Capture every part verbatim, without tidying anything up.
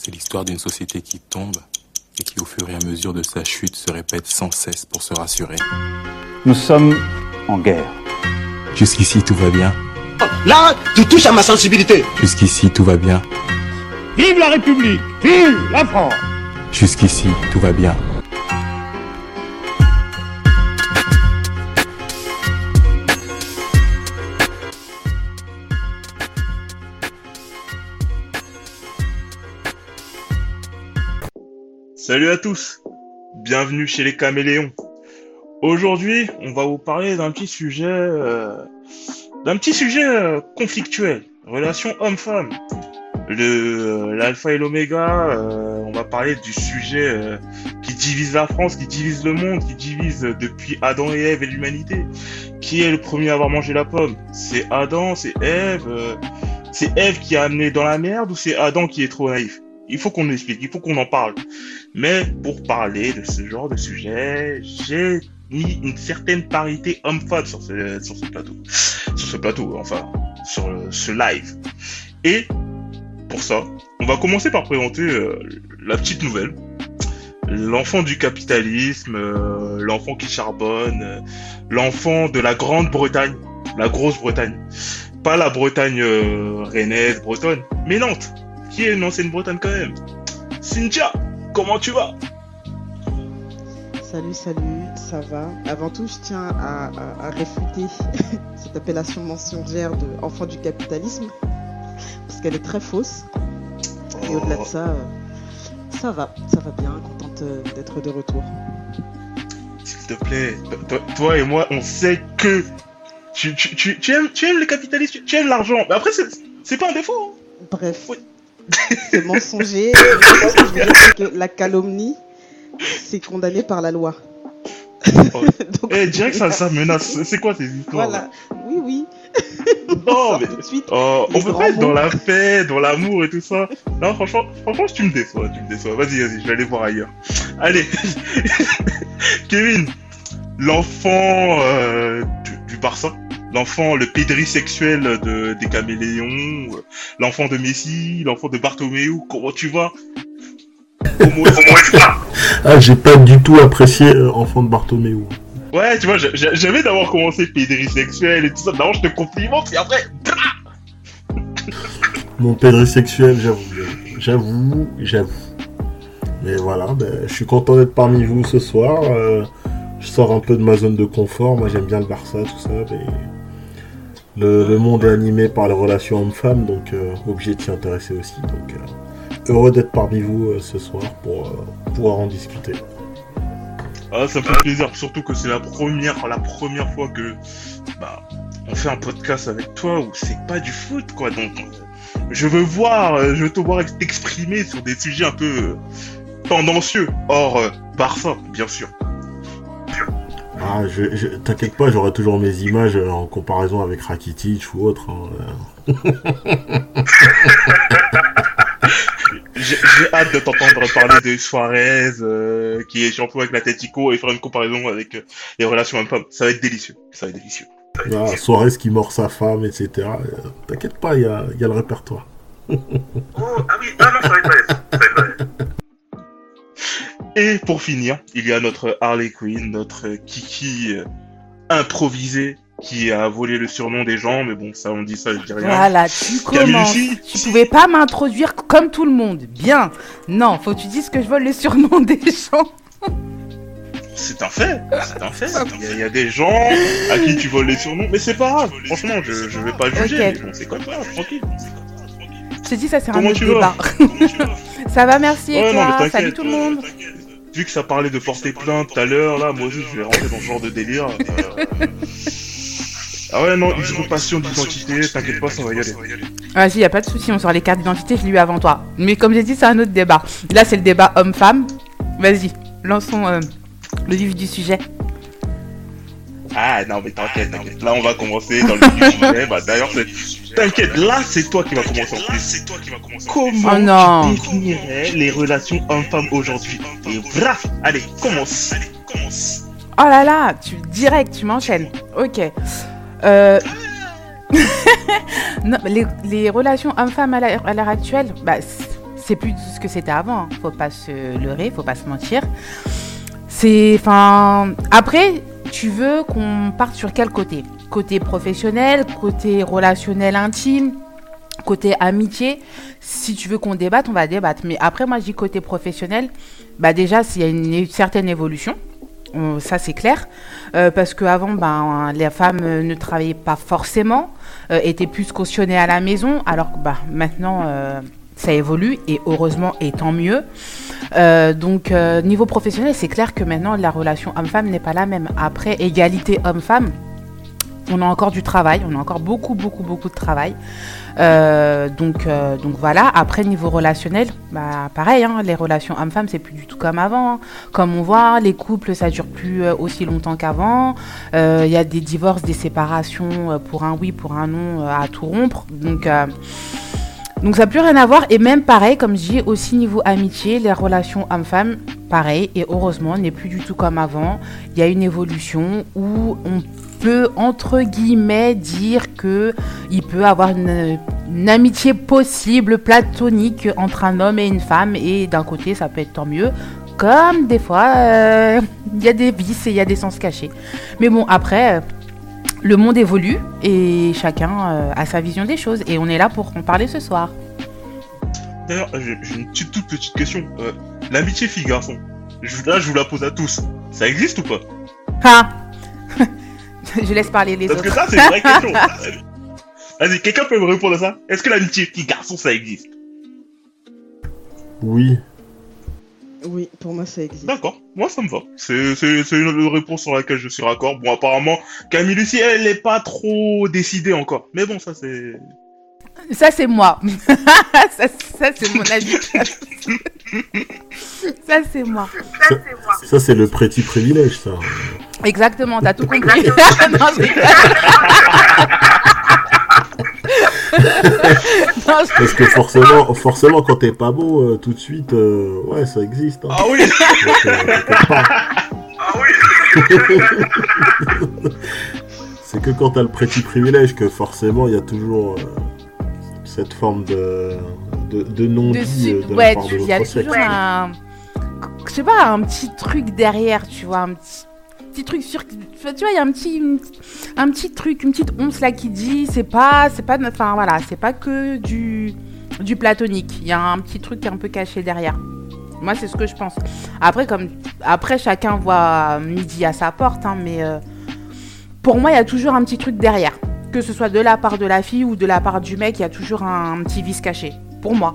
C'est l'histoire d'une société qui tombe et qui, au fur et à mesure de sa chute, se répète sans cesse pour se rassurer. Nous sommes en guerre. Jusqu'ici, tout va bien. Là, tu touches à ma sensibilité. Jusqu'ici, tout va bien. Vive la République! Vive la France! Jusqu'ici, tout va bien. Salut à tous, bienvenue chez les Caméléons. Aujourd'hui, on va vous parler d'un petit sujet, euh, d'un petit sujet euh, conflictuel, relation homme-femme. Le euh, l'alpha et l'oméga, euh, on va parler du sujet euh, qui divise la France, qui divise le monde, qui divise euh, depuis Adam et Ève et l'humanité. Qui est le premier à avoir mangé la pomme? C'est Adam, c'est Ève, euh, c'est Ève qui a amené dans la merde ou c'est Adam qui est trop naïf? Il faut qu'on explique, il faut qu'on en parle. Mais pour parler de ce genre de sujet, j'ai mis une certaine parité homme-femme sur ce, sur ce plateau. Sur ce plateau, enfin, sur le, ce live. Et pour ça, on va commencer par présenter euh, la petite nouvelle. L'enfant du capitalisme, euh, l'enfant qui charbonne, euh, l'enfant de la Grande-Bretagne, la Grosse-Bretagne. Pas la Bretagne euh, rennaise, bretonne, mais Nantes, qui est une ancienne Bretagne quand même. Cynthia, comment tu vas? Salut, salut, ça va. Avant tout, je tiens à, à, à réfuter cette appellation mensongère de enfant du capitalisme, parce qu'elle est très fausse. Et Oh. au-delà de ça, euh, ça va, ça va bien, contente euh, d'être de retour. S'il te plaît, toi, toi et moi, on sait que tu, tu, tu, tu aimes, tu aimes les capitalistes, tu, tu aimes l'argent. Mais après, c'est, c'est pas un défaut. Hein. Bref, Oui. c'est mensonger. Ce que je veux dire, c'est que la calomnie, c'est condamné par la loi. Oh. Donc, Eh, direct, ça, ça menace. C'est quoi ces histoires? voilà, oui, oui. Non, On mais sort tout de suite. oh, on Les peut grands pas être dans mots. la paix, dans l'amour et tout ça. Non, franchement, franchement, tu me déçois, tu me déçois. Vas-y, vas-y, je vais aller voir ailleurs. Allez, Kevin, l'enfant euh, du, du Barça, l'enfant, le pédrisexuel de, des Caméléons, euh, l'enfant de Messi, l'enfant de Bartomeu, comment tu vas? Homo Espa. Ah, j'ai pas du tout apprécié euh, Enfant de Bartomeu. Ouais, tu vois, j'ai- j'ai- j'avais d'avoir commencé pédrisexuel et tout ça. D'abord, je te complimente, et après, Mon pédrisexuel, j'avoue, j'avoue, j'avoue. Mais voilà, ben, je suis content d'être parmi vous ce soir. euh, je sors un peu de ma zone de confort. Moi, j'aime bien le Barça, tout ça. Mais le, le monde est animé par les relations hommes-femmes, donc euh, obligé de s'y intéresser aussi. Donc, euh, heureux d'être parmi vous euh, ce soir pour euh, pouvoir en discuter. ah, ça me fait plaisir, surtout que c'est la première, la première fois que bah, on fait un podcast avec toi où c'est pas du foot, quoi. Donc, euh, je veux voir, euh, je veux te voir t'exprimer sur des sujets un peu euh, tendancieux, hors euh, Barça, bien sûr. Ah, je, je- t'inquiète pas, j'aurai toujours mes images euh, en comparaison avec Rakitic ou autre. hein, euh. J'ai j'ai hâte de t'entendre parler de Suarez, euh, qui est champion avec l'Atlético, et faire une comparaison avec euh, les relations hommes-femmes. Ça va être délicieux, ça va être délicieux. Ah, Suarez qui mord sa femme, et cetera. Euh, T'inquiète pas, il y a, il y a le répertoire. Oh, ah oui, ah non, ça va être balèze, ça va être balèze. Et pour finir, il y a notre Harley Quinn, notre Kiki euh, improvisé, qui a volé le surnom des gens, mais bon, ça on dit ça, je dis rien. Voilà, tu Camille commences. Lucie. Tu pouvais pas m'introduire comme tout le monde. Bien. Non, faut que tu dises que je vole le surnom des gens. C'est un fait, c'est un fait. Il y, a- il y a des gens à qui tu voles les surnoms, mais c'est pas grave. Franchement, je, je vais pas juger, Ok. mais bon, c'est comme ça, tranquille. Je te dis, ça c'est un Comment autre tu débat. vas? Ça va, merci. Et Ouais, non, mais toi? t'inquiète, Salut tout le monde. Vu que ça parlait de porter plainte tout à l'heure, là, moi aussi, je vais rentrer dans ce genre de délire. euh. Ah ouais, non, usurpation d'identité, t'inquiète pas, ça va y aller. Vas-y, y a pas de souci, on sort les cartes d'identité, je l'ai eu avant toi. Mais comme j'ai dit, c'est un autre débat. Là, c'est le débat homme-femme. Vas-y, lançons euh, le vif du sujet. Ah non, mais t'inquiète, t'inquiète. Là, on va commencer dans le vif du sujet. Bah, d'ailleurs, c'est... T'inquiète, là, c'est toi qui vas commencer en plus. Comment Oh non. tu définirais les relations hommes-femmes aujourd'hui? Et bref, allez, commence. Oh là là, tu direct, tu m'enchaînes. Ok. Euh... non, les, les relations hommes-femmes à la- à l'heure actuelle, bah, c'est- c'est plus ce que c'était avant. Hein. Faut pas se leurrer, faut pas se mentir. C'est, enfin, après, tu veux qu'on parte sur quel côté ? Côté professionnel, côté relationnel intime, côté amitié. Si tu veux qu'on débatte, on va débattre. Mais après, moi, je dis côté professionnel. Bah déjà, s'il y a une, une certaine évolution. On, ça c'est clair, euh, parce qu'avant ben, les femmes euh, ne travaillaient pas forcément, euh, étaient plus cautionnées à la maison, alors que bah, maintenant euh, ça évolue et heureusement et tant mieux. Euh, donc euh, niveau professionnel, c'est clair que maintenant la relation homme-femme n'est pas la même. Après, égalité homme-femme, on a encore du travail, on a encore beaucoup beaucoup beaucoup de travail. Euh, donc, euh, donc voilà. Après niveau relationnel, bah pareil, hein, les relations hommes-femmes c'est plus du tout comme avant. Hein. Comme on voit, les couples ça dure plus euh, aussi longtemps qu'avant. Il euh, y a des divorces, des séparations euh, pour un oui, pour un non, euh, à tout rompre. Donc euh, donc ça n'a plus rien à voir. Et même pareil, comme je dis, aussi niveau amitié, les relations hommes-femmes, pareil. Et heureusement, n'est plus du tout comme avant. Il y a une évolution où on peut entre guillemets dire que il peut avoir une, une amitié possible platonique entre un homme et une femme, et d'un côté ça peut être tant mieux, comme des fois il euh, y a des vices et il y a des sens cachés, mais bon après euh, le monde évolue et chacun euh, a sa vision des choses, et on est là pour en parler ce soir. D'ailleurs, j'ai, j'ai une petite, toute petite question. Euh, l'amitié fille-garçon, je, là je vous la pose à tous, ça existe ou pas? Ah je laisse parler les Parce autres. Parce que ça, c'est une vraie question. Vas-y, quelqu'un peut me répondre à ça? Est-ce que l'amitié fille-garçon, ça existe? Oui. Oui, pour moi, ça existe. D'accord, moi, ça me va. C'est, c'est, c'est une réponse sur laquelle je suis raccord. Bon, apparemment, Camille Lucie, elle n'est pas trop décidée encore. Mais bon, ça, c'est... Ça, c'est moi. ça, ça, c'est mon avis. ça, c'est moi. Ça, ça, c'est le petit privilège, ça. Exactement, t'as tout compris. non, non, je... Parce que forcément, forcément, quand t'es pas beau, euh, tout de suite, euh, ouais, ça existe. Hein. Ah oui. Donc, euh, ah oui. C'est que quand t'as le petit privilège que forcément, il y a toujours euh, cette forme de, de, de non-dit de, de ouais, la part de l'autre sexe. Il y a toujours un, je sais pas, un petit truc derrière, tu vois, un petit... petit truc sur, tu vois, il y a un petit, un petit truc, une petite once là qui dit, c'est pas, c'est pas, enfin voilà, c'est pas que du, du platonique. Il y a un petit truc qui est un peu caché derrière. Moi, c'est ce que je pense. Après, comme, après chacun voit midi à sa porte, hein, mais euh, pour moi, il y a toujours un petit truc derrière. Que ce soit de la part de la fille ou de la part du mec, il y a toujours un, un petit vice caché. Pour moi.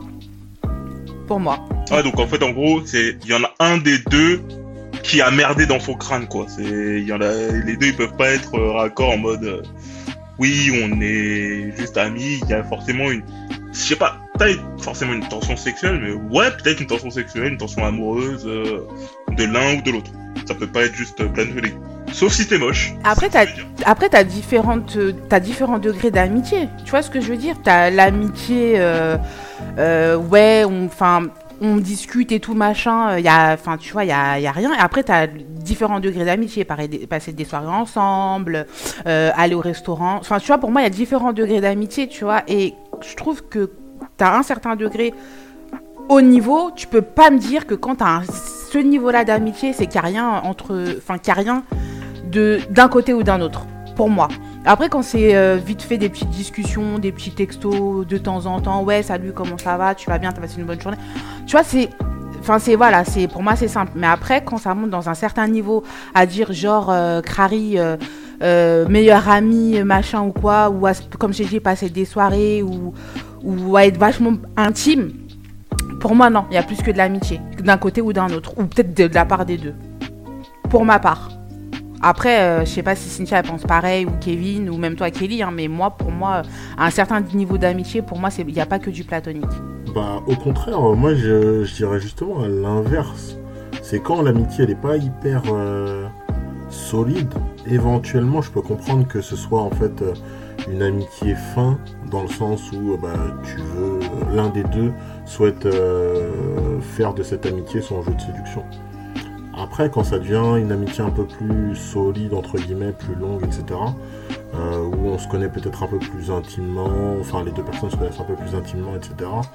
Pour moi. Ah, donc en fait, en gros, c'est, il y en a un des deux qui a merdé dans son crâne, quoi. C'est, il y en a, les deux, ils peuvent pas être euh, raccord en mode, euh, oui, on est juste amis. Il y a forcément une, je sais pas, pas forcément une tension sexuelle, mais ouais, peut-être une tension sexuelle, une tension amoureuse euh, de l'un ou de l'autre. Ça peut pas être juste euh, plein de folie. Sauf si t'es moche. Après, t'as, après, t'as différentes, t'as différents degrés d'amitié. Tu vois ce que je veux dire? T'as l'amitié, euh, euh, ouais, enfin. On discute et tout machin, y a, enfin tu vois, il y a, y a rien. Et après, tu as différents degrés d'amitié, pareil, passer des soirées ensemble, euh, aller au restaurant. Enfin, tu vois, pour moi, il y a différents degrés d'amitié, tu vois. Et je trouve que tu as un certain degré au niveau, tu peux pas me dire que quand tu as ce niveau-là d'amitié, c'est qu'il n'y a rien entre, enfin, qu'il n'y a rien de, d'un côté ou d'un autre, pour moi. Après, quand c'est euh, vite fait des petites discussions, des petits textos de temps en temps, ouais, salut, comment ça va, tu vas bien, t'as passé une bonne journée. Tu vois, c'est, enfin, c'est, voilà, c'est, pour moi, c'est simple. Mais après, quand ça monte dans un certain niveau, à dire genre, euh, crari, euh, euh, meilleur ami, machin ou quoi, ou à, comme j'ai dit, passer des soirées, ou, ou à être vachement intime, pour moi, non, il y a plus que de l'amitié, d'un côté ou d'un autre, ou peut-être de, de la part des deux, pour ma part. Après, euh, je sais pas si Cynthia elle pense pareil, ou Kevin, ou même toi Kelly, hein, mais moi, pour moi, à un certain niveau d'amitié, pour moi, il n'y a pas que du platonique. Bah, au contraire, moi, je, je dirais justement à l'inverse. C'est quand l'amitié, elle n'est pas hyper euh, solide, éventuellement, je peux comprendre que ce soit en fait euh, une amitié fin, dans le sens où euh, bah, tu veux, euh, l'un des deux souhaite euh, faire de cette amitié son jeu de séduction. Après, quand ça devient une amitié un peu plus solide, entre guillemets, plus longue, et cetera, euh, où on se connaît peut-être un peu plus intimement, enfin les deux personnes se connaissent un peu plus intimement, et cetera,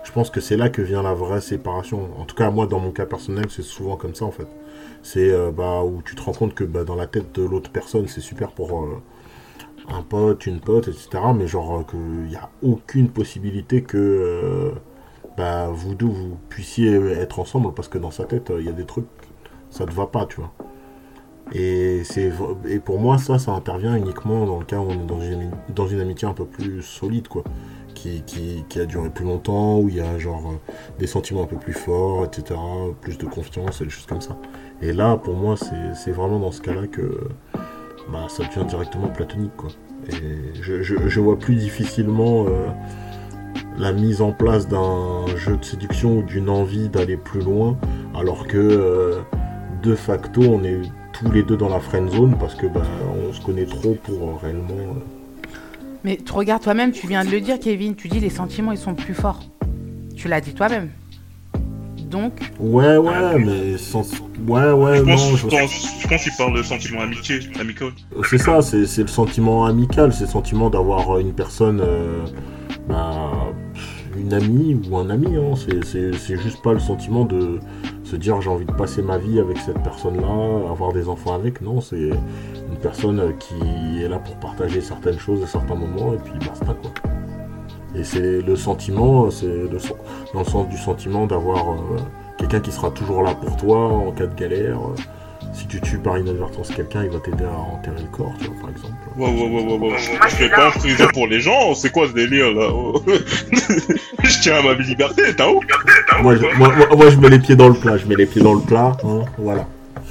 je pense que c'est là que vient la vraie séparation. En tout cas, moi, dans mon cas personnel, c'est souvent comme ça, en fait. C'est euh, bah, où tu te rends compte que bah, dans la tête de l'autre personne, c'est super pour euh, un pote, une pote, et cetera. Mais genre, euh, qu'il n'y a aucune possibilité que euh, bah, vous deux, vous puissiez être ensemble, parce que dans sa tête, il euh, y a des trucs, ça ne va pas, tu vois. Et, c'est, et pour moi, ça, ça intervient uniquement dans le cas où on est dans une, dans une amitié un peu plus solide, quoi. Qui, qui, qui a duré plus longtemps, où il y a genre euh, des sentiments un peu plus forts, et cetera. Plus de confiance et des choses comme ça. Et là, pour moi, c'est, c'est vraiment dans ce cas-là que bah, ça devient directement platonique, quoi. Et je, je, je vois plus difficilement euh, la mise en place d'un jeu de séduction ou d'une envie d'aller plus loin, alors que euh, de facto, on est tous les deux dans la friend zone parce que bah, on se connaît trop pour euh, réellement. Euh... Mais tu regardes toi-même, tu viens de le dire, Kevin. Tu dis les sentiments ils sont plus forts. Tu l'as dit toi-même. Donc. Ouais, ouais, mais sans. Ouais, ouais, je non. Pense, je pense, je pense qu'il parle de sentiment amitié, amical. C'est ça, c'est, c'est le sentiment amical, c'est le sentiment d'avoir une personne, euh, bah, une amie ou un ami. Hein. C'est, c'est, c'est juste pas le sentiment de se dire j'ai envie de passer ma vie avec cette personne-là, avoir des enfants avec. Non, c'est une personne qui est là pour partager certaines choses à certains moments et puis basta, quoi. Et c'est le sentiment, c'est le, dans le sens du sentiment d'avoir euh, quelqu'un qui sera toujours là pour toi en cas de galère. Si tu tues par inadvertance quelqu'un, il va t'aider à enterrer le corps, tu vois, par exemple. Ouais, ouais, ouais, ouais, ouais. Je fais pas en prison pour les gens, c'est quoi ce délire là? Je tiens à ma liberté, t'as où? moi, je, moi, moi, moi, je mets les pieds dans le plat, je mets les pieds dans le plat, hein, voilà.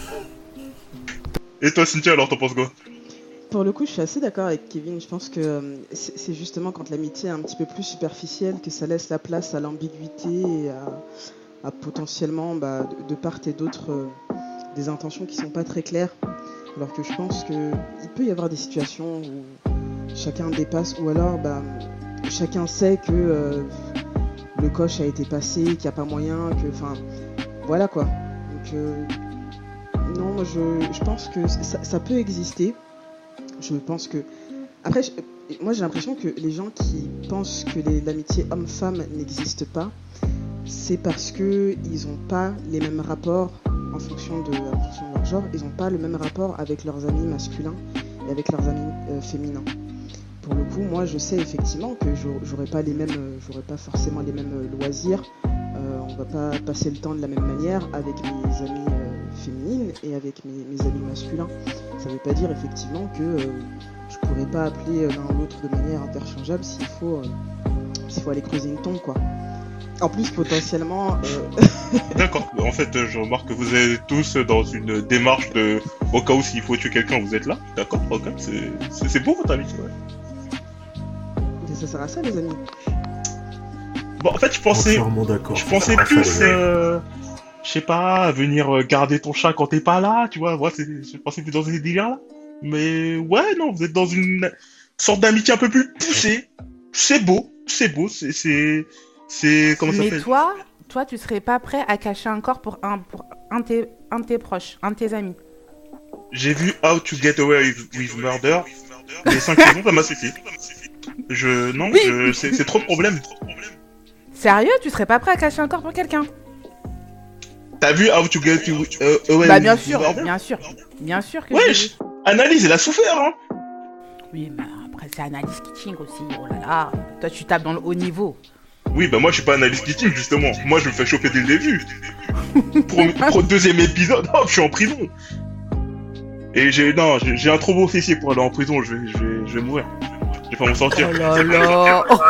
Et toi, Cynthia, alors t'en penses quoi? Pour le coup, je suis assez d'accord avec Kevin. Je pense que euh, c'est, c'est justement quand l'amitié est un petit peu plus superficielle que ça laisse la place à l'ambiguïté et à, à potentiellement, bah, de, de part et d'autre, euh, des intentions qui sont pas très claires. Alors que je pense qu'il peut y avoir des situations où chacun dépasse, ou alors bah, chacun sait que euh, le coche a été passé, qu'il n'y a pas moyen, que, enfin, voilà quoi. Donc, euh, non, moi je, je pense que ça, ça peut exister. Je pense que... Après, je... moi j'ai l'impression que les gens qui pensent que les... l'amitié homme-femme n'existe pas, c'est parce qu'ils n'ont pas les mêmes rapports en fonction, de... en fonction de leur genre, ils n'ont pas le même rapport avec leurs amis masculins et avec leurs amis euh, féminins. Pour le coup, moi je sais effectivement que j'aurais pas les mêmes, j'aurais pas forcément les mêmes loisirs, euh, on va pas passer le temps de la même manière avec mes amis euh, féminines et avec mes, mes amis masculins. Ça veut pas dire effectivement que euh, je pourrais pas appeler l'un ou l'autre de manière interchangeable s'il faut, euh, s'il faut aller creuser une tombe, quoi. En plus, potentiellement... Euh... D'accord. En fait, je remarque que vous êtes tous dans une démarche de... Au cas où s'il faut tuer quelqu'un, vous êtes là. D'accord, ok. C'est, c'est, c'est beau votre amitié, ouais. Et ça sert à ça, les amis. Bon, en fait, je pensais... d'accord. Je pensais plus... Ça, euh... Je sais pas, venir garder ton chat quand t'es pas là, tu vois. Moi, c'est... je pensais plus dans ces délires-là. Mais ouais, non, vous êtes dans une sorte d'amitié un peu plus poussée. C'est beau, c'est beau, c'est... c'est... C'est comment ça Mais s'appelle? toi, toi, tu serais pas prêt à cacher un corps pour un, pour un de tes, un de tes proches, un de tes amis. J'ai vu How to Get Away with, with Murder. Les cinq saisons, ça m'a suffi. Je non, oui. je, c'est, c'est trop de problèmes. Sérieux, tu serais pas prêt à cacher un corps pour quelqu'un? T'as vu How to Get uh, Away Bah with bien sûr, Murder? bien sûr, bien sûr que. Wesh, Analyse, elle a souffert, hein. Oui, mais après c'est Analyse Kitching aussi. Oh là là, toi tu tapes dans le haut niveau. Oui, bah moi je suis pas Analyse Kitching justement. Moi je me fais choper dès le début. Pour, pour le deuxième épisode, hop, je suis en prison. Et j'ai non, j'ai, j'ai un trop beau fessier pour aller en prison. Je vais, je vais, je vais mourir. Je vais pas m'en sortir. Oh là là. Oh.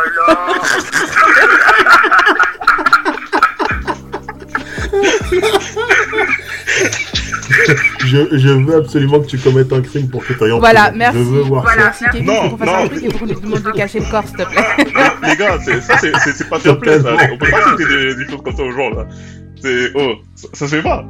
je, je veux absolument que tu commettes un crime pour que tu ailles en Voilà, prison. merci. Je veux voir voilà, ça. Merci Kevin, Non, faut qu'on fasse non. un truc et faut qu'on lui demande de cacher le corps, s'il te plaît. Les gars, c'est, ça, c'est, c'est, c'est pas fair play, ça. On peut pas citer des, des choses comme ça aux gens, là. C'est... Oh, ça, ça se fait pas.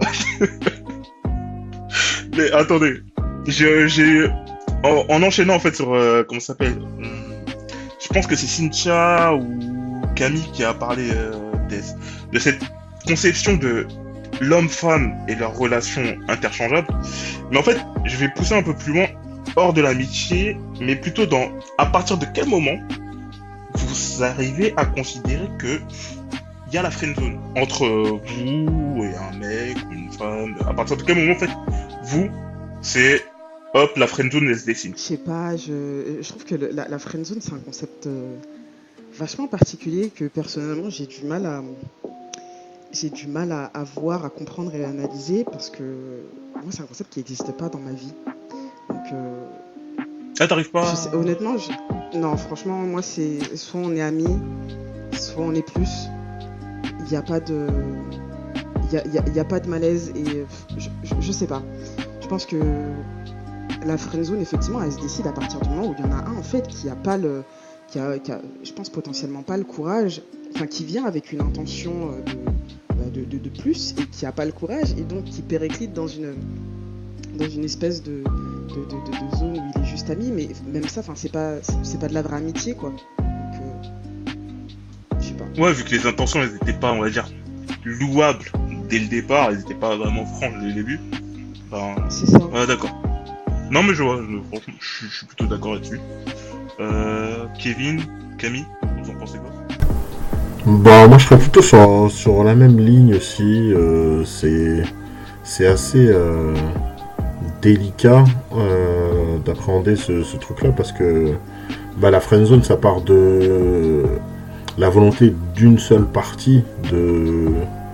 Mais attendez. J'ai... j'ai... En, en enchaînant, en fait, sur... Euh, comment ça s'appelle hum, je pense que c'est Cynthia ou Camille qui a parlé euh, des, de cette conception de l'homme-femme et leur relation interchangeable. Mais en fait, je vais pousser un peu plus loin, hors de l'amitié, mais plutôt dans à partir de quel moment vous arrivez à considérer que il y a la friendzone entre euh, vous et un mec ou une femme. À partir de quel moment, en fait, vous, c'est hop, la friendzone, elle se dessine. Je sais pas, je, je trouve que le- la, la friendzone, c'est un concept euh, vachement particulier que personnellement, j'ai du mal à, j'ai du mal à, à voir, à comprendre et à analyser parce que moi, c'est un concept qui n'existe pas dans ma vie. Donc, euh, Ah, t'arrives pas je sais- honnêtement, je- non, franchement, moi, c'est soit on est amis, soit on est plus. Il n'y a pas de, il y a, il y a- il y a pas de malaise et euh, je, je, je sais pas. Je pense que la friendzone, effectivement, elle se décide à partir du moment où il y en a un, en fait, qui a pas le, qui a, qui a, je pense potentiellement pas le courage, enfin, qui vient avec une intention euh, de, bah, de, de, de plus et qui a pas le courage et donc qui périclite dans une, dans une espèce de, de, de, de- de zone où il est juste ami, mais même ça, enfin, c'est pas, c'est c'est pas de la vraie amitié, quoi. Donc, euh, je sais pas. Ouais, vu que les intentions, elles étaient pas, on va dire, louables dès le départ, elles étaient pas vraiment franches dès le début. Ben, C'est ça. ouais, d'accord. Non, mais je vois, je, franchement, je, suis- je suis plutôt d'accord là-dessus. Euh, Kevin, Camille, vous en pensez quoi? Bah, moi je serais plutôt sur, sur la même ligne aussi. euh, c'est, c'est assez euh, délicat euh, d'appréhender ce, ce truc-là parce que bah, la friendzone ça part de la volonté d'une seule partie de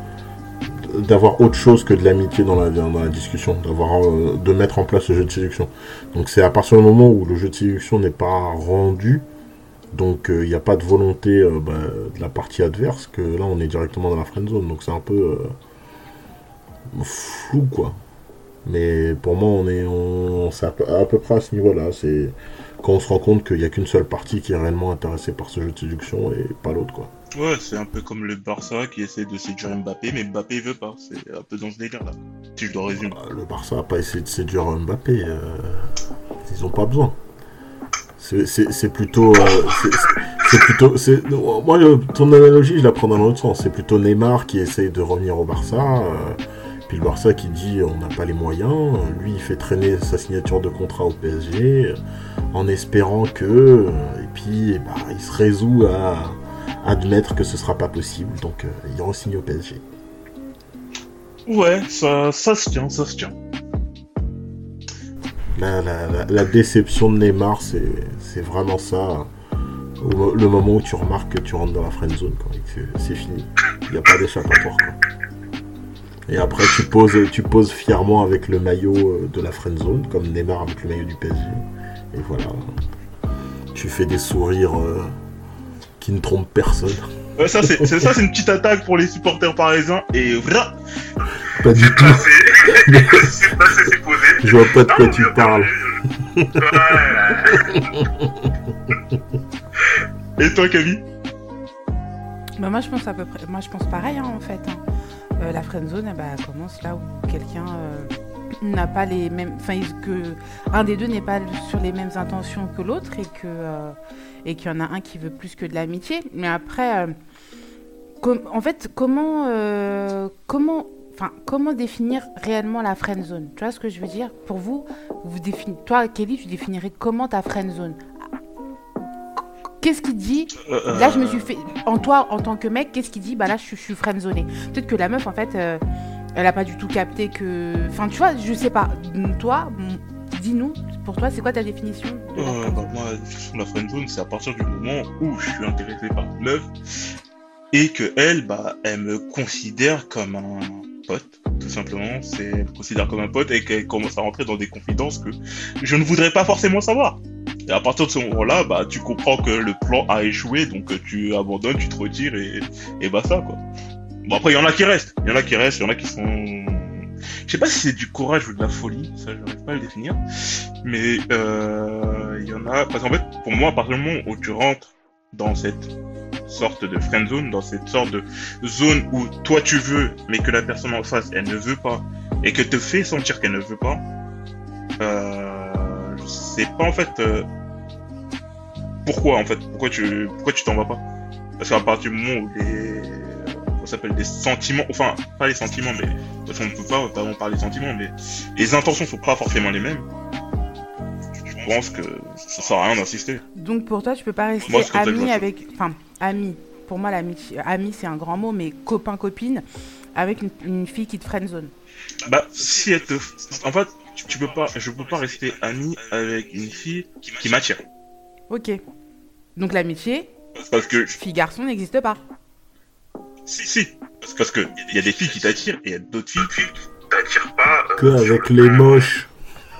d'avoir autre chose que de l'amitié dans la, dans la discussion, d'avoir euh, de mettre en place ce jeu de séduction. Donc c'est à partir du moment où le jeu de séduction n'est pas rendu, donc il n'y a pas de volonté euh, bah, de la partie adverse, que là on est directement dans la friendzone, donc c'est un peu euh, flou quoi. Mais pour moi on est on, c'est à peu, à peu près à ce niveau-là, c'est quand on se rend compte qu'il n'y a qu'une seule partie qui est réellement intéressée par ce jeu de séduction et pas l'autre quoi. Ouais, c'est un peu comme le Barça qui essaie de séduire Mbappé, mais Mbappé il veut pas. C'est un peu dans ce délire là. Si je dois résumer. Euh, Le Barça n'a pas essayé de séduire Mbappé, euh, ils ont pas besoin. C'est, c'est, c'est plutôt, euh, c'est, c'est- c'est plutôt, c'est, moi le- ton analogie je la prends dans l'autre sens. C'est plutôt Neymar qui essaye de revenir au Barça, euh, puis le Barça qui dit on n'a pas les moyens. Lui il fait traîner sa signature de contrat au P S G euh, en espérant que, euh, et puis eh ben, il se résout à admettre que ce sera pas possible, donc euh, il re-signe au P S G. Ouais, ça, ça se tient, ça se tient. La, la, la, la déception de Neymar, c'est, c'est vraiment ça. Au mo- le moment où tu remarques que tu rentres dans la friendzone, quoi, et que c'est fini. Il n'y a pas d'échappatoire, quoi. Et après, tu poses, tu poses fièrement avec le maillot euh, de la friendzone, comme Neymar avec le maillot du P S G. Et voilà. Tu fais des sourires euh, qui ne trompent personne. Ouais, ça c'est, c'est ça c'est une petite attaque pour les supporters parisiens et voilà. Pas du tout. C'est, c'est, ça, c'est, c'est posé. Je vois pas de quoi Non, tu bien parles. Et toi, Camille? Bah moi je pense à peu près, moi je pense pareil hein, en fait. hein. Euh, la friendzone, eh ben, elle commence là où quelqu'un euh, n'a pas les mêmes, enfin que un des deux n'est pas sur les mêmes intentions que l'autre et que euh, et qu'il y en a un qui veut plus que de l'amitié. Mais après, euh, com- en fait, comment euh, comment Enfin, comment définir réellement la friendzone? Tu vois ce que je veux dire? Pour vous, vous défini... toi, Kelly, tu définirais comment ta friendzone? Qu'est-ce qui dit? Euh, Là, je me suis fait. En toi, en tant que mec, qu'est-ce qui dit? Bah là, je, suis- je suis friendzoné. Peut-être que la meuf, en fait, euh, elle a pas du tout capté que. Enfin, tu vois, je sais pas. Toi, mm, dis-nous, pour toi, c'est quoi ta définition de la Euh, friendzone? bah, moi, la définition de la friendzone, c'est à partir du moment où je suis intéressé par une meuf et que elle, bah, elle me considère comme un pote, tout simplement. C'est, elle me considère comme un pote et qu'elle commence à rentrer dans des confidences que je ne voudrais pas forcément savoir. Et à partir de ce moment-là, bah, tu comprends que le plan a échoué, donc euh, tu abandonnes, tu te retires et, et bah ça, quoi. Bon, après, il y en a qui restent. Il y en a qui restent, il y en a qui sont... Je sais pas si c'est du courage ou de la folie, ça, j'arrive pas à le définir. Mais, euh, il y en a... Parce qu'en fait, pour moi, à partir du moment où tu rentres dans cette sorte de friend zone, dans cette sorte de zone où toi tu veux, mais que la personne en face, elle ne veut pas, et que te fait sentir qu'elle ne veut pas, euh, je sais pas en fait euh, pourquoi en fait, pourquoi tu pourquoi tu t'en vas pas. Parce qu'à partir du moment où les on s'appelle des sentiments, enfin pas les sentiments, mais parce qu'on ne peut pas vraiment parler des sentiments, mais les intentions sont pas forcément les mêmes. Je pense que ça sert à rien d'insister. Donc pour toi, tu peux pas rester Moi, c'est comme ça que je ami vois ça. avec. Enfin, ami. pour moi, l'amitié, ami, c'est un grand mot, mais copain-copine, avec une, une fille qui te friendzone. Bah, si elle te... En fait, tu, tu peux pas... Je peux pas rester ami avec une fille qui, qui m'attire. Ok. Donc l'amitié, parce que... fille-garçon n'existe pas. Si, si. Parce que il y a des filles qui t'attirent et il y a d'autres filles qui t'attirent pas. Euh... Que avec les moches.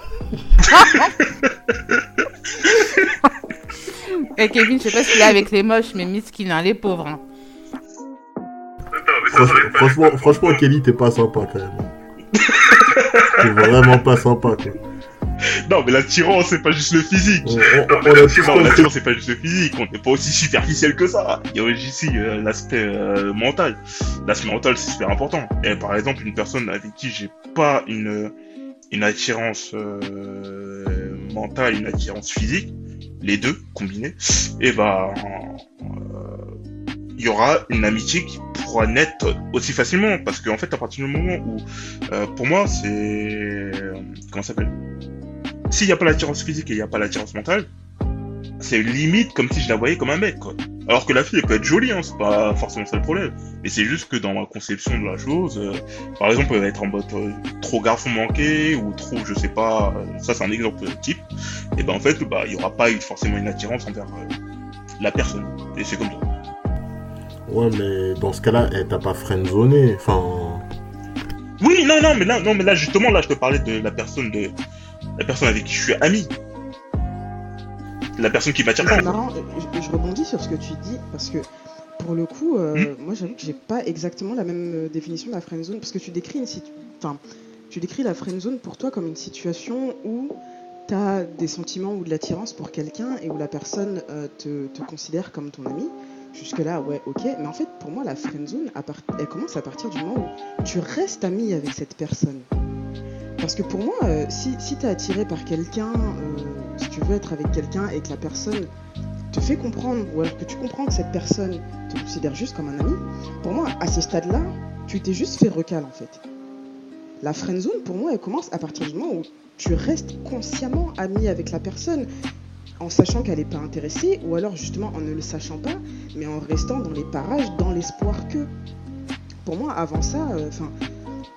Et Kevin, je sais pas ce qu'il a avec les moches, mais miskin, hein, les pauvres. Hein. Franchement, franchement, franchement, Kelly, t'es pas sympa quand même. T'es vraiment pas sympa, quoi. Non, mais l'attirance, c'est pas juste le physique. On, on, on a non, l'attirance, c'est pas juste le physique. On n'est pas aussi superficiel que ça. Il y a aussi euh, l'aspect euh, mental. L'aspect mental, c'est super important. Et par exemple, une personne avec qui j'ai pas une une attirance euh, mentale, une attirance physique, les deux combinés, et bah, il euh, y aura une amitié qui pourra naître aussi facilement. Parce qu'en fait, à partir du moment où, euh, pour moi, c'est euh, comment ça s'appelle? S'il n'y a pas l'attirance physique et il n'y a pas l'attirance mentale, c'est limite comme si je la voyais comme un mec, quoi. Alors que la fille, elle peut être jolie, hein, c'est pas forcément ça le problème. Mais c'est juste que dans ma conception de la chose, euh, par exemple, elle va être en mode euh, trop garçon manqué, ou trop, je sais pas, euh, ça c'est un exemple type. Et ben en fait, bah, il y aura pas forcément une attirance envers euh, la personne. Et c'est comme ça. Ouais, mais dans ce cas-là, elle t'a pas friendzoné, enfin... Oui, non, non, mais là, non, mais là, justement, là, je te parlais de la personne de... La personne avec qui je suis ami. La personne qui m'attire pas. C'est marrant, je, je rebondis sur ce que tu dis, parce que pour le coup, euh, mmh. moi j'avoue que j'ai pas exactement la même définition de la friendzone, parce que tu décris une situ... enfin, tu décris la friendzone pour toi comme une situation où tu as des sentiments ou de l'attirance pour quelqu'un et où la personne euh, te, te considère comme ton ami. Jusque-là, ouais, ok, mais en fait, pour moi, la friendzone, part... elle commence à partir du moment où tu restes ami avec cette personne. Parce que pour moi, euh, si, si tu es attiré par quelqu'un, euh, si tu veux être avec quelqu'un et que la personne te fait comprendre, ou alors que tu comprends que cette personne te considère juste comme un ami, pour moi, à ce stade-là, tu t'es juste fait recal en fait. La friendzone, pour moi, elle commence à partir du moment où tu restes consciemment ami avec la personne, en sachant qu'elle n'est pas intéressée, ou alors justement en ne le sachant pas, mais en restant dans les parages, dans l'espoir que. Pour moi, avant ça, enfin... Euh,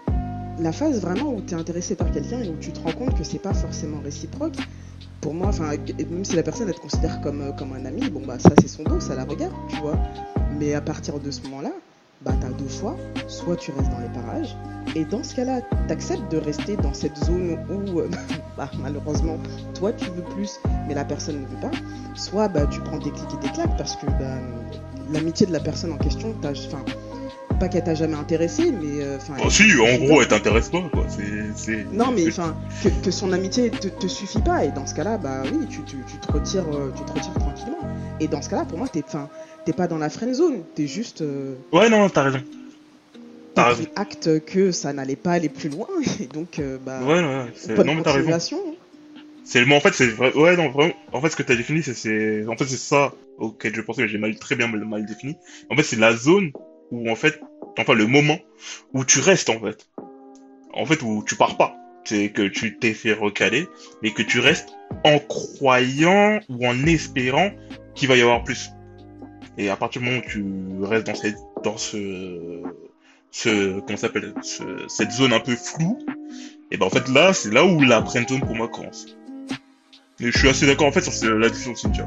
la phase vraiment où tu es intéressé par quelqu'un et où tu te rends compte que c'est pas forcément réciproque, pour moi, enfin, même si la personne elle te considère comme, comme un ami, bon bah ça c'est son dos, ça la regarde, tu vois. Mais à partir de ce moment-là, bah t'as deux choix, soit tu restes dans les parages, et dans ce cas-là, t'acceptes de rester dans cette zone où, euh, bah malheureusement, toi tu veux plus, mais la personne ne veut pas, soit bah tu prends des clics et des claques parce que bah, l'amitié de la personne en question, t'as, enfin, pas qu'elle t'a jamais intéressé, mais enfin. Euh, oh, si, en gros, elle t'intéresse pas, quoi. C'est, c'est... Non, mais enfin, que, que son amitié te, te suffit pas, et dans ce cas-là, bah oui, tu, tu, tu te retires, euh, tu te retires tranquillement. Et dans ce cas-là, pour moi, t'es, enfin, t'es pas dans la friend zone, t'es juste. Euh, ouais, non, t'as raison. T'as raison. Acte que ça n'allait pas aller plus loin, et donc, euh, bah. Ouais, ouais, c'est... pas non, de mais t'as raison. C'est, mais en fait, c'est vrai. Ouais, non, vraiment. En fait, ce que t'as défini, c'est, c'est, en fait, c'est ça auquel je pensais que j'ai mal, très bien mal, mal défini. En fait, c'est la zone où, en fait, enfin, le moment où tu restes, en fait. En fait, où tu pars pas. C'est que tu t'es fait recaler, mais que tu restes en croyant ou en espérant qu'il va y avoir plus. Et à partir du moment où tu restes dans cette, dans ce, ce, comment ça s'appelle, ce, cette zone un peu floue, et ben, en fait, là, c'est là où la friend zone pour moi commence. Mais je suis assez d'accord, en fait, sur la définition de Cynthia.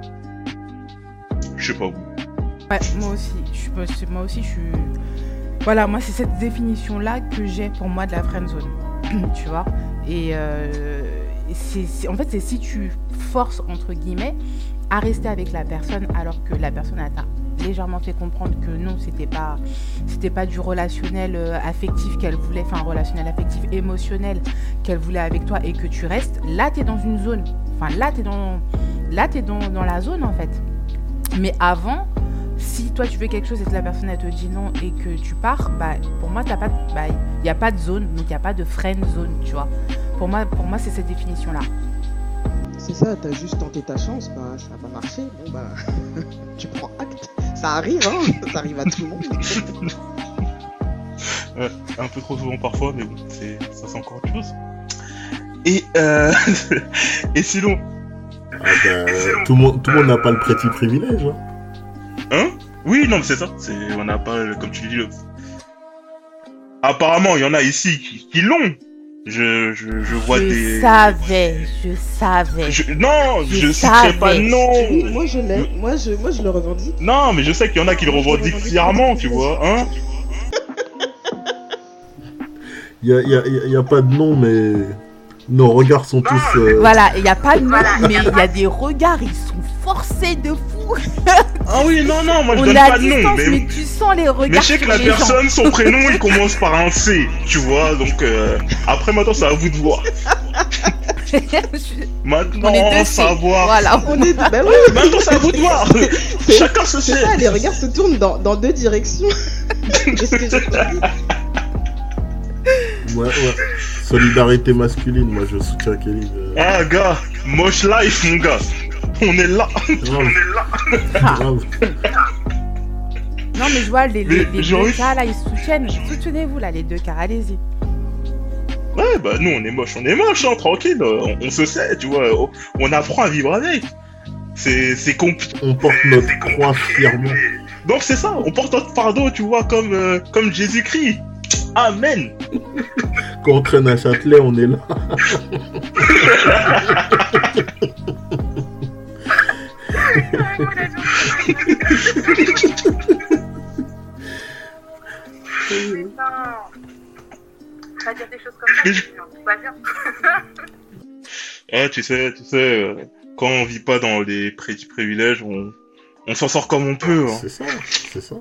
Je sais pas où. Ouais, moi aussi, je suis, moi aussi, je suis... Voilà, moi, c'est cette définition-là que j'ai pour moi de la friendzone, tu vois. Et euh, c'est, c'est, en fait, c'est si tu forces, entre guillemets, à rester avec la personne alors que la personne elle t'a légèrement fait comprendre que non, c'était pas, c'était pas du relationnel euh, affectif qu'elle voulait, enfin, relationnel affectif émotionnel qu'elle voulait avec toi et que tu restes, là, t'es dans une zone. Enfin, là, t'es dans, là, t'es dans, dans la zone, en fait. Mais avant... Si toi tu veux quelque chose et que la personne elle te dit non et que tu pars, bah pour moi t'as pas, bah y a pas de zone, donc y a pas de friend zone, tu vois. Pour moi, pour moi c'est cette définition là. C'est ça, t'as juste tenté ta chance, bah ça va marcher, bon bah tu prends acte, ça arrive, hein, ça arrive à tout le monde. Ouais, un peu trop souvent parfois, mais bon, c'est, ça c'est encore autre chose. Et euh, et sinon, ah bah, tout le monde, tout le monde n'a pas le petit privilège, hein. Hein? Oui, non, mais c'est ça. C'est, on n'a pas, comme tu dis, le... apparemment, il y en a ici qui, qui l'ont. Je, je, je vois je des. Savais, je savais, je... Non, je je citerai pas de nom. Oui, moi je l'ai, moi je, moi je le revendique. Non, mais je sais qu'il y en a qui le revendiquent fièrement, tu vois, hein. Il y a, y, a, y a pas de nom, mais nos regards sont tous. Euh... Voilà, il n'y a pas de nom, mais il y a des regards, ils sont forcés de fou. Ah oui, non, non, moi je On donne est à pas de nom, distance, mais... mais tu sens les regards. Mais je sais que la sur les gens. personne, son prénom, il commence par un C, tu vois, donc euh... après maintenant c'est à vous de voir. Maintenant, On est deux C. savoir. Voilà. On est, bah oui. Maintenant c'est à vous de voir. C'est- Chacun se C'est sait. ça, les regards se tournent dans, dans deux directions. De ce que j'ai compris. Ouais, ouais. Solidarité masculine, moi je soutiens Kelly. Euh... Ah gars, moche life mon gars. On est là. Grave. On est là. Ah. Grave. Non, mais je vois les, Mais les, les j'ai deux envie- cas là, ils se soutiennent. Soutenez-vous là, les deux cas, allez-y. Ouais, bah nous on est moche, on est moche, hein, tranquille, on, on se sait, tu vois, on, on apprend à vivre avec. C'est, c'est compliqué. On porte notre croix fièrement. Donc c'est ça, on porte notre fardeau, tu vois, comme, euh, comme Jésus-Christ. Amen. Quand on traîne à Châtelet, on est là. Pas dire des choses comme ça, Mais je- tout va bien. Ouais, tu sais, tu sais, euh, quand on vit pas dans les petits privilèges, on, on s'en sort comme on peut. Hein. C'est ça, c'est ça.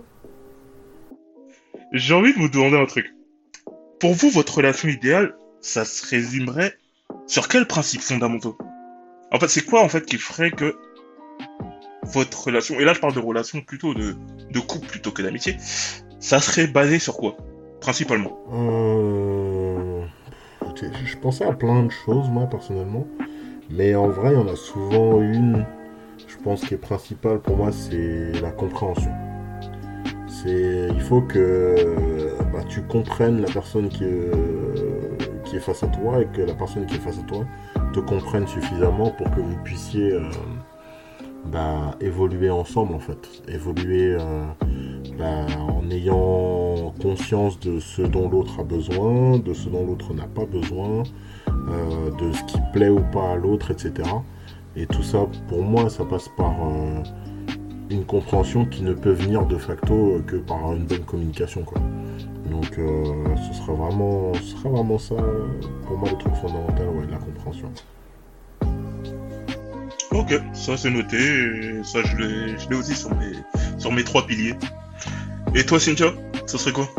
J'ai envie de vous demander un truc. Pour vous, votre relation idéale, ça se résumerait sur quels principes fondamentaux? En fait, c'est quoi en fait qui ferait que votre relation, et là je parle de relation plutôt de, de couple plutôt que d'amitié, ça serait basé sur quoi, principalement? Euh... Je je pensais à plein de choses, moi, personnellement. Mais en vrai, il y en a souvent une, je pense, qui est principale pour moi, c'est la compréhension. C'est... Il faut que bah, tu comprennes la personne qui est... qui est face à toi et que la personne qui est face à toi te comprenne suffisamment pour que vous puissiez euh, bah, évoluer ensemble, en fait. Évoluer euh, bah, en ayant conscience de ce dont l'autre a besoin, de ce dont l'autre n'a pas besoin, euh, de ce qui plaît ou pas à l'autre, et cetera. Et tout ça, pour moi, ça passe par euh, une compréhension qui ne peut venir de facto que par une bonne communication, quoi. Donc, euh, ce sera vraiment, ce sera vraiment ça, pour moi, le truc fondamental, ouais, la compréhension. Ok, ça c'est noté, et ça je l'ai, je l'ai aussi sur mes, sur mes trois piliers. Et toi Cynthia, ça serait quoi?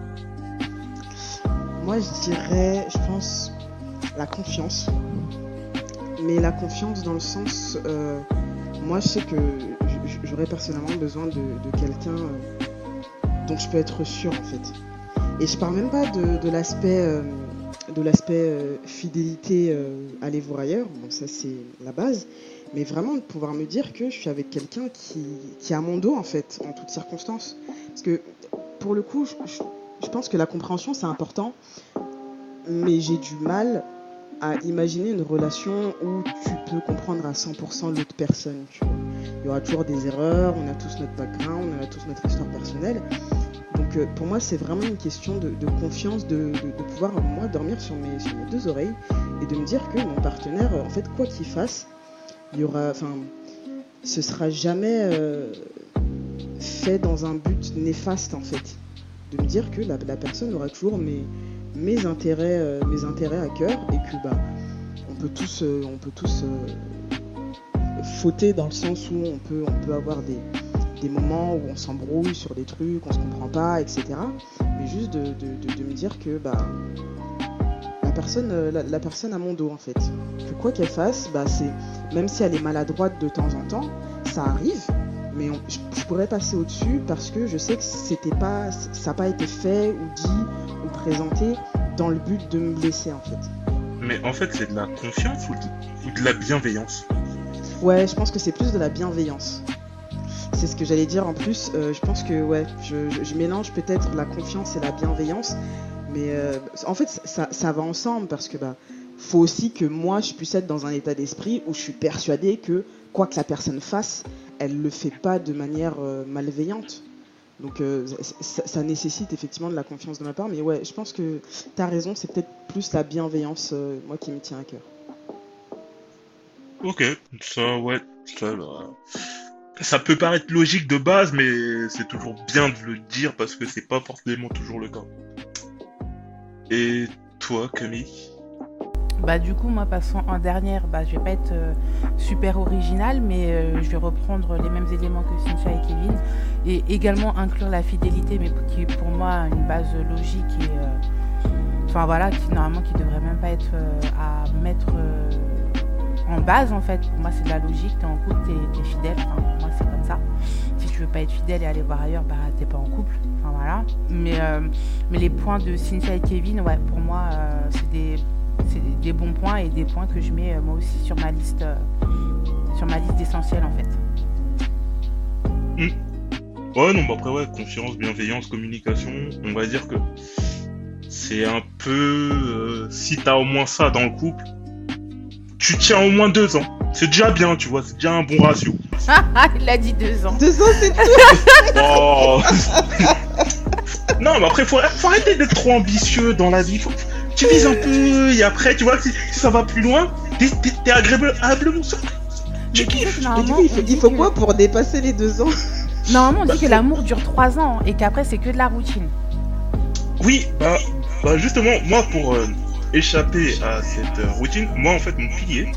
Moi, je dirais, je pense, la confiance. Mais la confiance dans le sens, euh, moi, je sais que j- j'aurais personnellement besoin de, de quelqu'un euh, dont je peux être sûr, en fait. Et je parle même pas de, de l'aspect, euh, de l'aspect euh, fidélité, euh, aller voir ailleurs. Bon, ça c'est la base. Mais vraiment de pouvoir me dire que je suis avec quelqu'un qui, qui est à mon dos, en fait, en toutes circonstances. Parce que, pour le coup, je, je, je pense que la compréhension, c'est important. Mais j'ai du mal à imaginer une relation où tu peux comprendre à cent pour cent l'autre personne. Tu vois. Il y aura toujours des erreurs, on a tous notre background, on a tous notre histoire personnelle. Donc euh, pour moi, c'est vraiment une question de, de confiance, de, de, de pouvoir, moi, dormir sur mes, sur mes deux oreilles et de me dire que mon partenaire, en fait, quoi qu'il fasse, il y aura, enfin, ce sera jamais euh, fait dans un but néfaste, en fait. De me dire que la, la personne aura toujours mes, mes, intérêts, euh, mes intérêts à cœur et que bah, on peut tous, euh, on peut tous euh, fauter dans le sens où on peut, on peut avoir des, des moments où on s'embrouille sur des trucs, on se comprend pas, et cetera. Mais juste de, de, de, de me dire que bah, la personne, euh, la, la personne a mon dos, en fait. Que quoi qu'elle fasse, bah, c'est, même si elle est maladroite de temps en temps, ça arrive. Mais on, je, je pourrais passer au-dessus parce que je sais que c'était pas, ça n'a pas été fait ou dit ou présenté dans le but de me blesser, en fait. Mais en fait, c'est de la confiance ou de, ou de la bienveillance? Ouais, je pense que c'est plus de la bienveillance. C'est ce que j'allais dire en plus. Euh, je pense que ouais, je, je, je mélange peut-être la confiance et la bienveillance. Mais euh, en fait, ça, ça va ensemble parce que bah, faut aussi que moi, je puisse être dans un état d'esprit où je suis persuadée que quoi que la personne fasse, elle le fait pas de manière euh, malveillante. Donc euh, ça, ça nécessite effectivement de la confiance de ma part, mais ouais, je pense que tu as raison, c'est peut-être plus la bienveillance, euh, moi, qui me tient à cœur. Ok, ça, ouais, ça, là, ça peut paraître logique de base, mais c'est toujours bien de le dire parce que c'est pas forcément toujours le cas. Et toi, Camille? Bah du coup, moi, passant en dernière, bah je vais pas être euh, super originale, mais euh, je vais reprendre les mêmes éléments que Cynthia et Kevin, et également inclure la fidélité, mais qui est pour moi une base logique et, euh, enfin voilà, qui normalement qui devrait même pas être euh, à mettre euh, en base en fait. Pour moi, c'est de la logique. T'es en couple, t'es, t'es fidèle. Enfin, pour moi, c'est comme ça. Si tu veux pas être fidèle et aller voir ailleurs, bah t'es pas en couple. Enfin voilà. Mais euh, mais les points de Cynthia et Kevin, ouais, pour moi, euh, c'est des c'est des, des bons points et des points que je mets euh, moi aussi sur ma liste euh, sur ma liste d'essentiels en fait. Mmh. Ouais, non, bah après, ouais, confiance, bienveillance, communication, on va dire que c'est un peu... Euh, si t'as au moins ça dans le couple, tu tiens au moins deux ans. C'est déjà bien, tu vois, c'est déjà un bon ratio. Il a dit deux ans. Deux ans, c'est tout. Oh. Non, mais après, faut, faut arrêter d'être trop ambitieux dans la vie. Faut, tu vises un peu, et après, tu vois, si, si ça va plus loin, t'es, t'es, t'es agréablement surpris. Tu kiffes. Mais du coup, il faut, il faut quoi pour dépasser les deux ans? Normalement, on dit Bah, que l'amour dure trois ans et qu'après, c'est que de la routine. Oui, bah, bah justement, moi, pour euh, échapper à cette euh, routine, moi, en fait, mon pilier,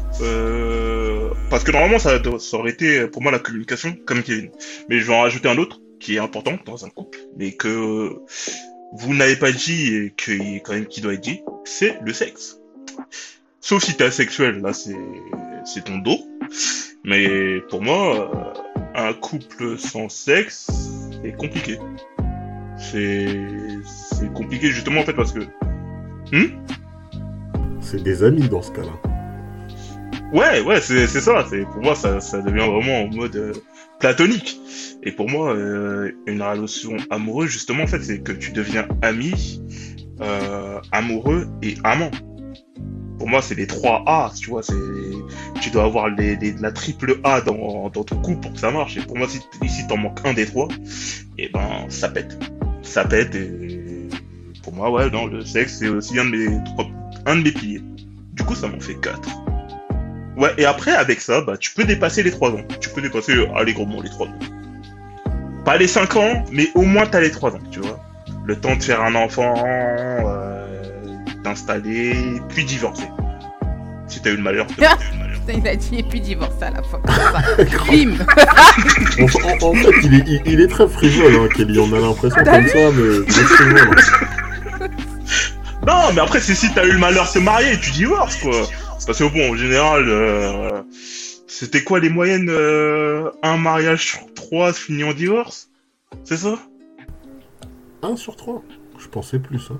euh, parce que normalement, ça, ça aurait été pour moi la communication, comme Kevin. Mais je vais en rajouter un autre qui est important dans un couple, mais que euh, vous n'avez pas dit et qui, quand même, qui doit être dit, c'est le sexe. Sauf si t'es asexuel, là, c'est, c'est ton dos. Mais pour moi, euh, un couple sans sexe, c'est compliqué. C'est, c'est compliqué justement en fait parce que. Hmm C'est des amis dans ce cas-là. Ouais, ouais, c'est, c'est ça. C'est, pour moi, ça, ça devient vraiment en mode euh, platonique. Et pour moi, euh, une relation amoureuse, justement, en fait, c'est que tu deviens ami, euh, amoureux et amant. Pour moi, c'est les trois A, tu vois, c'est, tu dois avoir les, les, la triple A dans, dans ton couple pour que ça marche. Et pour moi, si, si t'en manques un des trois, et ben, ça pète. Ça pète et, pour moi, ouais, non, le sexe, c'est aussi un de mes trois, un de mes piliers. Du coup, ça m'en fait quatre. Ouais, et après, avec ça, bah, tu peux dépasser les trois ans. Tu peux dépasser, euh, allègrement les trois ans. Pas les cinq ans, mais au moins t'as les trois ans, tu vois. Le temps de faire un enfant, euh, d'installer, puis divorcer. Si t'as eu le malheur. De... Il a dit et puis divorcer à la fin. Bim. en, en, en fait, il est, il, il est très frivole, hein, Kelly. On a l'impression comme ça, mais c'est frivole. Non, mais après, c'est si t'as eu le malheur de se marier et tu divorces, quoi. Parce que bon, en général, euh, c'était quoi les moyennes euh, un mariage sur trois finit en divorce? C'est ça? Un sur trois? Je pensais plus, hein.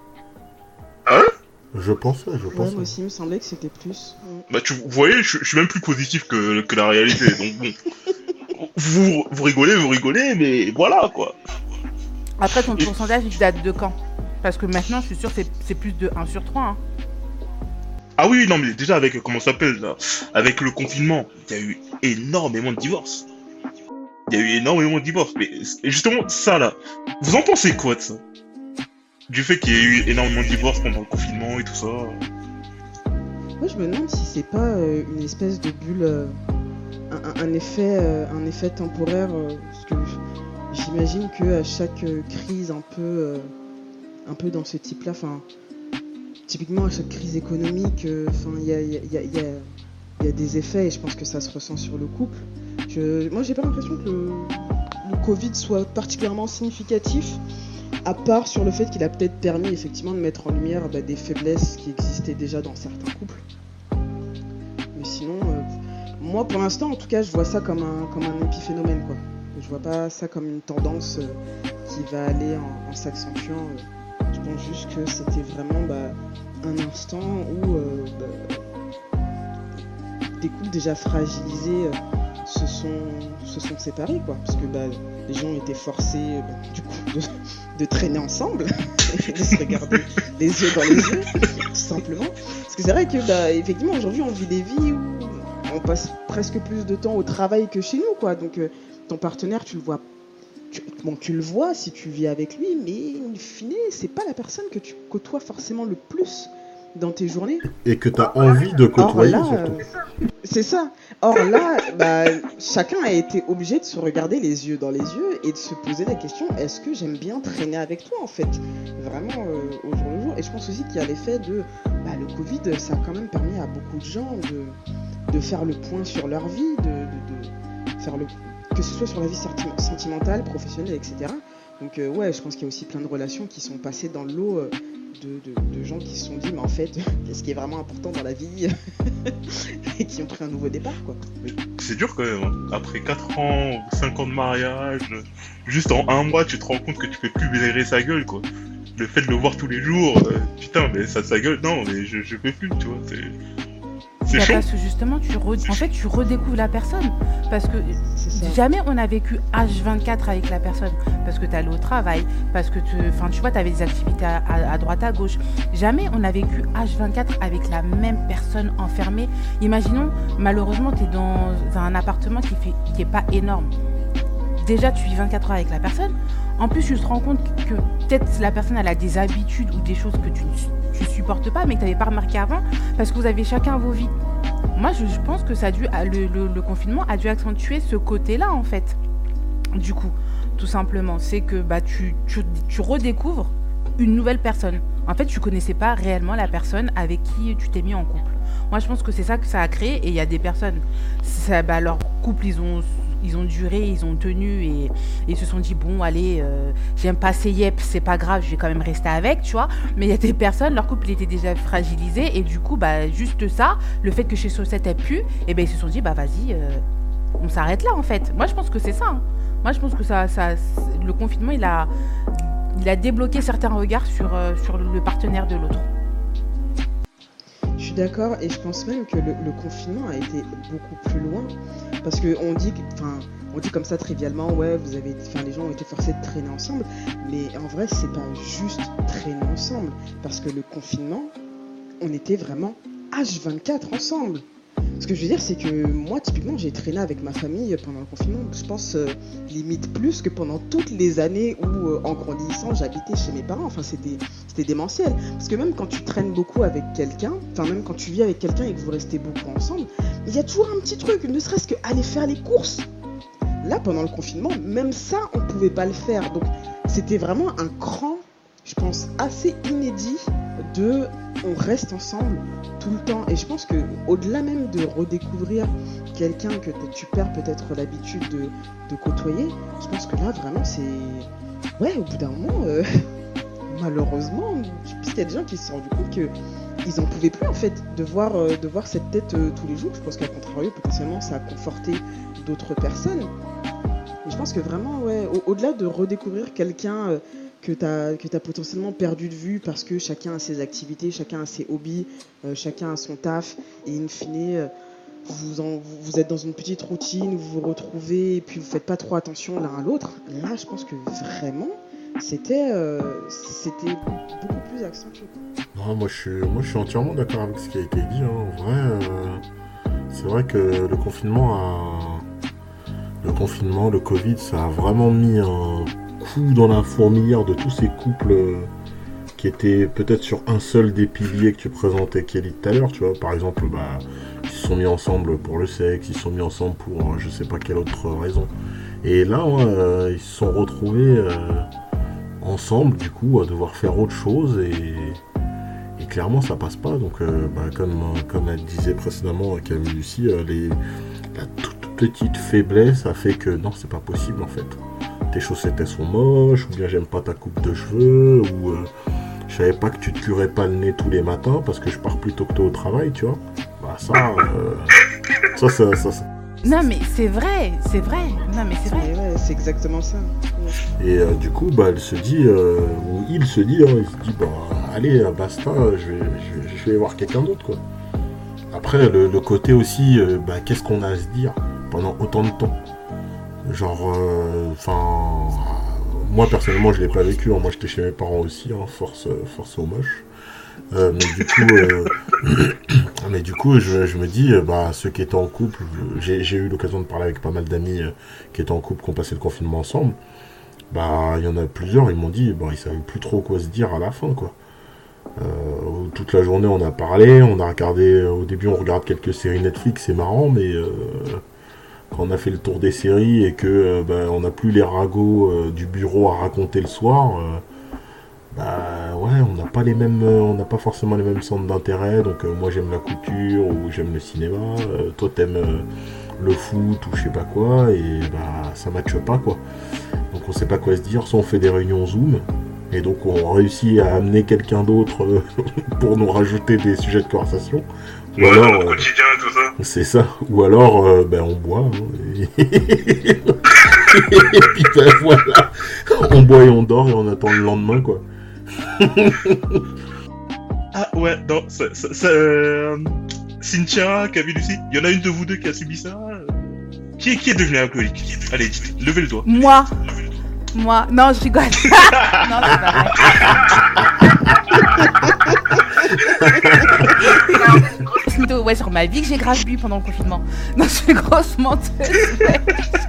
Hein? Je pensais, je pensais. Ouais, moi aussi, il me semblait que c'était plus. Bah, tu vous voyez, je, je suis même plus positif que, que la réalité, donc bon. Vous, vous rigolez, vous rigolez, mais voilà, quoi. Après, ton pourcentage, il date de quand? Parce que maintenant, je suis sûr que c'est, c'est plus de un sur trois, hein. Ah oui, non, mais déjà, avec, comment ça s'appelle, là, avec le confinement, il y a eu énormément de divorces. Il y a eu énormément de divorces. Mais justement, ça, là, vous en pensez quoi de ça? Du fait qu'il y ait eu énormément de divorces pendant le confinement et tout ça. Moi, je me demande si c'est pas euh, une espèce de bulle, euh, un, un, effet, euh, un effet temporaire, euh, parce que j'imagine que à chaque euh, crise un peu, euh, un peu dans ce type-là, enfin, typiquement à chaque crise économique, enfin, il y a, y, a, y, a, y, a, y a des effets et je pense que ça se ressent sur le couple. Je, moi, j'ai pas l'impression que le, le Covid soit particulièrement significatif. À part sur le fait qu'il a peut-être permis effectivement de mettre en lumière bah, des faiblesses qui existaient déjà dans certains couples. Mais sinon, euh, moi pour l'instant en tout cas, je vois ça comme un, comme un épiphénomène, quoi. Je vois pas ça comme une tendance euh, qui va aller en, en s'accentuant. Euh. Je pense juste que c'était vraiment bah, un instant où euh, bah, des couples déjà fragilisés euh, se, sont, se sont séparés, quoi. Parce que bah, les gens étaient forcés bah, du coup de, de traîner ensemble et de se regarder les yeux dans les yeux, tout simplement. Parce que c'est vrai que bah, effectivement aujourd'hui on vit des vies où on passe presque plus de temps au travail que chez nous, quoi. Donc euh, ton partenaire, tu le vois, tu, bon, tu le vois si tu vis avec lui, mais in fine, c'est pas la personne que tu côtoies forcément le plus dans tes journées. Et que tu as envie de côtoyer, Or là, surtout. euh, c'est ça. Or là, bah, chacun a été obligé de se regarder les yeux dans les yeux et de se poser la question, est-ce que j'aime bien traîner avec toi, en fait, vraiment euh, au jour le jour. Et je pense aussi qu'il y a l'effet de, bah, le Covid, ça a quand même permis à beaucoup de gens de, de faire le point sur leur vie, de, de, de faire le, que ce soit sur la vie senti- sentimentale, professionnelle, et cetera. Donc euh, ouais, je pense qu'il y a aussi plein de relations qui sont passées dans l'eau, euh, de, de, de gens qui se sont dit, mais en fait, qu'est-ce qui est vraiment important dans la vie et qui ont pris un nouveau départ, quoi. C'est dur quand même, hein. Après quatre ans, cinq ans de mariage, juste en un mois, tu te rends compte que tu peux plus blairer sa gueule, quoi. Le fait de le voir tous les jours, euh, putain, mais ça, sa gueule, non, mais je, je peux plus, tu vois, c'est... C'est Bah, chaud. parce que justement, tu re- en fait, tu redécouvres la personne. Parce que C'est ça. jamais on a vécu H vingt-quatre avec la personne. Parce que tu allais au travail, parce que tu, enfin, tu vois, tu avais des activités à, à- à droite, à gauche. Jamais on a vécu H vingt-quatre avec la même personne enfermée. Imaginons, malheureusement, tu es dans un appartement qui fait, qui est pas énorme. Déjà, tu vis vingt-quatre heures avec la personne. En plus, tu te rends compte que peut-être la personne elle a des habitudes ou des choses que tu ne supportes pas, mais que tu n'avais pas remarqué avant, parce que vous avez chacun vos vies. Moi, je, je pense que ça a dû, le, le, le confinement a dû accentuer ce côté-là, en fait. Du coup, tout simplement, c'est que bah, tu, tu, tu redécouvres une nouvelle personne. En fait, tu connaissais pas réellement la personne avec qui tu t'es mis en couple. Moi, je pense que c'est ça que ça a créé, et il y a des personnes, ça, bah, leur couple, ils ont... Ils ont duré, ils ont tenu et, et ils se sont dit bon allez, euh, j'aime pas ces yep, c'est pas grave, je vais quand même rester avec, tu vois. Mais il y a des personnes, leur couple était déjà fragilisé et du coup bah juste ça, le fait que chez Saucette ait pu, et ben ils se sont dit bah vas-y, euh, on s'arrête là en fait. Moi je pense que c'est ça. Hein. Moi je pense que ça, ça, le confinement il a, il a débloqué certains regards sur euh, sur le partenaire de l'autre. Je suis d'accord et je pense même que le, le confinement a été beaucoup plus loin parce que on dit, enfin, on dit comme ça trivialement, ouais, vous avez, enfin, les gens ont été forcés de traîner ensemble, mais en vrai, c'est pas juste traîner ensemble parce que le confinement, on était vraiment H vingt-quatre ensemble. Ce que je veux dire, c'est que moi, typiquement, j'ai traîné avec ma famille pendant le confinement, je pense euh, limite plus que pendant toutes les années où, euh, en grandissant, j'habitais chez mes parents. Enfin, c'était, c'était démentiel. Parce que même quand tu traînes beaucoup avec quelqu'un, enfin, même quand tu vis avec quelqu'un et que vous restez beaucoup ensemble, il y a toujours un petit truc, ne serait-ce qu'aller faire les courses. Là, pendant le confinement, même ça, on pouvait pas le faire. Donc, c'était vraiment un cran, je pense, assez inédit de on reste ensemble tout le temps. Et je pense que au-delà même de redécouvrir quelqu'un que tu perds peut-être l'habitude de, de côtoyer, je pense que là vraiment c'est ouais, au bout d'un moment euh, malheureusement, puisqu'il y a des gens qui se sont rendus compte que ils en pouvaient plus en fait de voir, euh, de voir cette tête euh, tous les jours. Je pense qu'à contrario potentiellement ça a conforté d'autres personnes. Et je pense que vraiment ouais, au- au-delà de redécouvrir quelqu'un euh, que tu as que t'as potentiellement perdu de vue parce que chacun a ses activités, chacun a ses hobbies, euh, chacun a son taf, et in fine, euh, vous, en, vous êtes dans une petite routine, vous vous retrouvez, et puis vous faites pas trop attention l'un à l'autre. Là, je pense que vraiment, c'était, euh, c'était beaucoup plus accentué. Non, moi je suis, moi je suis entièrement d'accord avec ce qui a été dit. Hein. En vrai, euh, c'est vrai que le confinement a, le confinement, le Covid, ça a vraiment mis un coup dans la fourmilière de tous ces couples euh, qui étaient peut-être sur un seul des piliers que tu présentais, Kelly, tout à l'heure. Tu vois, par exemple, bah, ils se sont mis ensemble pour le sexe, ils se sont mis ensemble pour euh, je sais pas quelle autre raison. Et là, ouais, euh, ils se sont retrouvés euh, ensemble, du coup, à devoir faire autre chose et. Et clairement, ça passe pas. Donc, euh, bah, comme, comme elle disait précédemment, Camille Lucie, euh, les, la toute petite faiblesse a fait que non, c'est pas possible en fait. Tes chaussettes elles sont moches, ou bien j'aime pas ta coupe de cheveux, ou euh, je savais pas que tu te curais pas le nez tous les matins parce que je pars plus tôt que toi au travail, tu vois. Bah, ça, euh, ça, ça, ça, ça. Non, mais c'est vrai, c'est vrai. Non, mais c'est vrai. Et ouais, c'est exactement ça. Et euh, du coup, bah, elle se dit, euh, ou il se dit, hein, il se dit, bah, allez, basta, je vais, je vais, je vais voir quelqu'un d'autre, quoi. Après, le, le côté aussi, euh, bah, qu'est-ce qu'on a à se dire pendant autant de temps? Genre, enfin, euh, moi personnellement, je l'ai pas vécu. Hein, moi, j'étais chez mes parents aussi, hein, force, force aux moches. Euh, mais du coup, euh, Mais du coup, je, je me dis, euh, bah, ceux qui étaient en couple, j'ai, j'ai eu l'occasion de parler avec pas mal d'amis euh, qui étaient en couple, qui ont passé le confinement ensemble. Bah, il y en a plusieurs, ils m'ont dit, bah, ils savaient plus trop quoi se dire à la fin, quoi. Euh, toute la journée, on a parlé, on a regardé, au début, on regarde quelques séries Netflix, c'est marrant, mais euh, quand on a fait le tour des séries et que euh, bah, on n'a plus les ragots euh, du bureau à raconter le soir, euh, bah ouais, on n'a pas les mêmes, on n'a pas forcément les mêmes centres d'intérêt. Donc euh, moi j'aime la couture ou j'aime le cinéma, euh, toi t'aimes euh, le foot ou je sais pas quoi, et bah ça matche pas quoi. Donc on sait pas quoi se dire, soit on fait des réunions Zoom, et donc on réussit à amener quelqu'un d'autre euh, pour nous rajouter des sujets de conversation. Ou ouais, alors, dans le euh, quotidien et tout ça. C'est ça. Ou alors, euh, ben on boit. Hein, et... et puis ben voilà, on boit et on dort et on attend le lendemain quoi. Ah ouais, non, ça, ça, ça, euh, Cynthia, Camille, Lucie, il y en a une de vous deux qui a subi ça. euh, Qui est, qui est devenu alcoolique? Allez, dites, levez le doigt. Moi. Moi. Non, je rigole. Non, c'est pas vrai. Mytho, ouais, sur ma vie que j'ai grave bu pendant le confinement. Non, je suis grosse menteuse. Ouais.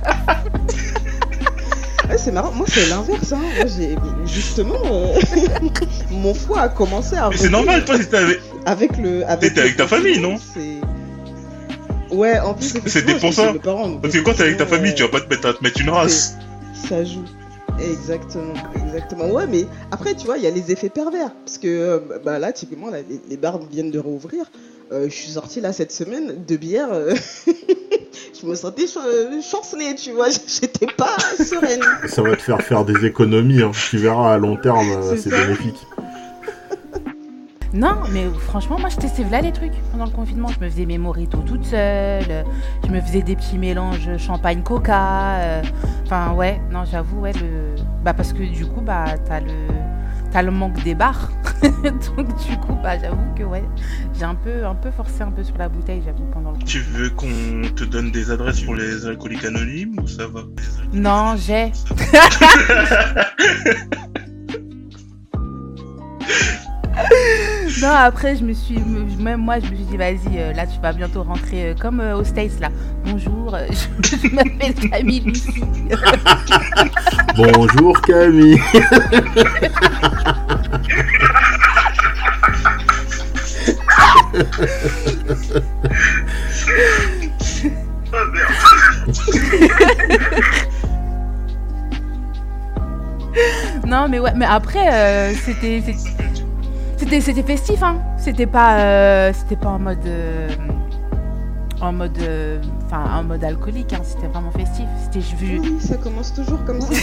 Ouais, c'est marrant, moi c'est l'inverse, hein. Moi j'ai justement euh, mon foie a commencé à. Mais c'est normal, toi t'étais avec. Avec le. Avec T'étais le avec ta famille, non? C'est. Ouais, en plus. C'était pour ça. Parce que quand t'es avec ta famille, tu vas pas te mettre à te mettre une race. Ça joue. Exactement, exactement. Ouais, mais après, tu vois, il y a les effets pervers. Parce que euh, bah, là, typiquement, là, les, les bars viennent de rouvrir. Euh, je suis sortie là cette semaine de bière. Euh... je me sentais ch- chancelée, tu vois. J'étais pas sereine. Ça va te faire faire des économies. Hein. Tu verras à long terme, c'est, c'est bénéfique. Non, mais franchement, moi je testais là les trucs pendant le confinement. Je me faisais mes mojitos toute seule. Je me faisais des petits mélanges champagne-coca. Euh... Enfin, ouais, non, j'avoue, ouais, le. Bah, parce que du coup, bah, t'as le. T'as le manque des bars. Donc, du coup, bah, j'avoue que, ouais, j'ai un peu, un peu forcé un peu sur la bouteille, j'avoue, pendant le confinement. Tu veux qu'on te donne des adresses pour les alcooliques anonymes ou ça va? Non, j'ai. Non, après, je me suis, même moi, je me suis dit, vas-y, euh, là, tu vas bientôt rentrer euh, comme euh, aux States, là. Bonjour, euh, je, je m'appelle Camille Lucie. Bonjour, Camille. Non, mais ouais, mais après, euh, c'était, c'était, c'était, c'était festif, hein. C'était pas, euh, c'était pas en mode, euh, en mode, enfin, euh, en mode alcoolique, hein. C'était vraiment festif. C'était, je veux. Oui, ça commence toujours comme ça.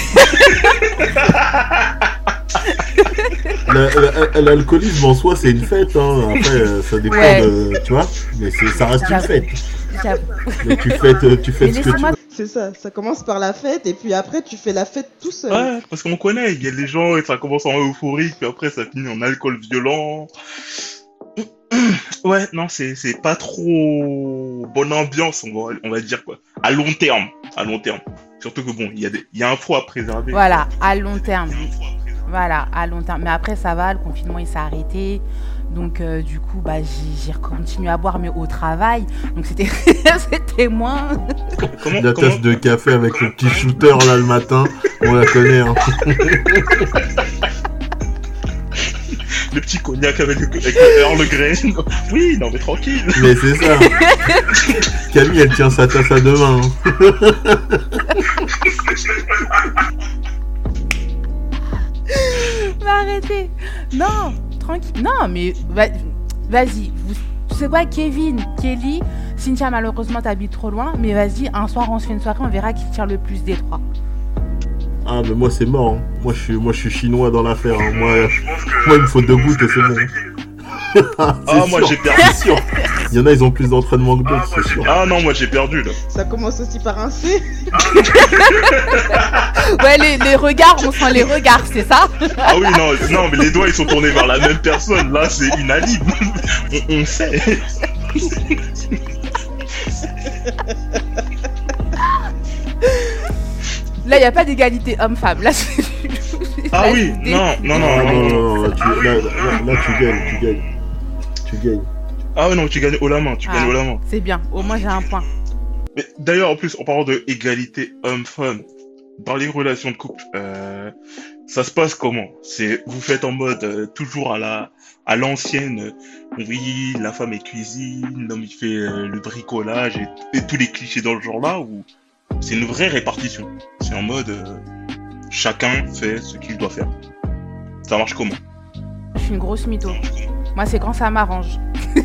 La, la, l'alcoolisme en soi c'est une fête, hein. Après ça dépend ouais. de, tu vois, mais c'est, ça reste J'avoue. une fête. J'avoue. Mais tu fêtes, tu fêtes ce que tu veux. C'est ça, ça commence par la fête et puis après tu fais la fête tout seul. Ouais, parce qu'on connaît, il y a des gens et ça commence en euphorique puis après ça finit en alcool violent. Ouais, non, c'est c'est pas trop bonne ambiance, on va on va dire quoi. À long terme, à long terme. Surtout que bon, il y a des il y a un foie à préserver. Voilà, à long terme. Voilà, à long terme. Mais après, ça va, le confinement, il s'est arrêté. Donc, euh, du coup, bah, j'ai, j'ai continué à boire, mais au travail. Donc, c'était, c'était moins... Comment, la comment... tasse de café avec comment... le petit shooter, là, le matin, on la connaît, hein. Le petit cognac avec le, avec le Earl Grey. Oui, non, mais tranquille. Mais c'est ça. Camille, elle tient sa tasse à deux mains. Hein. Mais arrêtez. Non, tranquille. Non, mais va- vas-y. Vous... Tu sais quoi, Kevin, Kelly, Cynthia, malheureusement, t'habites trop loin. Mais vas-y, un soir, on se fait une soirée, on verra qui tient le plus des trois. Ah, mais moi, c'est mort. Hein. Moi, je suis, moi, je suis chinois dans l'affaire. Hein. Moi, que... moi, il me faut deux gouttes et c'est bon. Ah, sûr. Moi, j'ai perdu. C'est sûr. Il y en a, ils ont plus d'entraînement que d'autres, ah, c'est sûr. Ah non, moi, j'ai perdu, là. Ça commence aussi par un C. Ouais, les, les regards, on sent les regards, c'est ça? Ah oui, non, non, mais les doigts, ils sont tournés vers la même personne. Là, c'est inalible. on, on sait. Là, il n'y a pas d'égalité homme-femme. Là, c'est... Ah là, oui, non, non, non, non, non, non, non, tu, là, là, là, tu gagnes, tu gagnes. Tu gagnes. Ah non, tu gagnes haut la main, tu Ah, gagnes haut la main. C'est bien, au moins j'ai un point. Mais d'ailleurs, en plus, en parlant de égalité homme-femme, dans les relations de couple, euh, ça se passe comment? C'est, vous faites en mode euh, toujours à la, à l'ancienne, euh, oui, la femme est cuisine, l'homme il fait euh, le bricolage et, et tous les clichés dans le genre là, ou c'est une vraie répartition? C'est en mode euh, chacun fait ce qu'il doit faire. Ça marche comment? Je suis une grosse mytho. Moi, c'est quand ça m'arrange.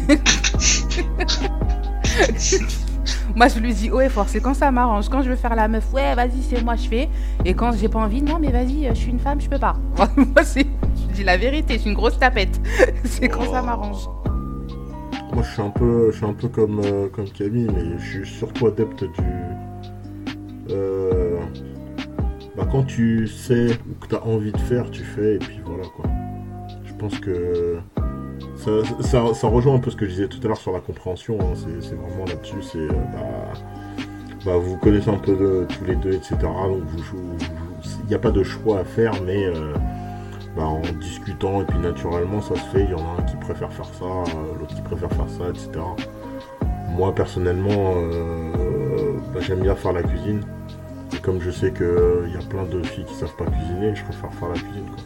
Moi, je lui dis haut et fort, c'est quand ça m'arrange. Quand je veux faire la meuf, ouais, vas-y, c'est moi, je fais. Et quand j'ai pas envie, non, mais vas-y, je suis une femme, je peux pas. Moi, c'est... je dis la vérité, je suis une grosse tapette. C'est quand ça m'arrange. Moi, je suis un peu, je suis un peu comme, euh, comme Camille, mais je suis surtout adepte du... Euh... Bah, quand tu sais ou que tu as envie de faire, tu fais, et puis voilà, quoi. Je pense que... Ça, ça, ça rejoint un peu ce que je disais tout à l'heure sur la compréhension, hein. c'est, c'est vraiment là-dessus, c'est... Bah, bah, vous connaissez un peu de, tous les deux, et cetera. Donc, il n'y a pas de choix à faire, mais... Euh, bah, en discutant, et puis naturellement, ça se fait. Il y en a un qui préfère faire ça, euh, l'autre qui préfère faire ça, et cetera. Moi, personnellement, euh, bah, j'aime bien faire la cuisine. Et comme je sais qu'il euh, y a plein de filles qui savent pas cuisiner, je préfère faire la cuisine, quoi.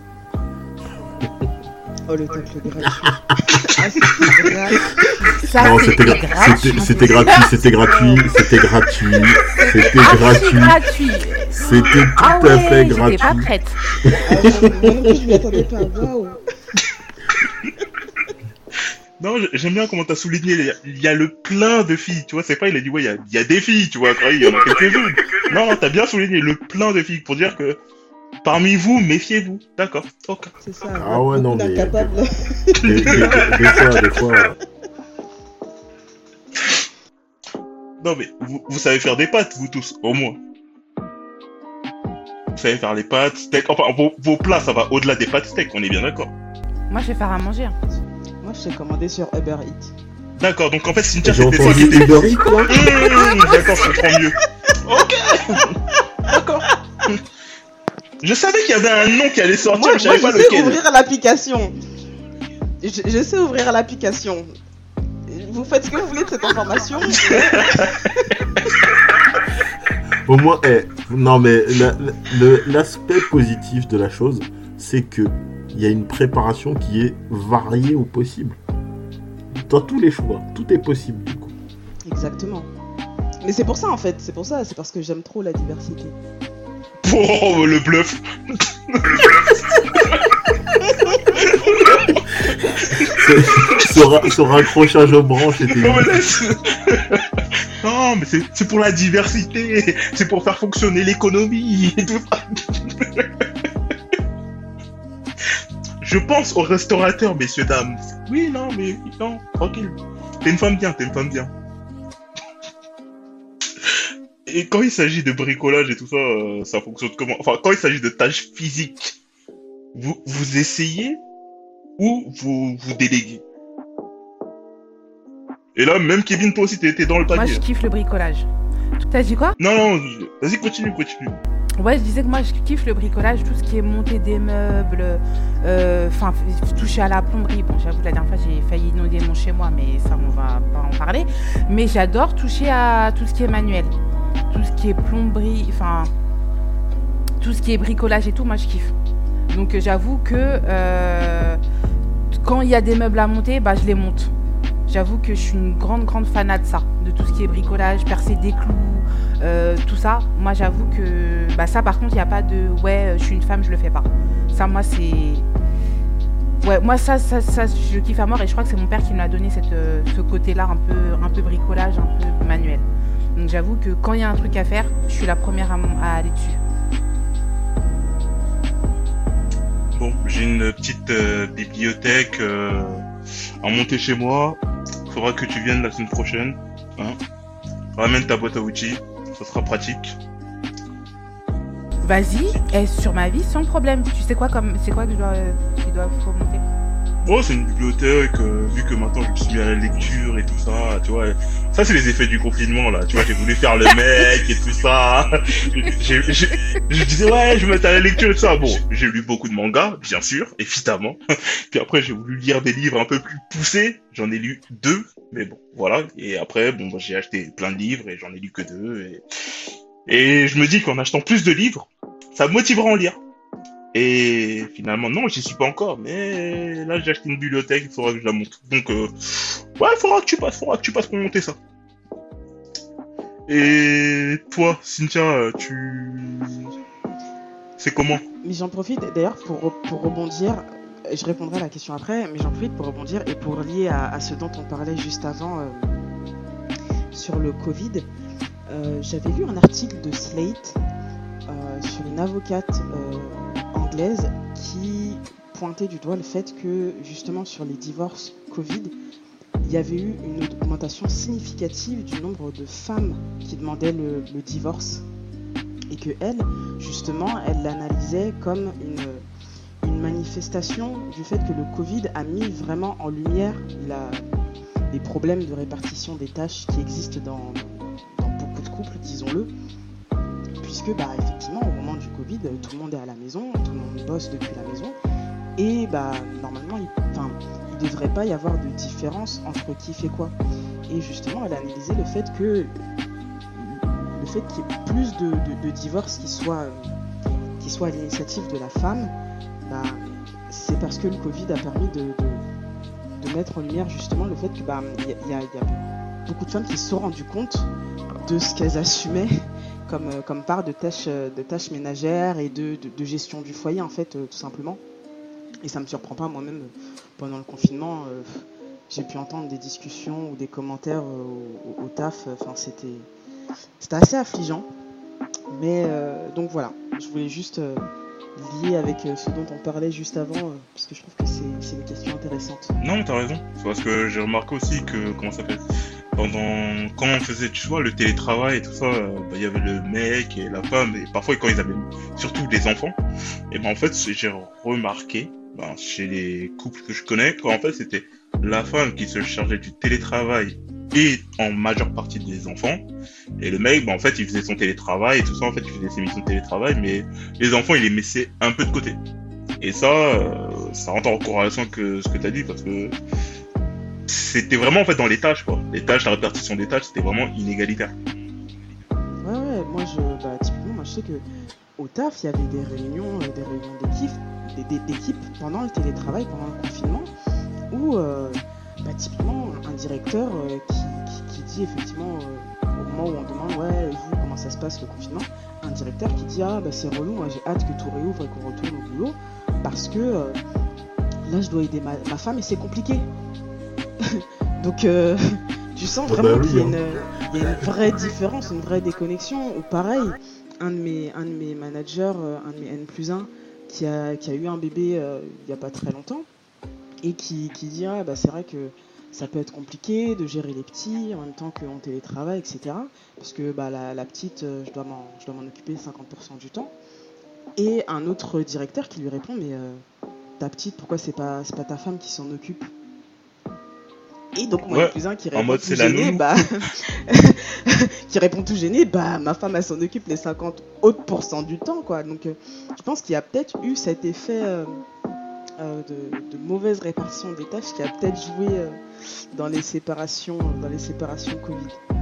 Oh, le tacle gratuit. Ah, c'était gratuit. Ça, non, c'était, gra- gratuit. c'était, c'était gratuit, c'était gratuit, c'était gratuit, c'était Ah, gratuit, c'est gratuit. c'était tout Ah à ouais, fait gratuit. j'étais pas prête. Ah, je, moi, je m'y attendais pas. Waouh. Non, j'aime bien comment t'as souligné, il y, a, il y a le plein de filles, tu vois, c'est pas, il a dit, ouais, il y a, il y a des filles, tu vois, quand il y en a quelques-unes. Non, non, t'as bien souligné le plein de filles pour dire que parmi vous, méfiez-vous. D'accord, ok. C'est ça. Ah ouais, non, mais... Incapable. Des, des, des, des fois, des fois... Non, mais vous, vous savez faire des pâtes, vous tous, au moins. Vous savez faire les pâtes, steak, enfin, vos, vos plats, ça va au-delà des pâtes steak, on est bien d'accord. Moi, je vais faire à manger. Moi, je t'ai commandé sur Uber Eats. D'accord, donc en fait, Cynthia, J'ai c'était ça entendu qui était... Uber Eats, quoi. Mmh, d'accord, je comprends mieux. Ok. D'accord. Je savais qu'il y avait un nom qui allait sortir, Moi, mais je savais moi, pas je sais lequel. ouvrir l'application. Je, je sais ouvrir l'application. Vous faites ce que vous voulez de cette information. Au moins, eh, non mais la, la, le, l'aspect positif de la chose, c'est que il y a une préparation qui est variée au possible. Dans tous les choix, tout est possible du coup. Exactement. Mais c'est pour ça en fait, c'est pour ça, c'est parce que j'aime trop la diversité. Oh, le bluff. ce, ce, ra- ce raccrochage aux branches était... Non, mais laisse. Non, mais c'est, c'est pour la diversité, c'est pour faire fonctionner l'économie et tout ça. Je pense aux restaurateurs, messieurs, dames. Oui, non, mais non, tranquille. T'es une femme bien, t'es une femme bien. Et quand il s'agit de bricolage et tout ça, euh, ça fonctionne comment? Enfin, quand il s'agit de tâches physiques, vous, vous essayez ou vous, vous déléguez? Et là, même Kevin, toi aussi, t'es, t'es dans le panier. Moi, je kiffe le bricolage. T'as dit quoi? Non, non, je- vas-y, continue, continue. Ouais, je disais que moi, je kiffe le bricolage, tout ce qui est monter des meubles, enfin, euh, toucher à la plomberie. Bon, j'avoue, la dernière fois, j'ai failli inonder mon chez moi, mais ça, on va pas en parler. Mais j'adore toucher à tout ce qui est manuel. Tout ce qui est plomberie, enfin, tout ce qui est bricolage et tout, moi, je kiffe. Donc, euh, j'avoue que euh, quand il y a des meubles à monter, bah, je les monte. J'avoue que je suis une grande, grande fanat de ça, de tout ce qui est bricolage, percer des clous, euh, tout ça. Moi, j'avoue que bah, ça, par contre, il n'y a pas de « ouais, je suis une femme, je le fais pas ». Ça, moi, c'est... Ouais, moi, ça, ça, ça, je kiffe à mort et je crois que c'est mon père qui me l'a donné cette, euh, ce côté-là, un peu, un peu bricolage, un peu manuel. Donc, j'avoue que quand il y a un truc à faire, je suis la première à, à aller dessus. Bon, j'ai une petite euh, bibliothèque euh, à monter chez moi. Faudra que tu viennes la semaine prochaine. Hein. Ramène ta boîte à outils, ça sera pratique. Vas-y, et sur ma vie, sans problème. Tu sais quoi, comme, c'est quoi que je dois, euh, qu'il doit, faut monter? Oh, c'est une bibliothèque, euh, vu que maintenant je me suis mis à la lecture et tout ça, tu vois. Ça, c'est les effets du confinement, là. Tu vois, j'ai voulu faire le mec et tout ça. J'ai, j'ai, je disais, ouais, je vais mettre à la lecture et tout ça. Bon, j'ai lu beaucoup de mangas, bien sûr, évidemment. Puis après, j'ai voulu lire des livres un peu plus poussés. J'en ai lu deux, mais bon, voilà. Et après, bon, bah, j'ai acheté plein de livres et j'en ai lu que deux. Et, et je me dis qu'en achetant plus de livres, ça me motivera à en lire. Et finalement, non, j'y suis pas encore, mais là, j'ai acheté une bibliothèque, il faudra que je la monte. Donc, euh, ouais, il faudra que tu passes, faudra que tu passes pour monter ça. Et toi, Cynthia, tu... c'est comment? Mais j'en profite d'ailleurs pour, pour rebondir, je répondrai à la question après, mais j'en profite pour rebondir et pour lier à, à ce dont on parlait juste avant euh, sur le Covid. Euh, j'avais lu un article de Slate euh, sur une avocate euh, anglaise qui pointait du doigt le fait que justement sur les divorces Covid, il y avait eu une augmentation significative du nombre de femmes qui demandaient le, le divorce et que elle, justement, elle l'analysait comme une, une manifestation du fait que le Covid a mis vraiment en lumière la, les problèmes de répartition des tâches qui existent dans, dans beaucoup de couples, disons-le. Puisque bah, effectivement au moment du Covid, tout le monde est à la maison, tout le monde bosse depuis la maison et bah, normalement il ne devrait pas y avoir de différence entre qui fait quoi. Et justement elle a analysé le fait que le fait qu'il y ait plus de, de, de divorces qui soient, qui soient à l'initiative de la femme, bah, c'est parce que le Covid a permis de, de, de mettre en lumière justement le fait qu'il bah, y, y, y a beaucoup de femmes qui se sont rendues compte de ce qu'elles assumaient Comme, comme part de tâches, de tâches ménagères et de, de, de gestion du foyer, en fait, euh, tout simplement. Et ça ne me surprend pas, moi-même, pendant le confinement, euh, j'ai pu entendre des discussions ou des commentaires euh, au, au taf. Enfin, c'était, c'était assez affligeant. Mais, euh, donc voilà, je voulais juste euh, lier avec euh, ce dont on parlait juste avant, euh, parce que je trouve que c'est, c'est une question intéressante. Non, t'as raison. C'est parce que j'ai remarqué aussi que, comment ça s'appelle, pendant, quand on faisait, tu vois, le télétravail et tout ça, euh, bah, il y avait le mec et la femme, et parfois quand ils avaient surtout des enfants, et ben en fait, j'ai remarqué, ben, chez les couples que je connais, qu'en fait, c'était la femme qui se chargeait du télétravail et en majeure partie des enfants, et le mec, ben en fait, il faisait son télétravail et tout ça, en fait, il faisait ses missions de télétravail, mais les enfants, il les mettait un peu de côté. Et ça, euh, ça rentre en corrélation avec ce que t'as dit, parce que c'était vraiment en fait dans les tâches quoi. Les tâches, la répartition des tâches, c'était vraiment inégalitaire. Ouais ouais, moi je bah typiquement moi je sais que au taf, il y avait des réunions, euh, des réunions d'équipe, des, des, d'équipe pendant le télétravail, pendant le confinement, où euh, bah, typiquement un directeur euh, qui, qui, qui dit effectivement euh, au moment où on demande ouais et vous comment ça se passe le confinement, un directeur qui dit ah bah c'est relou, moi j'ai hâte que tout réouvre et qu'on retourne au boulot parce que euh, là je dois aider ma, ma femme et c'est compliqué. Donc euh, tu sens vraiment bah oui, qu'il y a, hein. une, il y a une vraie différence, une vraie déconnexion. Ou pareil, un de mes, un de mes managers, un de mes N plus un, qui a, qui a eu un bébé euh, il n'y a pas très longtemps, et qui, qui dit ah, bah, c'est vrai que ça peut être compliqué de gérer les petits en même temps qu'on télétravaille, et cetera. Parce que bah, la, la petite, euh, je, dois m'en, je dois m'en occuper cinquante pour cent du temps. Et un autre directeur qui lui répond mais euh, ta petite, pourquoi c'est pas, c'est pas ta femme qui s'en occupe? Et donc moi, ouais, le plus un qui répond mode, tout gêné, bah, qui répond tout gêné, bah ma femme elle s'en occupe les cinquante autres pourcents du temps quoi. Donc euh, je pense qu'il y a peut-être eu cet effet euh, euh, de, de mauvaise répartition des tâches qui a peut-être joué euh, dans les séparations, dans les séparations Covid.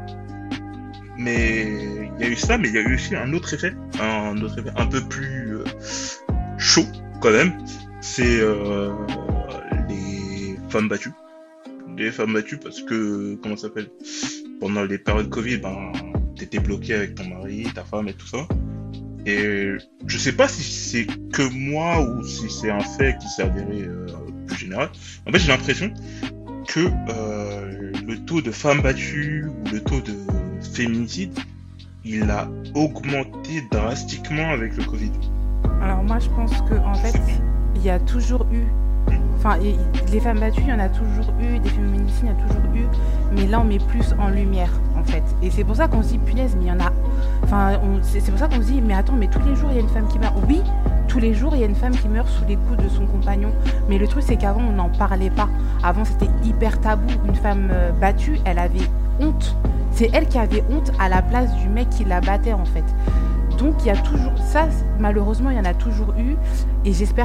Mais il y a eu ça, mais il y a eu aussi un autre effet, un autre effet un peu plus euh, chaud quand même. C'est euh, les femmes battues. Les femmes battues parce que, comment ça s'appelle, pendant les périodes Covid, ben, t'étais bloqué avec ton mari, ta femme et tout ça. Et je sais pas si c'est que moi ou si c'est un fait qui s'est avéré euh, plus général. En fait, j'ai l'impression que euh, le taux de femmes battues ou le taux de féminicide, il a augmenté drastiquement avec le Covid. Alors moi, je pense que en fait, il y a toujours eu Enfin, les femmes battues, il y en a toujours eu, des féminicides, il y en a toujours eu, mais là on met plus en lumière en fait. Et c'est pour ça qu'on se dit punaise, mais il y en a. Enfin, on... c'est pour ça qu'on se dit, mais attends, mais tous les jours il y a une femme qui meurt. Oui, tous les jours, il y a une femme qui meurt sous les coups de son compagnon. Mais le truc, c'est qu'avant, on n'en parlait pas. Avant, c'était hyper tabou. Une femme euh, battue, elle avait honte. C'est elle qui avait honte à la place du mec qui la battait, en fait. Donc, il y a toujours... Ça, malheureusement, il y en a toujours eu. Et j'espère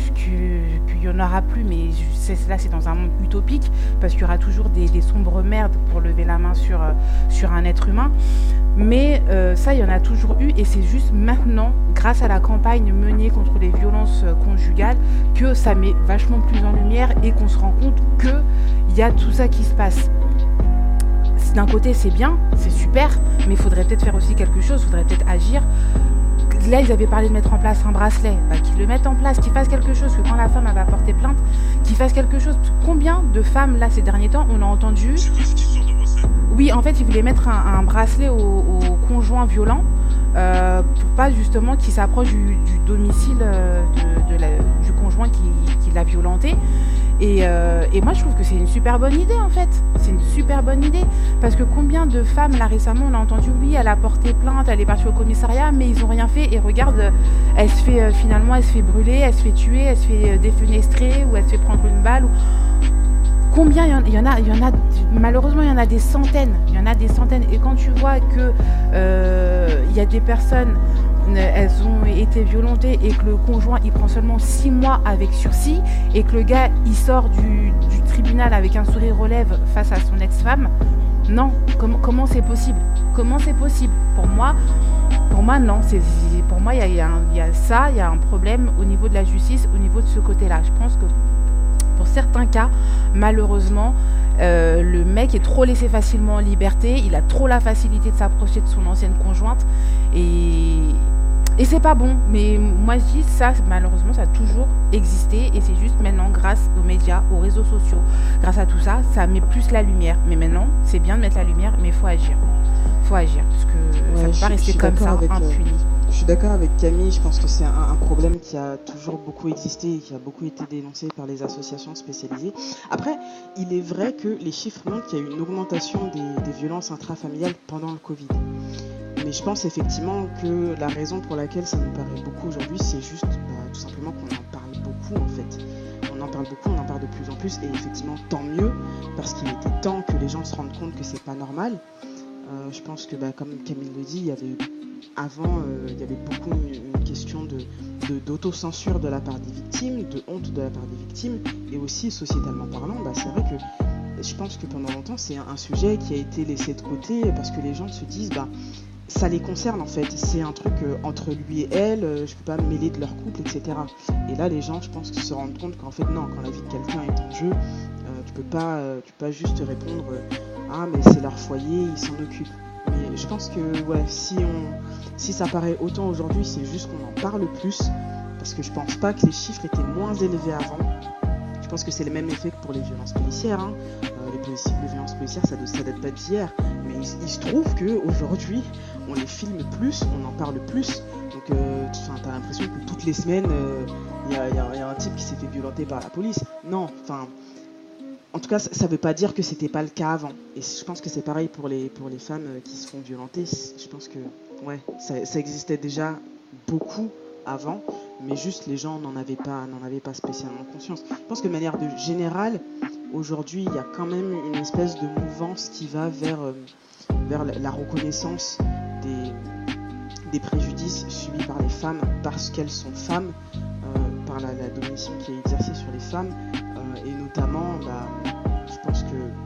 qu'il n'y en aura plus. Mais c'est, là, c'est dans un monde utopique. Parce qu'il y aura toujours des, des sombres merdes pour lever la main sur, euh, sur un être humain. Mais euh, ça, il y en a toujours eu. Et c'est juste maintenant, grâce à la campagne menée contre les violences euh, conjugales, que ça met vachement plus en lumière et qu'on se rend compte qu'il y a tout ça qui se passe. D'un côté, c'est bien, c'est super, mais il faudrait peut-être faire aussi quelque chose, il faudrait peut-être agir. Là, ils avaient parlé de mettre en place un bracelet. Bah, qu'ils le mettent en place, qu'ils fassent quelque chose, que quand la femme elle va porter plainte, qu'ils fassent quelque chose. Combien de femmes, là, ces derniers temps, on a entendu... C'est quoi cette histoire de bracelet ? Oui, en fait, ils voulaient mettre un, un bracelet au, au conjoint violent euh, pour pas, justement, qu'il s'approche du, du domicile euh, de, de la, du conjoint qui, qui l'a violenté. Et, euh, et moi, je trouve que c'est une super bonne idée, en fait. C'est une super bonne idée. Parce que combien de femmes, là, récemment, on a entendu, oui, elle a porté plainte, elle est partie au commissariat, mais ils n'ont rien fait. Et regarde, elle se fait, euh, finalement, elle se fait brûler, elle se fait tuer, elle se fait euh, défenestrer, ou elle se fait prendre une balle. Ou... Combien il y, y en a, il y en a, malheureusement, il y en a des centaines. Il y en a des centaines. Et quand tu vois que euh, il y a des personnes... elles ont été violentées et que le conjoint il prend seulement six mois avec sursis et que le gars il sort du, du tribunal avec un sourire aux lèvres face à son ex-femme, non, com- comment c'est possible comment c'est possible pour moi pour moi non c'est, c'est pour moi il y a, y, a y a ça, il y a un problème au niveau de la justice, au niveau de ce côté-là. Je pense que pour certains cas, malheureusement, euh, le mec est trop laissé facilement en liberté, il a trop la facilité de s'approcher de son ancienne conjointe et, et c'est pas bon. Mais moi je dis ça, malheureusement, ça a toujours existé et c'est juste maintenant grâce aux médias, aux réseaux sociaux, grâce à tout ça, ça met plus la lumière. Mais maintenant, c'est bien de mettre la lumière, mais il faut agir. Il faut agir parce que ouais, ça ne peut pas rester comme ça, impuni. Le... Je suis d'accord avec Camille, je pense que c'est un, un problème qui a toujours beaucoup existé et qui a beaucoup été dénoncé par les associations spécialisées. Après, il est vrai que les chiffres montrent qu'il y a eu une augmentation des, des violences intrafamiliales pendant le Covid. Mais je pense effectivement que la raison pour laquelle ça nous paraît beaucoup aujourd'hui, c'est juste bah, tout simplement qu'on en parle beaucoup en fait. On en parle beaucoup, on en parle de plus en plus et effectivement tant mieux parce qu'il était temps que les gens se rendent compte que c'est pas normal. Euh, je pense que bah, comme Camille le dit, il y avait avant, euh, il y avait beaucoup une, une question de, de, d'autocensure de la part des victimes, de honte de la part des victimes, et aussi sociétalement parlant, bah, c'est vrai que je pense que pendant longtemps c'est un, un sujet qui a été laissé de côté parce que les gens se disent bah ça les concerne en fait, c'est un truc euh, entre lui et elle, euh, je peux pas me mêler de leur couple, et cetera. Et là les gens, je pense qu'ils se rendent compte qu'en fait non, quand la vie de quelqu'un est en jeu, euh, tu peux pas, euh, tu peux pas juste répondre euh, ah mais c'est leur foyer, ils s'en occupent. Mais je pense que ouais, si on, si ça paraît autant aujourd'hui, c'est juste qu'on en parle plus, parce que je pense pas que les chiffres étaient moins élevés avant. Je pense que c'est le même effet que pour les violences policières. Hein. Euh, les, policiers, les violences policières, ça ne date pas d'hier, mais il, il se trouve qu'aujourd'hui, on les filme plus, on en parle plus. Donc, euh, tu as l'impression que toutes les semaines, il euh, y, y, y a un type qui s'est fait violenter par la police. Non, enfin. En tout cas, ça ne veut pas dire que c'était pas le cas avant. Et je pense que c'est pareil pour les, pour les femmes qui se font violenter. Je pense que ouais, ça, ça existait déjà beaucoup avant, mais juste les gens n'en avaient pas, n'en avaient pas spécialement conscience. Je pense que de manière de générale, aujourd'hui, il y a quand même une espèce de mouvance qui va vers, euh, vers la reconnaissance des, des préjudices subis par les femmes parce qu'elles sont femmes, euh, par la, la domination qui est exercée sur les femmes. Et notamment, bah, je pense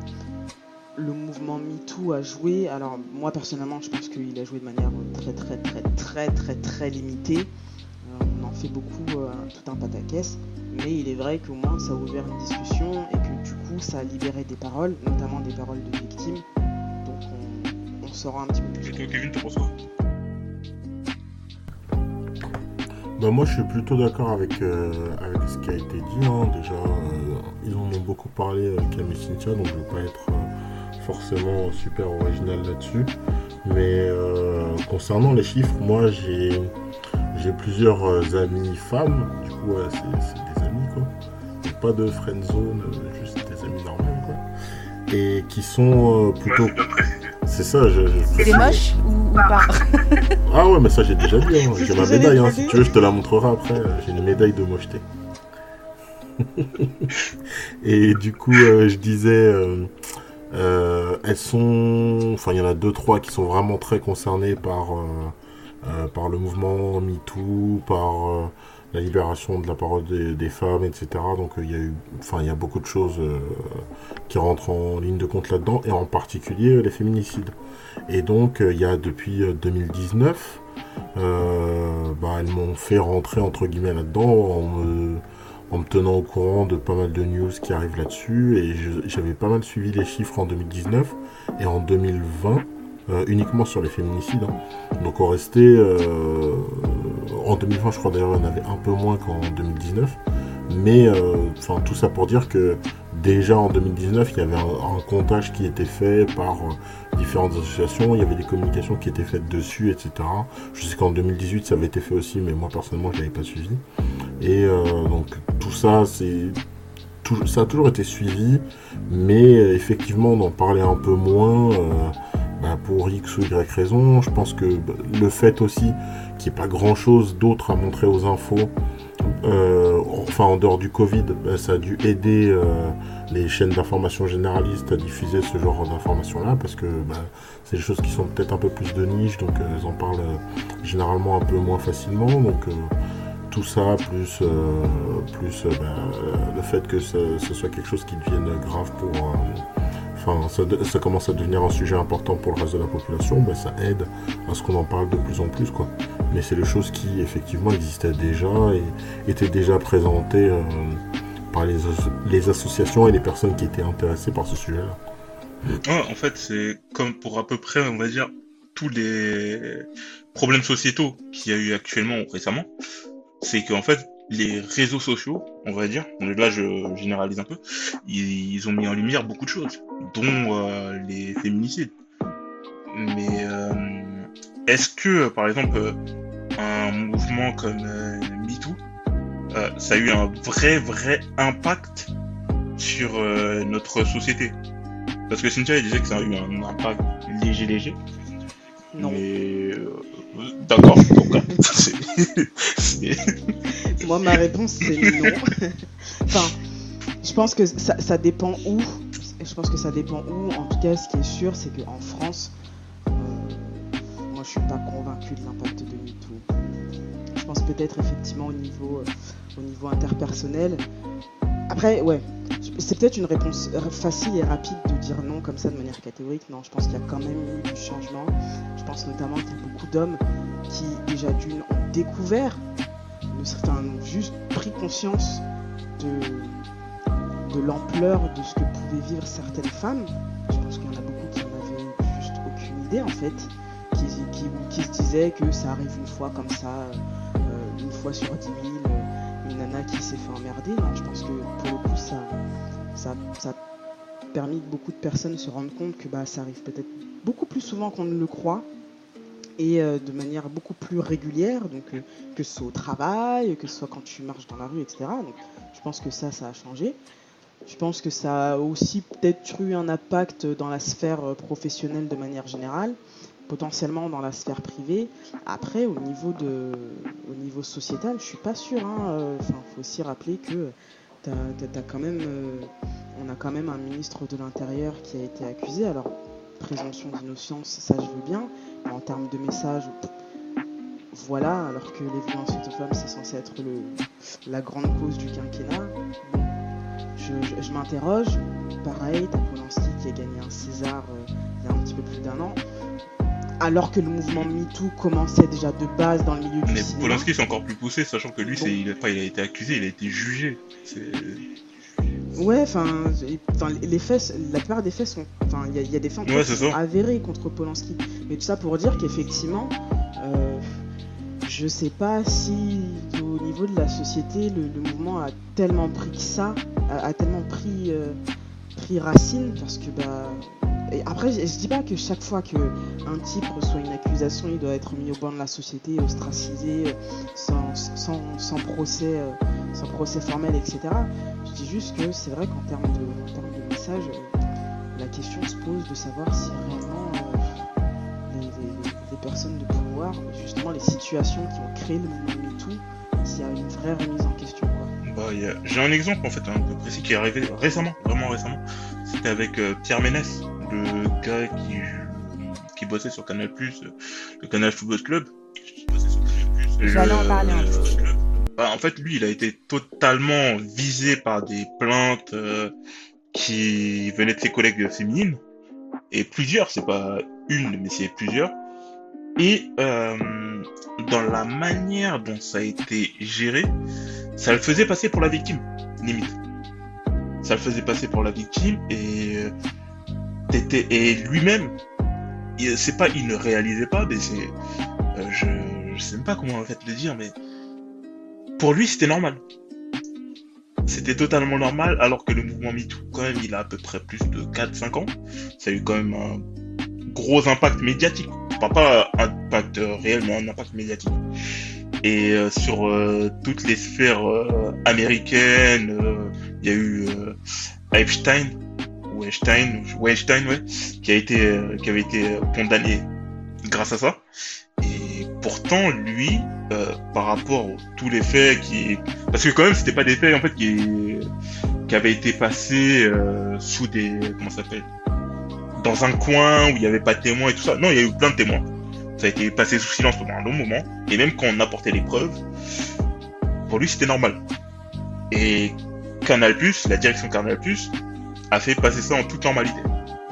que le mouvement MeToo a joué. Alors moi personnellement, je pense qu'il a joué de manière très très très très très très limitée. Euh, on en fait beaucoup, euh, tout un pataquès. Mais il est vrai qu'au moins ça a ouvert une discussion et que du coup ça a libéré des paroles, notamment des paroles de victimes. Donc on, on saura un petit peu plus. Et toi, Kevin, t'en penses quoi ? Bah moi je suis plutôt d'accord avec, euh, avec ce qui a été dit, hein. Déjà euh, ils en ont beaucoup parlé euh, Camille Cynthia, donc je ne vais pas être euh, forcément super original là-dessus, mais euh, concernant les chiffres, moi j'ai, j'ai plusieurs euh, amis femmes, du coup ouais, c'est, c'est des amis quoi, donc pas de friend zone, euh, juste des amis normaux quoi, et qui sont euh, plutôt... Ouais, c'est bien précisé. c'est ça. Je, je... C'est moche ou, ou pas? Ah ouais, mais ça j'ai déjà dit. Hein. C'est J'ai ce ma que j'allais médaille. Hein. dire. Si tu veux, je te la montrerai après. J'ai une médaille de mocheté. Et du coup, euh, je disais, euh, euh, elles sont, enfin, il y en a deux, trois qui sont vraiment très concernées par, euh, euh, par le mouvement MeToo, par euh, la libération de la parole des, des femmes, et cetera. Donc, il euh, y a eu, enfin, il y a beaucoup de choses euh, qui rentrent en ligne de compte là-dedans, et en particulier euh, les féminicides. Et donc, il euh, y a depuis euh, deux mille dix-neuf, euh, bah, elles m'ont fait rentrer entre guillemets là-dedans en me en me tenant au courant de pas mal de news qui arrivent là-dessus, et je, j'avais pas mal suivi les chiffres en deux mille dix-neuf et en deux mille vingt, euh, uniquement sur les féminicides. Hein. Donc on restait, euh, en deux mille vingt je crois d'ailleurs il y en avait un peu moins qu'en deux mille dix-neuf, mais euh, enfin tout ça pour dire que déjà en deux mille dix-neuf il y avait un, un comptage qui était fait par euh, différentes associations, il y avait des communications qui étaient faites dessus, et cetera. Je sais qu'en deux mille dix-huit ça avait été fait aussi, mais moi personnellement je l'avais pas suivi. Et euh, donc tout ça, c'est tout, ça a toujours été suivi, mais euh, effectivement on en parlait un peu moins euh, bah, pour X ou Y raison. Je pense que bah, le fait aussi qu'il n'y ait pas grand chose d'autre à montrer aux infos, euh, enfin en dehors du Covid, bah, ça a dû aider euh, les chaînes d'information généralistes à diffuser ce genre d'informations là, parce que bah, c'est des choses qui sont peut-être un peu plus de niche, donc euh, elles en parlent euh, généralement un peu moins facilement. Donc euh, tout ça, plus, euh, plus euh, bah, le fait que ce, ce soit quelque chose qui devienne grave pour... Enfin, euh, ça, ça commence à devenir un sujet important pour le reste de la population, bah, ça aide à ce qu'on en parle de plus en plus, quoi. Mais c'est des choses qui, effectivement, existaient déjà et étaient déjà présentées euh, par les, les associations et les personnes qui étaient intéressées par ce sujet-là. Ouais, en fait, c'est comme pour à peu près, on va dire, tous les problèmes sociétaux qu'il y a eu actuellement ou récemment. C'est qu'en fait, les réseaux sociaux, on va dire, là je généralise un peu, ils, ils ont mis en lumière beaucoup de choses, dont euh, les féminicides. Mais euh, est-ce que, par exemple, un mouvement comme euh, MeToo, euh, ça a eu un vrai, vrai impact sur euh, notre société? Parce que Cynthia elle disait que ça a eu un impact léger, léger. Non. Mais euh, d'accord, donc c'est, c'est... Moi, ma réponse, c'est non. Enfin, je pense que ça, ça dépend où. Je pense que ça dépend où. En tout cas, ce qui est sûr, c'est qu'en France, euh, moi, je suis pas convaincu de l'impact de MeToo. Je pense peut-être effectivement au niveau, euh, au niveau interpersonnel. Après, ouais, c'est peut-être une réponse facile et rapide de dire non comme ça de manière catégorique. Non, je pense qu'il y a quand même eu du changement. Je pense notamment qu'il y a beaucoup d'hommes qui, déjà d'une, ont découvert, enfin, juste pris conscience de, de l'ampleur de ce que pouvaient vivre certaines femmes. Je pense qu'il y en a beaucoup qui n'en avaient juste aucune idée, en fait, qui, qui, qui se disaient que ça arrive une fois comme ça, euh, une fois sur dix mille. Une nana qui s'est fait emmerder. Non, je pense que pour le coup ça, ça, ça a permis que beaucoup de personnes se rendent compte que bah, ça arrive peut-être beaucoup plus souvent qu'on ne le croit et euh, de manière beaucoup plus régulière, donc euh, que ce soit au travail, que ce soit quand tu marches dans la rue, et cetera. Donc je pense que ça, ça a changé. Je pense que ça a aussi peut-être eu un impact dans la sphère professionnelle de manière générale, potentiellement dans la sphère privée. Après, au niveau, de, au niveau sociétal, je suis pas sûr. Hein. Enfin, faut aussi rappeler que t'as, t'as, t'as quand même, euh, on a quand même un ministre de l'Intérieur qui a été accusé. Alors, présomption d'innocence, ça je veux bien. Mais en termes de message, voilà, alors que les violences faites aux femmes, c'est censé être le, la grande cause du quinquennat. Bon, je, je, je m'interroge. Pareil, t'as Polanski qui a gagné un César euh, il y a un petit peu plus d'un an. Alors que le mouvement MeToo commençait déjà de base dans le milieu du mais cinéma. Polanski c'est encore plus poussé, sachant que lui, bon. c'est, il, a, pas, il a été accusé, il a été jugé. C'est... Ouais, enfin, les faits, la plupart des faits sont, enfin, il y, y a des faits ouais, qui sont avérés contre Polanski. Mais tout ça pour dire qu'effectivement, euh, je sais pas si au niveau de la société, le, le mouvement a tellement pris que ça, a, a tellement pris, euh, pris racine, parce que bah. Et après, je, je dis pas que chaque fois qu'un type reçoit une accusation, il doit être mis au banc de la société, ostracisé, sans, sans, sans, procès, sans procès formel, et cetera. Je dis juste que c'est vrai qu'en termes de, en termes de message, la question se pose de savoir si réellement euh, personnes de pouvoir, justement les situations qui ont créé le mouvement MeToo, s'il y a une vraie remise en question, quoi. Bah, y a... J'ai un exemple en fait un peu précis qui est arrivé récemment, vraiment récemment. C'était avec euh, Pierre Ménès, le gars qui qui bossait sur Canal+, euh, le Canal Football Club. Qui bossait sur Canal+. J'allais en parler un peu. Bah, en fait, lui, il a été totalement visé par des plaintes euh, qui venaient de ses collègues féminines, et plusieurs, c'est pas une, mais c'est plusieurs. Et euh, dans la manière dont ça a été géré, ça le faisait passer pour la victime, limite. Ça le faisait passer pour la victime, et euh, t'étais, et lui-même, il, c'est pas, il ne réalisait pas, mais c'est, euh, je, je sais même pas comment en fait le dire, mais pour lui, c'était normal. C'était totalement normal, alors que le mouvement MeToo, quand même, il a à peu près plus de quatre cinq ans. Ça a eu quand même un gros impact médiatique. Enfin, pas un impact réel, mais un impact médiatique. Et euh, sur euh, toutes les sphères euh, américaines, il euh, y a eu euh, Epstein, ou Epstein, ou Epstein, ouais, qui a été, euh, qui avait été condamné grâce à ça. Et pourtant, lui, euh, par rapport à tous les faits qui... Parce que quand même, c'était pas des faits, en fait, qui, qui avaient été passés euh, sous des... Comment ça s'appelle ? Dans un coin où il n'y avait pas de témoins et tout ça. Non, il y a eu plein de témoins. Ça a été passé sous silence pendant un long moment. Et même quand on apportait les preuves, pour lui, c'était normal. Et Canal+, la direction Canal+, a fait passer ça en toute normalité.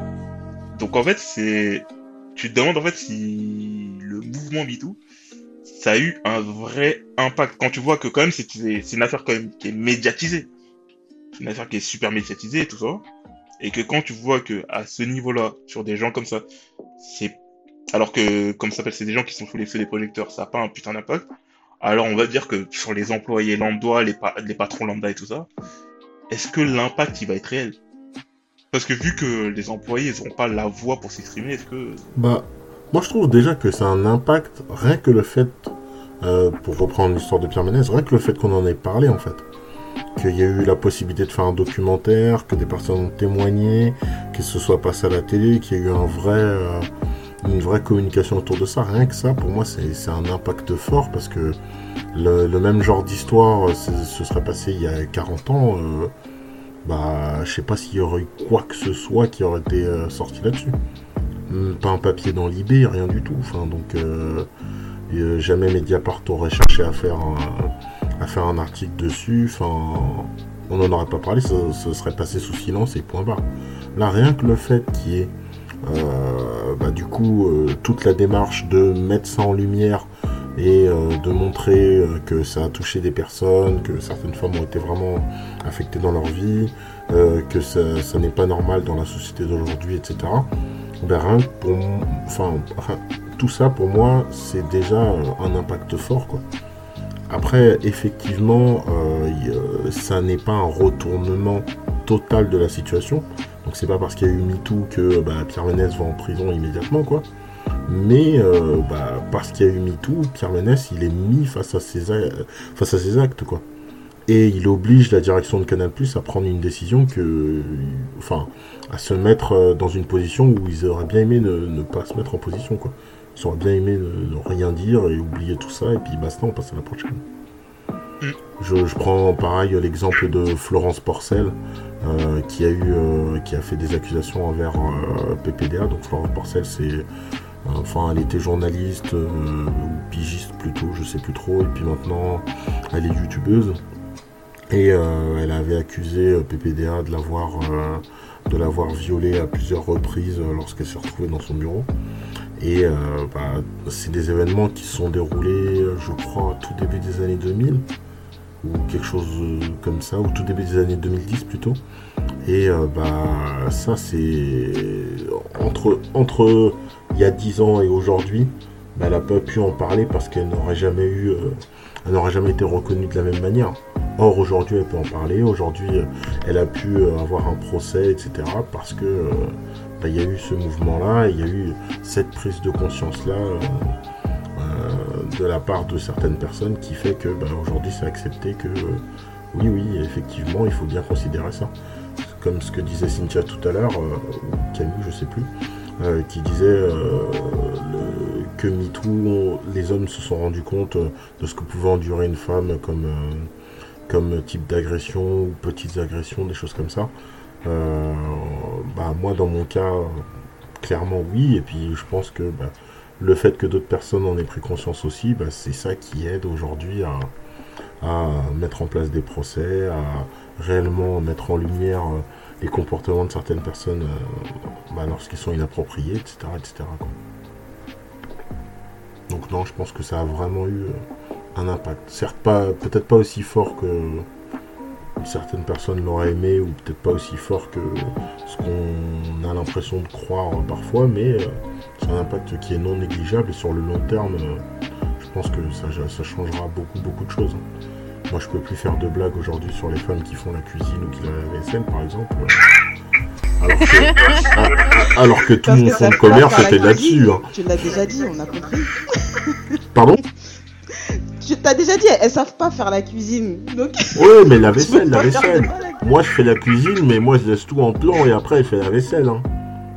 Donc en fait, c'est... Tu te demandes en fait si le mouvement MeToo, ça a eu un vrai impact. Quand tu vois que quand même c'est, c'est une affaire quand même qui est médiatisée, c'est une affaire qui est super médiatisée et tout ça, et que quand tu vois que à ce niveau-là, sur des gens comme ça, c'est alors que comme ça s'appelle, c'est des gens qui sont sous les feux des projecteurs, ça a pas un putain d'impact. Alors on va dire que sur les employés lambda, les, pa- les patrons lambda et tout ça, est-ce que l'impact il va être réel ? Parce que vu que les employés ils n'auront pas la voix pour s'exprimer, est-ce que... Bah, moi je trouve déjà que c'est un impact, rien que le fait, euh, pour reprendre l'histoire de Pierre Ménès, rien que le fait qu'on en ait parlé en fait. Qu'il y a eu la possibilité de faire un documentaire, que des personnes ont témoigné, que ce soit passé à la télé, qu'il y a eu un vrai, euh, une vraie communication autour de ça. Rien que ça, pour moi, c'est, c'est un impact fort parce que le, le même genre d'histoire ce serait passé il y a quarante ans. Euh, bah, je sais pas s'il y aurait eu quoi que ce soit qui aurait été euh, sorti là-dessus. Pas un papier dans l'I B, rien du tout. Enfin, donc, euh, euh, jamais Mediapart aurait cherché à faire un, à faire un article dessus. Enfin, on n'en aurait pas parlé, ça, ça serait passé sous silence et point barre. Là, rien que le fait qu'il y ait, euh, bah, du coup, euh, toute la démarche de mettre ça en lumière et euh, de montrer euh, que ça a touché des personnes, que certaines femmes ont été vraiment affectées dans leur vie, euh, que ça, ça n'est pas normal dans la société d'aujourd'hui, et cetera. Ben, rien que pour, enfin, enfin, tout ça pour moi, c'est déjà un impact fort, quoi. Après, effectivement, euh, y, ça n'est pas un retournement total de la situation. Donc c'est pas parce qu'il y a eu MeToo que bah, Pierre Ménès va en prison immédiatement, quoi. Mais euh, bah, parce qu'il y a eu MeToo, Pierre Ménès, il est mis face à ses, a- face à ses actes, quoi. Et il oblige la direction de Canal+ à prendre une décision que... Enfin, à se mettre dans une position où ils auraient bien aimé ne, ne pas se mettre en position, quoi. Ils auraient bien aimé ne, ne rien dire et oublier tout ça, et puis basta, on passe à la prochaine. Mm. Je, je prends pareil l'exemple de Florence Porcel, euh, qui a eu, euh, qui a fait des accusations envers euh, P P D A. Donc Florence Porcel, c'est... Enfin, elle était journaliste, euh, ou pigiste plutôt, je sais plus trop, et puis maintenant, elle est youtubeuse. Et euh, elle avait accusé euh, P P D A de l'avoir, euh, de l'avoir violée à plusieurs reprises euh, lorsqu'elle s'est retrouvée dans son bureau. Et euh, bah, c'est des événements qui se sont déroulés, je crois, au tout début des années deux mille, ou quelque chose comme ça, ou tout début des années deux mille dix plutôt. Et euh, bah, ça, c'est... Entre, entre il y a dix ans et aujourd'hui, bah, elle n'a pas pu en parler parce qu'elle n'aurait jamais eu... Euh, elle n'aurait jamais été reconnue de la même manière. Or, aujourd'hui, elle peut en parler. Aujourd'hui, elle a pu avoir un procès, et cetera. Parce que euh, bah, y a eu ce mouvement-là, il y a eu cette prise de conscience-là euh, euh, de la part de certaines personnes qui fait que bah, aujourd'hui, c'est accepté que euh, oui, oui, effectivement, il faut bien considérer ça. Comme ce que disait Cynthia tout à l'heure, euh, ou Camille, je sais plus. euh, qui disait euh, le, que MeToo, on- les hommes se sont rendus compte euh, de ce que pouvait endurer une femme comme, euh, comme type d'agression ou petites agressions, des choses comme ça. Euh, bah, moi, dans mon cas, clairement oui, et puis je pense que bah, le fait que d'autres personnes en aient pris conscience aussi, bah, c'est ça qui aide aujourd'hui à, à mettre en place des procès, à réellement mettre en lumière euh, les comportements de certaines personnes euh, bah, lorsqu'ils sont inappropriés, et cetera et cetera quoi. Donc non, je pense que ça a vraiment eu euh, un impact. Certes, pas, peut-être pas aussi fort que certaines personnes l'auraient aimé, ou peut-être pas aussi fort que ce qu'on a l'impression de croire euh, parfois, mais euh, c'est un impact qui est non négligeable, et sur le long terme, euh, je pense que ça, ça changera beaucoup, beaucoup de choses. Moi, je peux plus faire de blagues aujourd'hui sur les femmes qui font la cuisine ou qui lavent la vaisselle, par exemple. Alors que, alors que tout Parce mon que fonds ça de fait commerce pas la était cuisine. là-dessus. Hein. Tu l'as déjà dit, on a compris. Pardon ? Tu t'as déjà dit, elles savent pas faire la cuisine. Donc... Oui, mais la tu peux vaisselle, la pas faire de vaisselle. blagues. Moi, je fais la cuisine, mais moi, je laisse tout en plan et après, elle fait la vaisselle. Hein.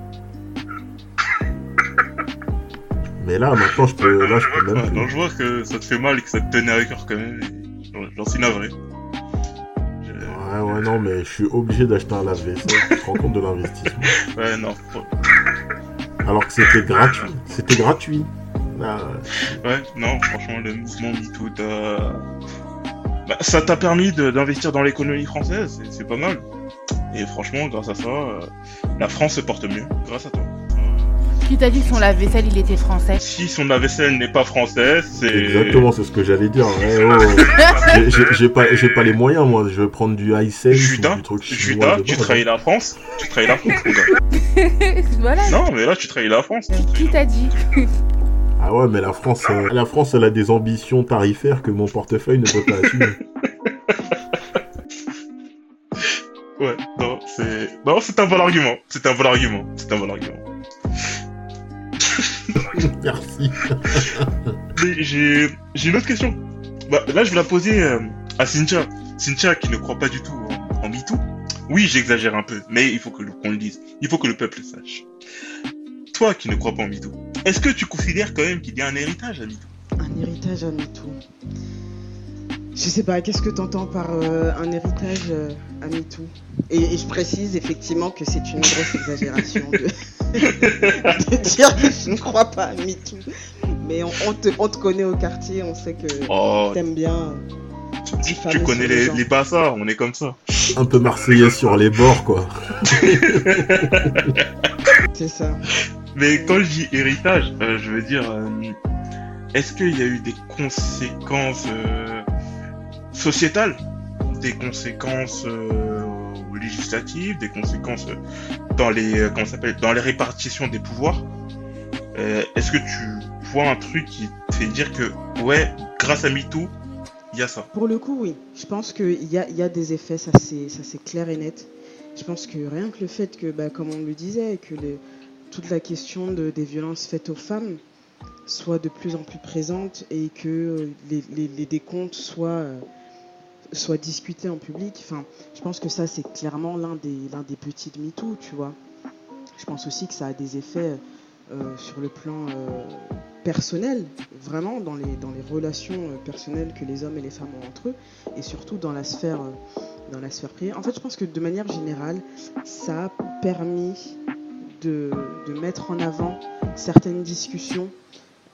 Mais là, maintenant, je peux, là, je peux même Ouais, non, plus. je vois que ça te fait mal et que ça te tenait à cœur quand même. Et j'en- j'en suis navré. Je- Ouais, ouais, non, mais je suis obligé d'acheter un lave-vaisselle. Tu te rends compte de l'investissement. Ouais, non. faut- Alors que c'était gratuit. C'était gratuit. Là, Ouais, non, franchement, le mouvement MeToo, t'as... Bah, ça t'a permis de- d'investir dans l'économie française, c'est- c'est pas mal. Et franchement, grâce à ça, euh, la France se porte mieux, grâce à toi. Qui t'a dit que son lave-vaisselle, il était français? Si son lave-vaisselle n'est pas française, c'est... exactement, c'est ce que j'allais dire. Ouais, oh, j'ai- j'ai- j'ai pas, j'ai pas les moyens, moi. Je vais prendre du Hisense ou Judas, du truc chinois. Judas, de tu base, trahis hein. la France, tu trahis la France, mon gars. Voilà. Non, mais là, tu trahis la France. tu Qui trahis t'a dit? Ah ouais, mais la France, euh, la France, elle a des ambitions tarifaires que mon portefeuille ne peut pas assumer. la- Ouais, non, c'est... Non, c'est un bon argument, c'est un bon argument, c'est un bon argument. Merci. Mais j'ai j'ai une autre question. Bah, là, je vais la poser euh, à Cynthia. Cynthia qui ne croit pas du tout en, en MeToo. Oui, j'exagère un peu, mais il faut que le- qu'on le dise. Il faut que le peuple le sache. Toi qui ne crois pas en MeToo, est-ce que tu considères quand même qu'il y a un héritage à MeToo? Un héritage à MeToo. Je sais pas, qu'est-ce que t'entends par euh, un héritage euh, à MeToo? et, et je précise effectivement que c'est une grosse exagération de... de dire que je ne crois pas à MeToo. Mais on, on, te, on te connaît au quartier, on sait que Oh, t'aimes bien. tu, tu- diffamer tu connais sur les les, gens. les Bassas, on est comme ça. Un peu marseillais sur les bords, quoi. C'est ça. Mais quand je dis héritage, euh, je veux dire, euh, est-ce qu'il y a eu des conséquences euh, sociétales, des conséquences euh, législatives, des conséquences euh, dans les euh, comment ça s'appelle, dans les répartitions des pouvoirs? Euh, Est-ce que tu vois un truc qui te fait dire que ouais, grâce à MeToo, il y a ça? Pour le coup, oui. Je pense qu'il y a, il y a des effets, ça c'est, ça c'est clair et net. Je pense que rien que le fait que, bah, comme on le disait, que les, toute la question de, des violences faites aux femmes soit de plus en plus présente et que euh, les, les, les décomptes soient, euh, soient discutés en public. Enfin, je pense que ça c'est clairement l'un des, l'un des petits de MeToo, tu vois. Je pense aussi que ça a des effets euh, sur le plan euh, personnel, vraiment dans les, dans les relations euh, personnelles que les hommes et les femmes ont entre eux, et surtout dans la sphère, euh, dans la sphère privée. En fait, je pense que de manière générale, ça a permis de, de mettre en avant certaines discussions euh,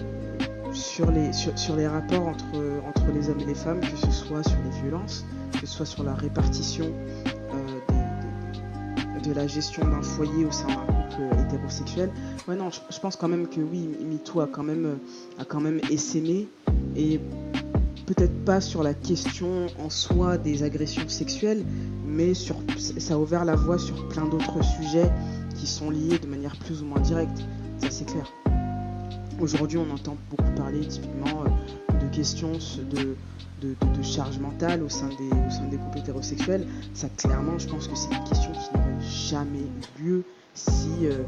sur, les, sur, sur les rapports entre, entre les hommes et les femmes, que ce soit sur les violences, que ce soit sur la répartition euh, des, des, de la gestion d'un foyer au sein d'un couple hétérosexuel. Ouais, non, je, je pense quand même que oui, MeToo a quand même, a quand même essaimé, et peut-être pas sur la question en soi des agressions sexuelles, mais sur, ça a ouvert la voie sur plein d'autres sujets qui sont liés de manière plus ou moins directe, ça c'est clair. Aujourd'hui, on entend beaucoup parler typiquement euh, de questions de, de, de, de charge mentale au sein, des, au sein des couples hétérosexuels. Ça, clairement, je pense que c'est une question qui n'aurait jamais eu lieu si euh,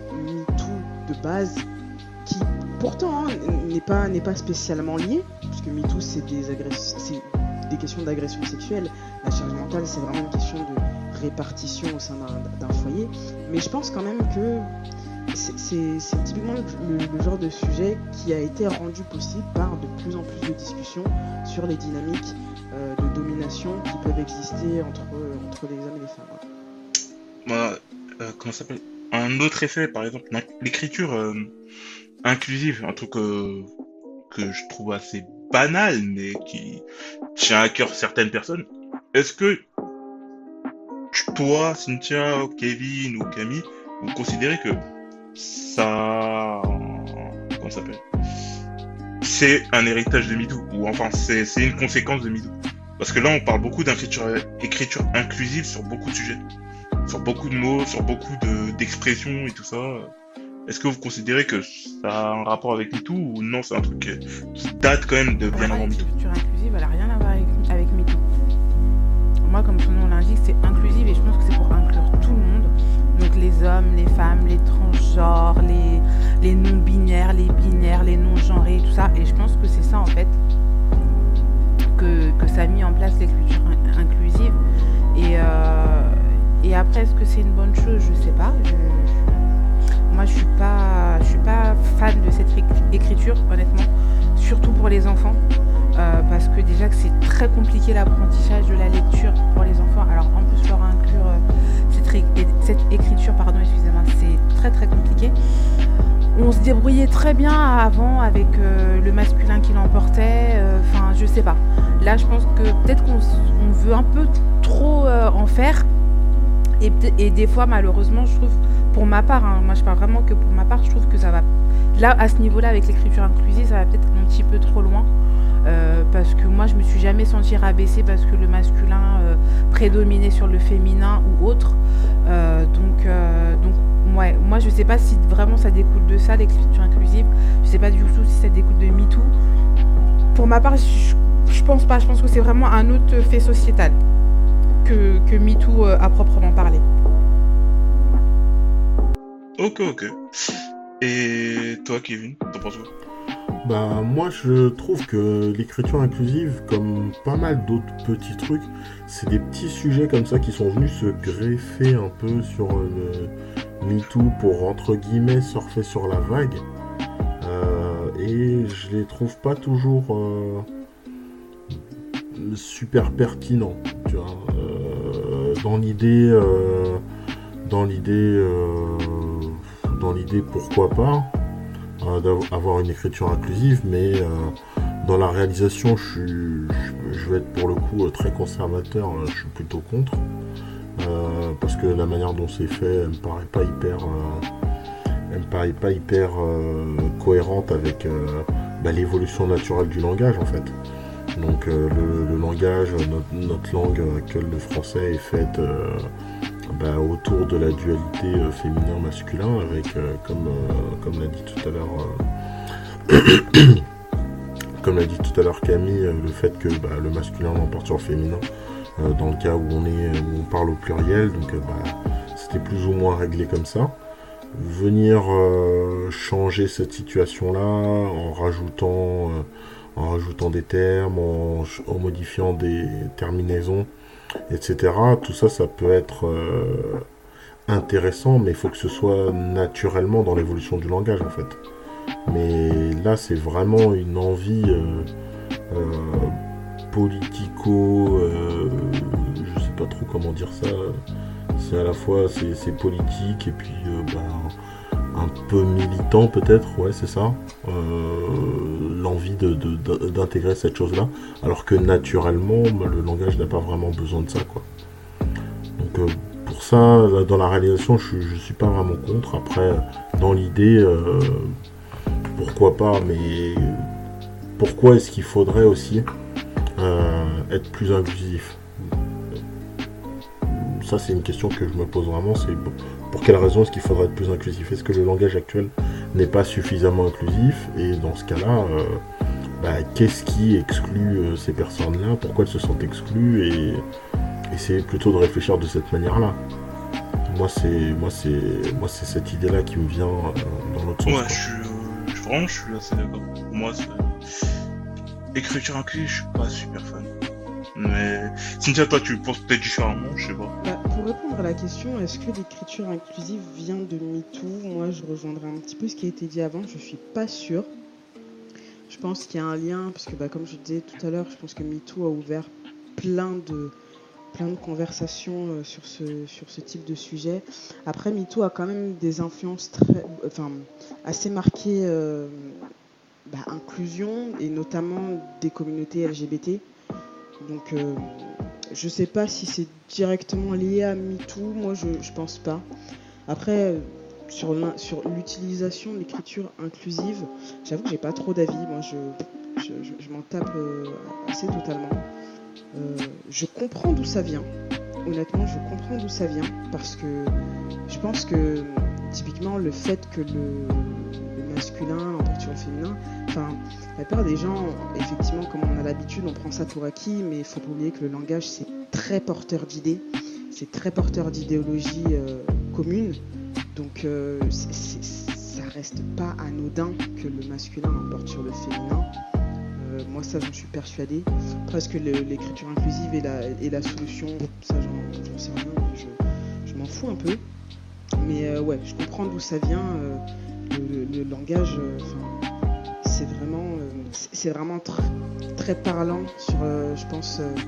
MeToo de base, qui pourtant hein, n'est pas, n'est pas spécialement lié, puisque MeToo c'est des, agress- c'est des questions d'agression sexuelle. La charge mentale, c'est vraiment une question de répartition au sein d'un, d'un foyer. Mais je pense quand même que c'est, c'est, c'est typiquement le, le genre de sujet qui a été rendu possible par de plus en plus de discussions sur les dynamiques euh, de domination qui peuvent exister entre, entre les hommes et les femmes. Voilà, euh, comment ça s'appelle? Un autre effet, par exemple, l'écriture euh, inclusive, un truc euh, que je trouve assez banal, mais qui tient à cœur certaines personnes. Est-ce que toi, Cynthia, Kevin ou Camille, vous considérez que ça... Comment ça s'appelle? C'est un héritage de MeToo, ou enfin, c'est, c'est une conséquence de MeToo. Parce que là, on parle beaucoup d'écriture écriture inclusive sur beaucoup de sujets. Sur beaucoup de mots, sur beaucoup de, d'expressions et tout ça. Est-ce que vous considérez que ça a un rapport avec MeToo ou non, c'est un truc qui date quand même de bien avant MeToo? L'écriture inclusive, elle n'a rien à voir avec, avec MeToo. Moi, comme son nom l'indique, c'est inclusive et je pense que c'est pour inclure tout le monde. Donc les hommes, les femmes, les transgenres, les, les non-binaires, les binaires, les non-genrés, tout ça. Et je pense que c'est ça, en fait, que, que ça a mis en place l'écriture in- inclusive. Et, euh, et après, est-ce que c'est une bonne chose? Je sais pas. Je, je, moi, je suis pas, je suis pas fan de cette écriture, honnêtement. Surtout pour les enfants. Euh, parce que déjà que c'est très compliqué l'apprentissage de la lecture pour les enfants. Alors en plus leur inclure euh, cette, ré- cette écriture, pardon, excusez-moi, c'est très très compliqué. On se débrouillait très bien avant avec euh, le masculin qui l'emportait. Enfin, euh, je sais pas. Là, je pense que peut-être qu'on on veut un peu trop euh, en faire. Et, et des fois, malheureusement, je trouve, pour ma part, hein, moi je parle vraiment que pour ma part, je trouve que ça va. Là, à ce niveau-là, avec l'écriture inclusive, ça va peut-être un petit peu trop loin. Euh, parce que moi je me suis jamais sentie rabaissée parce que le masculin euh, prédominait sur le féminin ou autre, euh, donc, euh, donc ouais, moi je sais pas si vraiment ça découle de ça, l'écriture inclusive, je sais pas du tout si ça découle de MeToo. Pour ma part, je, je pense pas, je pense que c'est vraiment un autre fait sociétal que, que MeToo euh, à proprement parler. Ok, ok. Et toi, Kevin, t'en penses quoi? Bah moi je trouve que l'écriture inclusive, comme pas mal d'autres petits trucs, c'est des petits sujets comme ça qui sont venus se greffer un peu sur le MeToo pour entre guillemets surfer sur la vague. Euh, et je les trouve pas toujours euh, super pertinents, tu vois. Euh, dans l'idée, euh, dans l'idée, euh, dans l'idée pourquoi pas. D'avoir une écriture inclusive, mais euh, dans la réalisation, je, suis, je, je vais être pour le coup très conservateur, je suis plutôt contre, euh, parce que la manière dont c'est fait, elle me paraît pas hyper, euh, elle me paraît pas hyper euh, cohérente avec euh, bah, l'évolution naturelle du langage en fait. Donc euh, le, le langage, notre, notre langue actuelle, le français, est faite euh, Bah, autour de la dualité euh, féminin-masculin avec, euh, comme, euh, comme l'a dit tout à l'heure euh, comme l'a dit tout à l'heure Camille, euh, le fait que bah, le masculin l'emporte sur le féminin euh, dans le cas où on, est, où on parle au pluriel, donc euh, bah, c'était plus ou moins réglé comme ça. Venir euh, changer cette situation-là en rajoutant, euh, en rajoutant des termes, en, en modifiant des terminaisons, et cetera. Tout ça, ça peut être euh, intéressant, mais il faut que ce soit naturellement dans l'évolution du langage, en fait. Mais là, c'est vraiment une envie euh, euh, politico... Euh, je sais pas trop comment dire ça. C'est à la fois, c'est, c'est politique, et puis euh, bah, un peu militant, peut-être, ouais, c'est ça. Euh, l'envie de, de, de, d'intégrer cette chose-là, alors que naturellement, le langage n'a pas vraiment besoin de ça, quoi. Donc euh, pour ça, là, dans la réalisation, je, je suis pas vraiment contre. Après, dans l'idée, euh, pourquoi pas, mais pourquoi est-ce qu'il faudrait aussi euh, être plus inclusif? Ça, c'est une question que je me pose vraiment, c'est pour quelle raison est-ce qu'il faudrait être plus inclusif? Est-ce que le langage actuel n'est pas suffisamment inclusif? Et dans ce cas-là, euh, bah, qu'est-ce qui exclut euh, ces personnes-là? Pourquoi elles se sentent exclues? Et essayer plutôt de réfléchir de cette manière-là. Moi, c'est, moi, c'est, moi, c'est cette idée-là qui me vient euh, dans l'autre sens. Ouais, je suis, je, vraiment, je suis assez d'accord. Pour moi, c'est... écriture inclusive, je suis pas super fan. Mais Cynthia, toi, tu penses peut-être différemment, je sais pas. Bah, pour répondre à la question, est-ce que l'écriture inclusive vient de MeToo? Moi, je rejoindrai un petit peu ce qui a été dit avant, je suis pas sûre. Je pense qu'il y a un lien, parce que bah, comme je disais tout à l'heure, je pense que MeToo a ouvert plein de, plein de conversations euh, sur, ce, sur ce type de sujet. Après, MeToo a quand même des influences très, enfin, assez marquées, euh, bah, inclusion, et notamment des communautés L G B T. Donc, euh, je ne sais pas si c'est directement lié à MeToo, moi je ne pense pas. Après, sur, sur l'utilisation de l'écriture inclusive, j'avoue que j'ai pas trop d'avis. Moi, je, je, je, je m'en tape euh, assez totalement. Euh, je comprends d'où ça vient. Honnêtement, je comprends d'où ça vient parce que je pense que typiquement le fait que le, le masculin l'emporte sur le féminin, enfin, la plupart des gens, effectivement, comme on a l'habitude, on prend ça pour acquis, mais il faut pas oublier que le langage c'est très porteur d'idées, c'est très porteur d'idéologies euh, communes. Donc euh, c'est, c'est, ça reste pas anodin que le masculin l'emporte sur le féminin. Euh, moi ça j'en suis persuadée. Presque le, l'écriture inclusive et la, et la solution, ça j'en, j'en sais rien, je, je m'en fous un peu. Mais euh, ouais, je comprends d'où ça vient. Euh, le, le, le langage, euh, c'est vraiment, euh, c'est, c'est vraiment très, très parlant sur, euh, je pense, euh,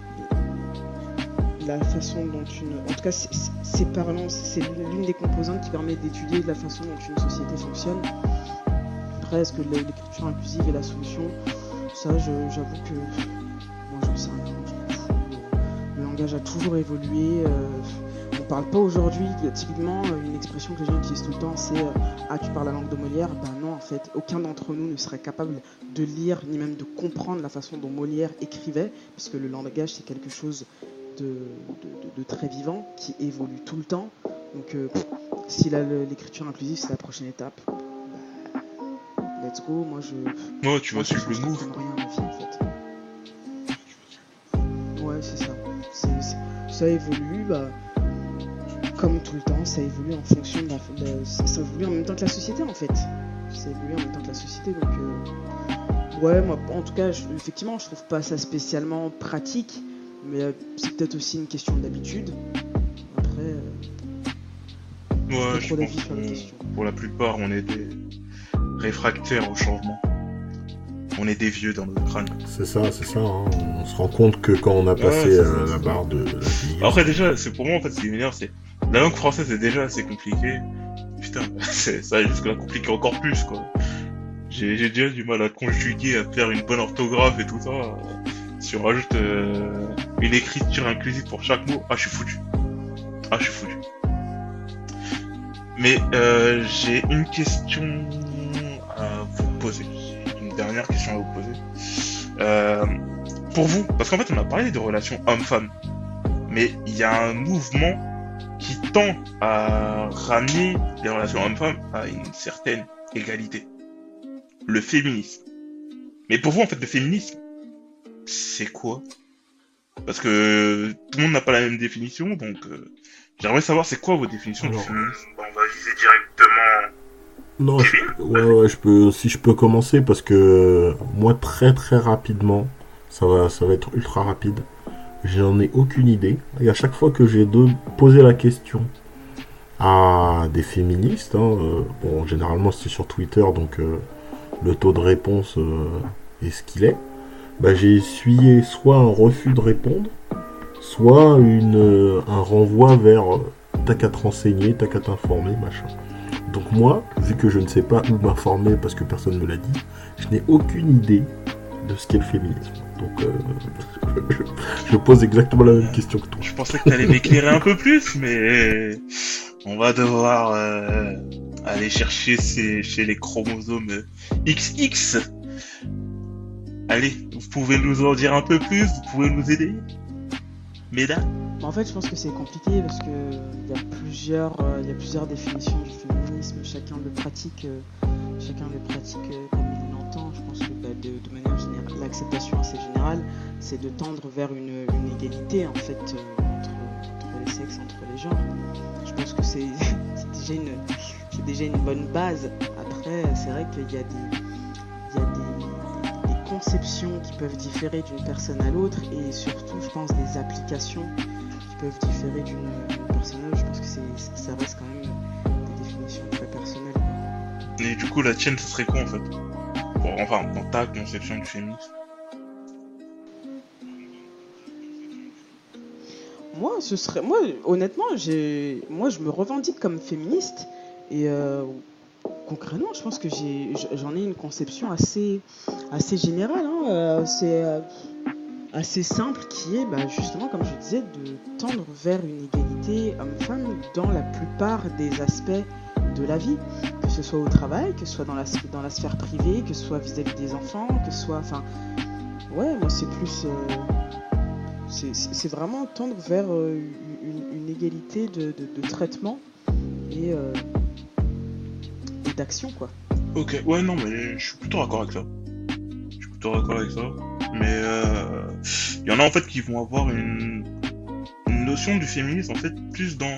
la façon dont une... En tout cas, c'est, c'est parlant, c'est l'une des composantes qui permet d'étudier la façon dont une société fonctionne. Après, est-ce que l'écriture inclusive est la solution? Ça, je, j'avoue que... Moi, j'en sais rien, je m'en fous. Le langage a toujours évolué. Euh, on parle pas aujourd'hui, typiquement, une expression que les gens utilisent tout le temps, c'est euh, « Ah, tu parles la langue de Molière ?» Ben non, en fait, aucun d'entre nous ne serait capable de lire, ni même de comprendre la façon dont Molière écrivait, parce que le langage, c'est quelque chose... De, de, de, de très vivant, qui évolue tout le temps. Donc euh, si la, l'écriture inclusive c'est la prochaine étape, bah, let's go. Moi je... Ouais, tu vas suivre le move. Rien à ma vie, en fait. Ouais, c'est ça. C'est, c'est, ça évolue, bah, comme tout le temps, ça évolue en fonction de la... De, ça, ça évolue en même temps que la société, en fait. Ça évolue en même temps que la société, donc... Euh, ouais, moi, en tout cas, je, effectivement, je trouve pas ça spécialement pratique. Mais euh, c'est peut-être aussi une question d'habitude. Après, euh, ouais, je pense que pour la plupart, on est des réfractaires au changement. On est des vieux dans notre crâne. C'est ça, c'est ça. Hein. On se rend compte que quand on a passé ouais, euh, la barre de la vie. Après, déjà, c'est pour moi, en fait, ce qui m'énerve, c'est la langue française est déjà assez compliquée. Putain, c'est, ça risque de la compliquer encore plus, quoi. J'ai, j'ai déjà du mal à conjuguer, à faire une bonne orthographe et tout ça. Si on rajoute euh, une écriture inclusive pour chaque mot, ah je suis foutu. Ah je suis foutu. Mais euh, j'ai une question à vous poser. J'ai une dernière question à vous poser. Euh, pour vous, parce qu'en fait on a parlé de relations hommes-femmes, mais il y a un mouvement qui tend à ramener les relations hommes-femmes à une certaine égalité. Le féminisme. Mais pour vous en fait le féminisme, c'est quoi? Parce que tout le monde n'a pas la même définition, donc euh, j'aimerais savoir c'est quoi vos définitions Alors, du féminisme. Bon, on va viser directement. Non, je, ouais, ouais, je peux, si je peux commencer parce que moi très très rapidement, ça va, ça va être ultra rapide. J'en ai aucune idée. Et à chaque fois que j'ai de poser la question à des féministes, hein, euh, bon, généralement c'est sur Twitter, donc euh, le taux de réponse euh, est ce qu'il est. Bah, j'ai essuyé soit un refus de répondre, soit une, euh, un renvoi vers euh, t'as qu'à te renseigner, t'as qu'à t'informer, machin. Donc moi, vu que je ne sais pas où m'informer parce que personne ne me l'a dit, je n'ai aucune idée de ce qu'est le féminisme. Donc euh, je, je pose exactement la même question que toi. Je pensais que t'allais m'éclairer un peu plus, mais on va devoir euh, aller chercher ces, chez les chromosomes X X. Allez, vous pouvez nous en dire un peu plus, vous pouvez nous aider, mesdames. En fait, je pense que c'est compliqué parce que il y a plusieurs, euh, il y a plusieurs définitions du féminisme. Chacun le pratique, euh, chacun le pratique euh, comme il l'entend. Je pense que bah, de, de manière générale, l'acceptation assez générale, c'est de tendre vers une, une égalité en fait euh, entre, entre les sexes, entre les genres. Je pense que c'est, c'est déjà une, c'est déjà une bonne base. Après, c'est vrai qu'il y a des, il y a des conceptions qui peuvent différer d'une personne à l'autre et surtout je pense des applications qui peuvent différer d'une, d'une personne à l'autre. Je pense que c'est, ça reste quand même des définitions très personnelles, quoi. Et du coup, la tienne, ce serait quoi en fait? Bon, enfin, dans ta conception du féminisme. Moi, ce serait, moi, honnêtement, j'ai, moi, je me revendique comme féministe et euh, concrètement, je pense que j'ai, j'en ai une conception assez, assez générale, hein, euh, c'est euh, assez simple, qui est, bah, justement, comme je disais, de tendre vers une égalité homme-femme dans la plupart des aspects de la vie, que ce soit au travail, que ce soit dans la, dans la sphère privée, que ce soit vis-à-vis des enfants, que ce soit, enfin, ouais, moi, c'est plus. Euh, C'est, c'est vraiment tendre vers euh, une, une égalité de, de, de traitement et, euh, et d'action, quoi. Ok, ouais, non, mais je suis plutôt d'accord avec ça. Je suis plutôt d'accord avec ça. Mais euh, il y en a en fait qui vont avoir une, une notion du féminisme en fait plus dans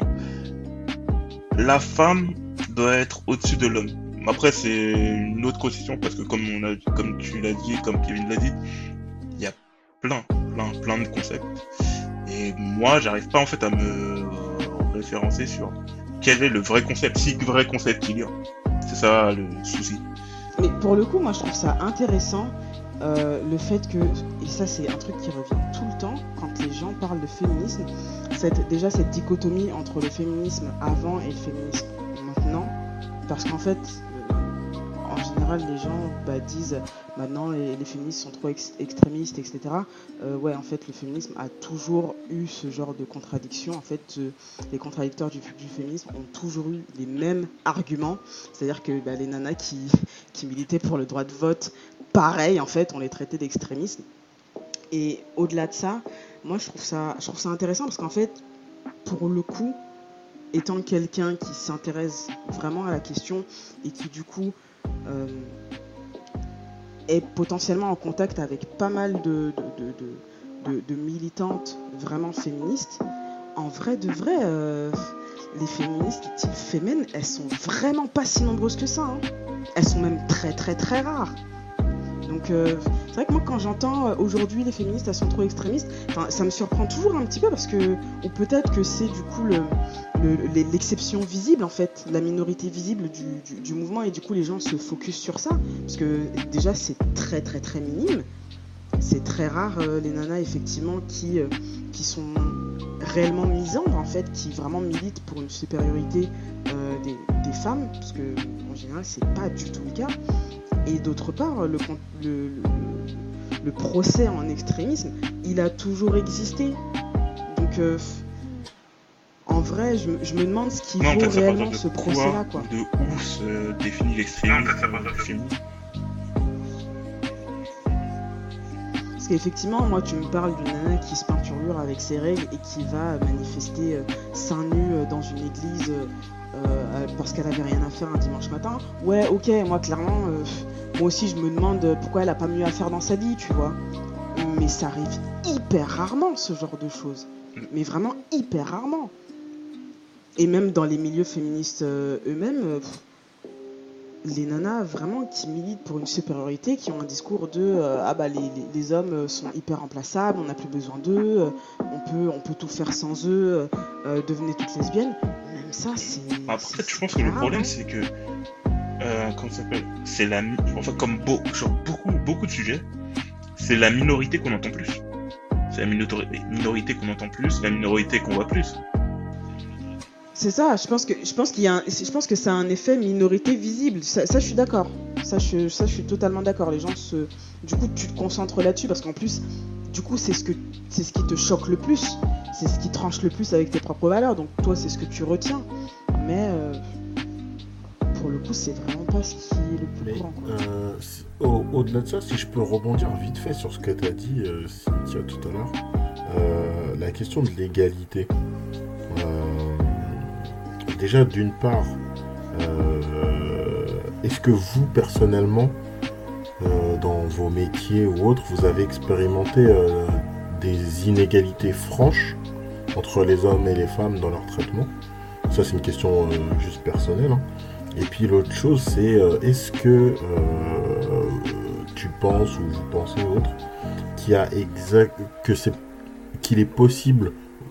la femme doit être au-dessus de l'homme. Après, c'est une autre conception parce que comme on a, comme tu l'as dit, comme Kevin l'a dit, il y a plein, plein, plein de concepts. Et moi, j'arrive pas en fait à me euh, référencer sur quel est le vrai concept, si vrai concept il y a. C'est ça le souci. Mais pour le coup, moi, je trouve ça intéressant euh, le fait que, et ça, c'est un truc qui revient tout le temps quand les gens parlent de féminisme, cette, déjà cette dichotomie entre le féminisme avant et le féminisme maintenant, parce qu'en fait. En général, les gens bah, disent maintenant les, les féministes sont trop ex- extrémistes, et cetera. Euh, ouais, en fait, le féminisme a toujours eu ce genre de contradiction. En fait, euh, les contradicteurs du, du féminisme ont toujours eu les mêmes arguments. C'est-à-dire que bah, les nanas qui, qui militaient pour le droit de vote, pareil, en fait, on les traitait d'extrémistes. Et au-delà de ça, moi, je trouve ça, je trouve ça intéressant parce qu'en fait, pour le coup, étant quelqu'un qui s'intéresse vraiment à la question et qui, du coup, Euh, est potentiellement en contact avec pas mal de, de, de, de, de, de militantes vraiment féministes, en vrai de vrai, euh, les féministes type féminines, elles sont vraiment pas si nombreuses que ça, hein. Elles sont même très très très rares. Donc euh, c'est vrai que moi quand j'entends euh, aujourd'hui les féministes elles sont trop extrémistes, ça me surprend toujours un petit peu parce que, ou peut-être que c'est du coup le, le, l'exception visible en fait, la minorité visible du, du, du mouvement et du coup les gens se focus sur ça parce que déjà c'est très très très minime, c'est très rare euh, les nanas effectivement qui, euh, qui sont réellement misandres en fait, qui vraiment militent pour une supériorité euh, des, des femmes parce que en général c'est pas du tout le cas. Et d'autre part, le, le, le, le procès en extrémisme, il a toujours existé. Donc, euh, en vrai, je, je me demande ce qui non, vaut réellement de ce procès-là, quoi. De où se définit l'extrémisme féminin. Parce qu'effectivement, moi, tu me parles d'une nana qui se peinturlure avec ses règles et qui va manifester euh, seins nus euh, dans une église euh, euh, parce qu'elle avait rien à faire un dimanche matin. Ouais, ok, moi, clairement, euh, moi aussi, je me demande pourquoi elle a pas mieux à faire dans sa vie, tu vois. Mais ça arrive hyper rarement, ce genre de choses. Mais vraiment hyper rarement. Et même dans les milieux féministes euh, eux-mêmes, euh, les nanas vraiment qui militent pour une supériorité, qui ont un discours de euh, ah bah les, les, les hommes sont hyper remplaçables, on n'a plus besoin d'eux, euh, on peut on peut tout faire sans eux, euh, devenez toutes lesbiennes. Même ça c'est. Après, je pense que le problème c'est que euh, comment ça s'appelle, c'est la enfin comme beau, sur beaucoup beaucoup de sujets, c'est la minorité qu'on entend plus. C'est la minorité minorité qu'on entend plus, la minorité qu'on voit plus. C'est ça, je pense que je pense qu'il y a un, je pense que ça a un effet minorité visible. Ça, ça je suis d'accord. Ça je, ça je suis totalement d'accord. Les gens se, du coup tu te concentres là-dessus parce qu'en plus, du coup c'est ce que c'est ce qui te choque le plus, c'est ce qui tranche le plus avec tes propres valeurs. Donc toi c'est ce que tu retiens. Mais euh, pour le coup c'est vraiment pas ce qui est le plus Mais, courant. Euh, au, au-delà de ça, si je peux rebondir vite fait sur ce que tu as dit, euh, Cynthia, tout à l'heure, euh, la question de l'égalité. Euh, Déjà, d'une part, euh, est-ce que vous, personnellement, euh, dans vos métiers ou autres, vous avez expérimenté euh, des inégalités franches entre les hommes et les femmes dans leur traitement ? Ça, c'est une question euh, juste personnelle. Hein. Et puis l'autre chose, c'est euh, est-ce que euh, tu penses ou vous pensez autre qu'il y a exact, que c'est, qu'il est possible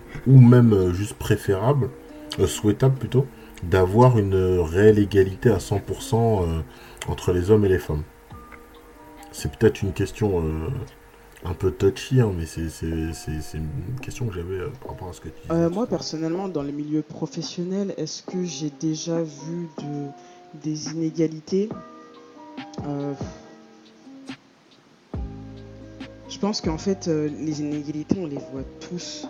ou même euh, juste préférable, euh, souhaitable plutôt, d'avoir une réelle égalité à cent pour cent euh, entre les hommes et les femmes. C'est peut-être une question euh, un peu touchy, hein, mais c'est, c'est, c'est, c'est une question que j'avais euh, par rapport à ce que tu disais. Euh, moi, personnellement, dans le milieu professionnel, est-ce que j'ai déjà vu de, des inégalités euh, Je pense qu'en fait, euh, les inégalités, on les voit tous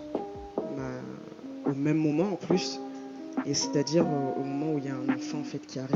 bah, au même moment en plus. Et c'est-à-dire euh, au moment où il y a un enfant en fait, qui arrive.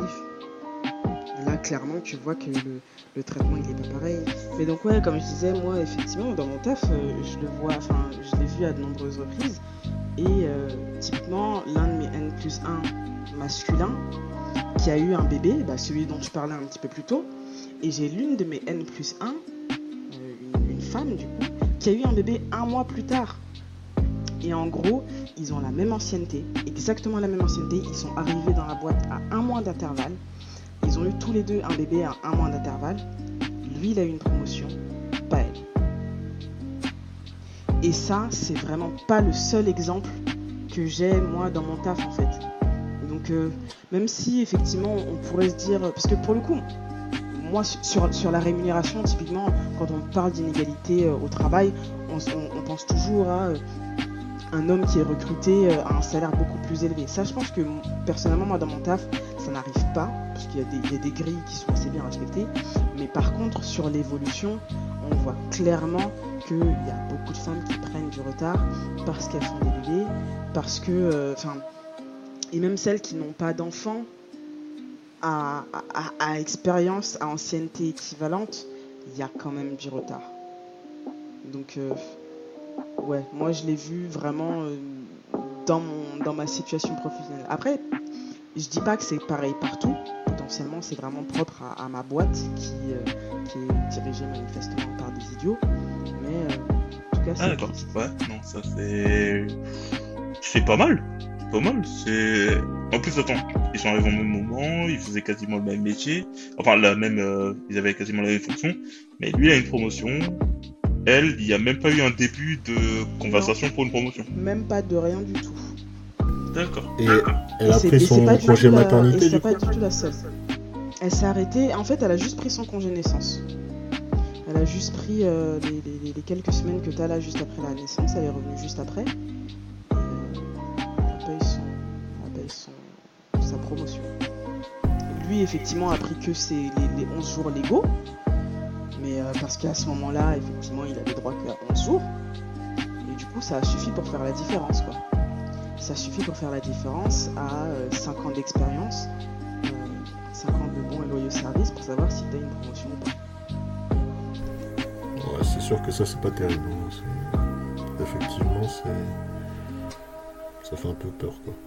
Là, clairement, tu vois que le, le traitement, il est pas pareil. Mais donc, ouais, comme je disais, moi, effectivement, dans mon taf, euh, je le vois, enfin, je l'ai vu à de nombreuses reprises. Et euh, typiquement, l'un de mes N plus un masculins qui a eu un bébé, bah, celui dont je parlais un petit peu plus tôt, et j'ai l'une de mes N plus un, euh, une, une femme du coup, qui a eu un bébé un mois plus tard. Et en gros, ils ont la même ancienneté, exactement la même ancienneté. Ils sont arrivés dans la boîte à un mois d'intervalle. Ils ont eu tous les deux un bébé à un mois d'intervalle. Lui, il a eu une promotion, pas elle. Et ça, c'est vraiment pas le seul exemple que j'ai, moi, dans mon taf, en fait. Donc, euh, même si, effectivement, on pourrait se dire... Parce que, pour le coup, moi, sur, sur la rémunération, typiquement, quand on parle d'inégalité euh, au travail, on, on, on pense toujours à... Euh, un homme qui est recruté à un salaire beaucoup plus élevé. Ça, je pense que personnellement, moi, dans mon taf, ça n'arrive pas, parce qu'il y a des, il y a des grilles qui sont assez bien respectées. Mais par contre, sur l'évolution, on voit clairement qu'il y a beaucoup de femmes qui prennent du retard parce qu'elles font des bébés, parce que... Enfin, euh, et même celles qui n'ont pas d'enfants, à, à, à expérience, à ancienneté équivalente, il y a quand même du retard. Donc... Euh, Ouais, moi je l'ai vu vraiment euh, dans, mon, dans ma situation professionnelle. Après, je dis pas que c'est pareil partout. Potentiellement, c'est vraiment propre à, à ma boîte qui, euh, qui est dirigée manifestement par des idiots. Mais euh, en tout cas, c'est... Ah d'accord, ouais, non, ça c'est... C'est pas mal. C'est pas mal. C'est... En plus, attends, ils sont arrivés au même moment, ils faisaient quasiment le même métier. Enfin, la même... Euh, ils avaient quasiment la même fonction. Mais lui, il a une promotion... Elle, il n'y a même pas eu un début de conversation non, pour une promotion. Même pas de rien du tout. D'accord. Et elle a pris son congé maternité. Et c'est pas du tout la seule. Elle s'est arrêtée. En fait, elle a juste pris son congé naissance. Elle a juste pris euh, les, les, les quelques semaines que tu as là juste après la naissance. Elle est revenue juste après. Et euh, elle a payé, son, elle a payé son, sa promotion. Lui, effectivement, a pris que ses, les, les onze jours légaux. Mais euh, parce qu'à ce moment-là, effectivement, il avait droit qu'à onze jours. Et du coup, ça a suffi pour faire la différence, quoi. Ça suffit pour faire la différence à euh, cinq ans d'expérience, euh, cinq ans de bons et loyaux services pour savoir si tu as une promotion ou pas. Ouais, c'est sûr que ça, c'est pas terrible. C'est... Effectivement, c'est... ça fait un peu peur, quoi.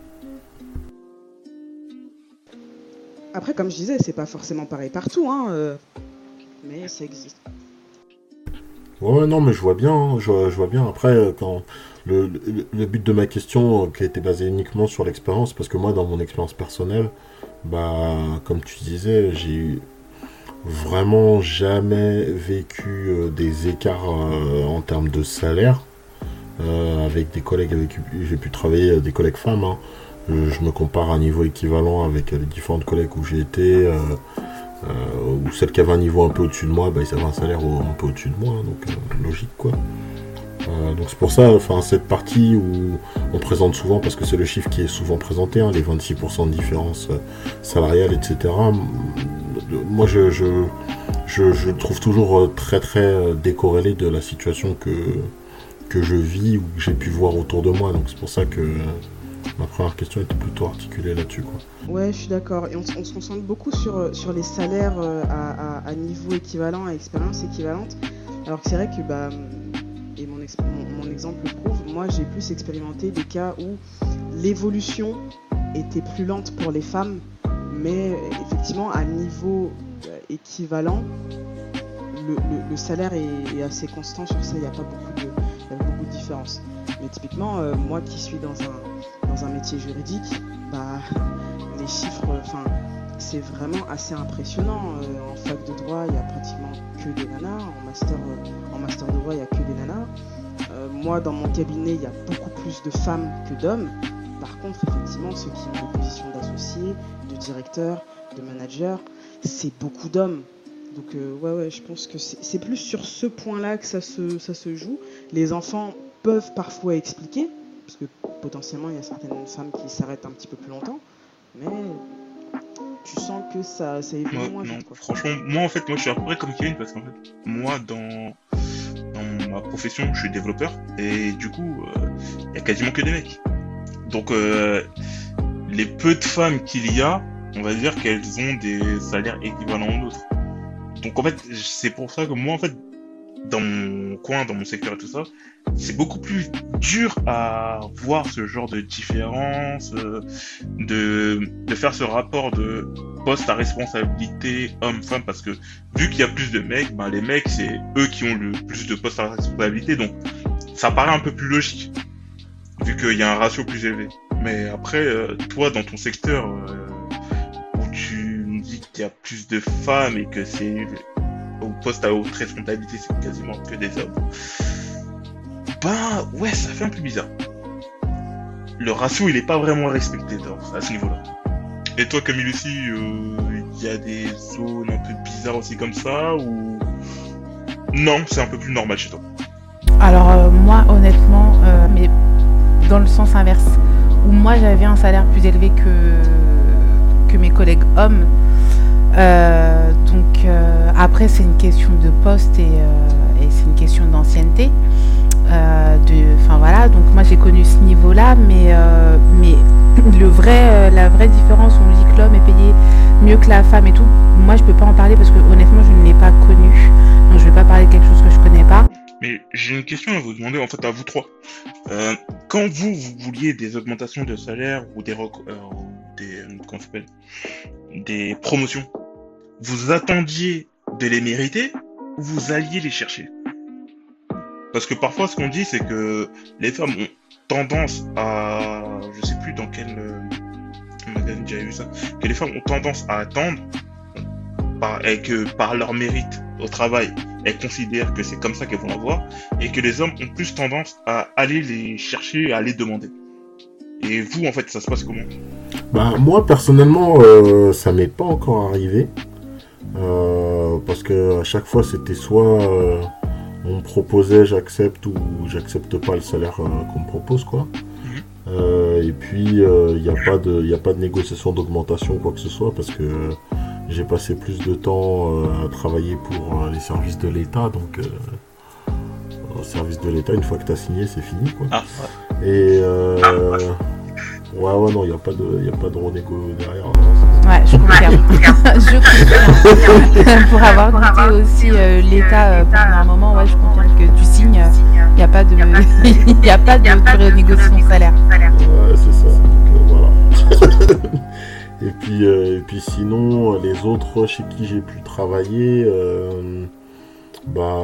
Après, comme je disais, c'est pas forcément pareil partout, hein. Euh... Mais ça existe. Ouais, non, mais je vois bien, hein, je, je vois bien. Après, quand le, le, le but de ma question, euh, qui a été basé uniquement sur l'expérience, parce que moi, dans mon expérience personnelle, bah, comme tu disais, j'ai vraiment jamais vécu euh, des écarts euh, en termes de salaire euh, avec des collègues avec qui j'ai pu travailler, des collègues femmes. Hein. Je, je me compare à un niveau équivalent avec les différentes collègues où j'ai été. Euh, Euh, ou celles qui avaient un niveau un peu au-dessus de moi, bah, ils avaient un salaire au, un peu au-dessus de moi, hein, donc euh, logique quoi. Euh, donc c'est pour ça, enfin cette partie où on présente souvent, parce que c'est le chiffre qui est souvent présenté, hein, les vingt-six pour cent de différence euh, salariale, et cetera. Moi je, je, je, je trouve toujours très très décorrélé de la situation que, que je vis ou que j'ai pu voir autour de moi, donc c'est pour ça que euh, ma première question était plutôt articulée là-dessus, quoi. Ouais, je suis d'accord. Et on, on se concentre beaucoup sur, sur les salaires euh, à, à, à niveau équivalent, à expérience équivalente. Alors que c'est vrai que, bah, et mon, ex, mon, mon exemple le prouve, moi j'ai plus expérimenté des cas où l'évolution était plus lente pour les femmes, mais effectivement à niveau euh, équivalent, le, le, le salaire est, est assez constant sur ça, il n'y a pas beaucoup de, il y a beaucoup de différence. Mais typiquement, euh, moi qui suis dans un, dans un métier juridique, bah, les chiffres, enfin, c'est vraiment assez impressionnant. Euh, en fac de droit, il y a pratiquement que des nanas. En master, euh, en master de droit, il y a que des nanas. Euh, moi, dans mon cabinet, il y a beaucoup plus de femmes que d'hommes. Par contre, effectivement, ceux qui ont des positions d'associés, de directeurs, de managers, c'est beaucoup d'hommes. Donc, euh, ouais, ouais, je pense que c'est, c'est plus sur ce point-là que ça se, ça se joue. Les enfants peuvent parfois expliquer, parce que potentiellement, il y a certaines femmes qui s'arrêtent un petit peu plus longtemps, mais tu sens que ça, ça évolue Ouais, moins non, vite, quoi. franchement, moi en fait, moi je suis à peu près comme Kevin parce qu'en fait, moi dans, dans ma profession, je suis développeur et du coup, il euh, y a quasiment que des mecs. Donc, euh, les peu de femmes qu'il y a, on va dire qu'elles ont des salaires équivalents aux nôtres. Donc en fait, c'est pour ça que moi en fait, dans mon coin, dans mon secteur et tout ça, c'est beaucoup plus dur à voir ce genre de différence, euh, de, de faire ce rapport de poste à responsabilité homme-femme, parce que vu qu'il y a plus de mecs, ben les mecs c'est eux qui ont le plus de postes à responsabilité, donc ça paraît un peu plus logique, vu qu'il y a un ratio plus élevé. Mais après, euh, toi dans ton secteur, euh, où tu me dis qu'il y a plus de femmes et que c'est au poste à haute responsabilité, c'est quasiment que des hommes. Bah ouais, ça fait un peu bizarre. Le ratio, il est pas vraiment respecté dans, à ce niveau-là. Et toi, Camille aussi, il euh, y a des zones un peu bizarres aussi comme ça ou non, c'est un peu plus normal chez toi? Alors euh, moi, honnêtement, euh, mais dans le sens inverse, où moi j'avais un salaire plus élevé que que mes collègues hommes. Euh, donc euh, après c'est une question de poste et, euh, et c'est une question d'ancienneté. Euh, enfin voilà, donc moi j'ai connu ce niveau-là, mais euh, mais le vrai, euh, la vraie différence, on dit que l'homme est payé mieux que la femme et tout. Moi je peux pas en parler parce que honnêtement je ne l'ai pas connu, donc je vais pas parler de quelque chose que je connais pas. Mais j'ai une question à vous demander, en fait à vous trois. Euh, quand vous, vous vouliez des augmentations de salaire ou des rec- euh, des comment ça s'appelle, des promotions, vous attendiez de les mériter ou vous alliez les chercher? Parce que parfois, ce qu'on dit, c'est que les femmes ont tendance à, je sais plus dans quel euh, magazine j'ai eu ça, que les femmes ont tendance à attendre, par, et que par leur mérite au travail, elles considèrent que c'est comme ça qu'elles vont l'avoir, et que les hommes ont plus tendance à aller les chercher, à les demander. Et vous, en fait, ça se passe comment? Bah, moi, personnellement, euh, ça m'est pas encore arrivé. Euh, parce que à chaque fois, c'était soit... Euh, on me proposait, j'accepte ou j'accepte pas le salaire euh, qu'on me propose, quoi. Euh, et puis il euh, n'y a pas de, il y a pas de négociation d'augmentation ou quoi que ce soit parce que euh, j'ai passé plus de temps euh, à travailler pour euh, les services de l'État, donc euh, au service de l'État, une fois que tu as signé, c'est fini, quoi. Ah, ouais. Et euh, ouais, ouais, non, il n'y a pas de, il y a pas de renégo derrière. Ouais, je confirme. je confirme. Pour avoir goûté aussi euh, l'État euh, pendant un moment, ouais, je confirme que tu signes, il n'y a pas de, il n'y a pas de renégociation de salaire. Ouais, c'est ça. Donc, euh, voilà. et puis, euh, et puis sinon, les autres chez qui j'ai pu travailler, euh, bah,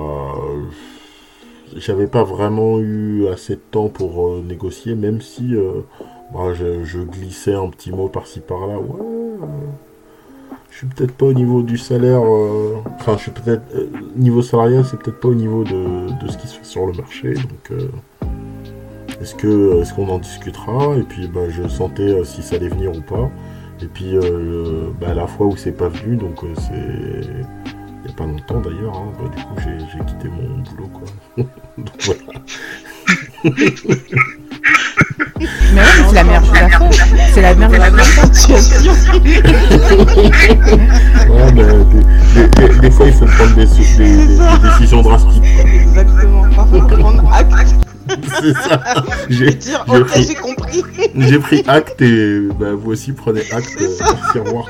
j'avais pas vraiment eu assez de temps pour euh, négocier, même si. Euh, Bah, je, je glissais un petit mot par-ci par-là. Ouais, euh, je suis peut-être pas au niveau du salaire. Euh, enfin, je suis peut-être euh, niveau salarial, c'est peut-être pas au niveau de, de ce qui se fait sur le marché. Donc, euh, est-ce que est-ce qu'on en discutera? Et puis, bah, je sentais euh, si ça allait venir ou pas. Et puis, euh, bah, la fois où c'est pas venu, donc euh, c'est il y a pas longtemps d'ailleurs. Hein, bah, du coup, j'ai, j'ai quitté mon boulot, quoi. Donc voilà. Mais ouais, c'est la meilleure chose à faire. C'est la meilleure situation. Ouais, mais des, des, des, des fois, il faut prendre des, des, des, des décisions drastiques. Exactement. Parfois, il faut prendre acte. C'est ça. J'ai, dire, j'ai, ok, pris, j'ai compris. J'ai pris acte et bah, vous aussi prenez acte. Merci, au revoir.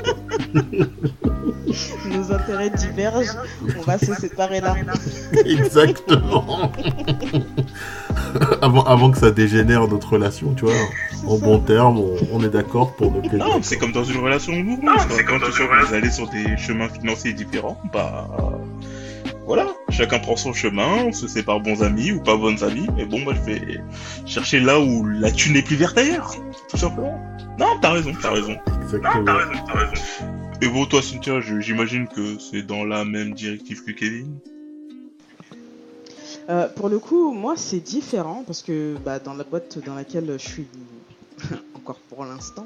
Nos intérêts divergent. On va se séparer là. Exactement. avant, avant que ça dégénère notre relation, tu vois. En bon terme, on, on est d'accord pour ne plus. Non, c'est comme dans une relation amoureuse. C'est quand tu sais que vous allez sur des chemins financiers différents, bah voilà, chacun prend son chemin, on se sépare bons amis ou pas bons amis, mais bon, moi je vais chercher là où la thune est plus verte ailleurs. tout simplement. Non, t'as raison, t'as raison. Exactement. Non, t'as raison, t'as raison. Et bon, toi, Cynthia, je- j'imagine que c'est dans la même directive que Kevin. Euh, pour le coup, moi, c'est différent parce que bah, dans la boîte dans laquelle je suis encore pour l'instant,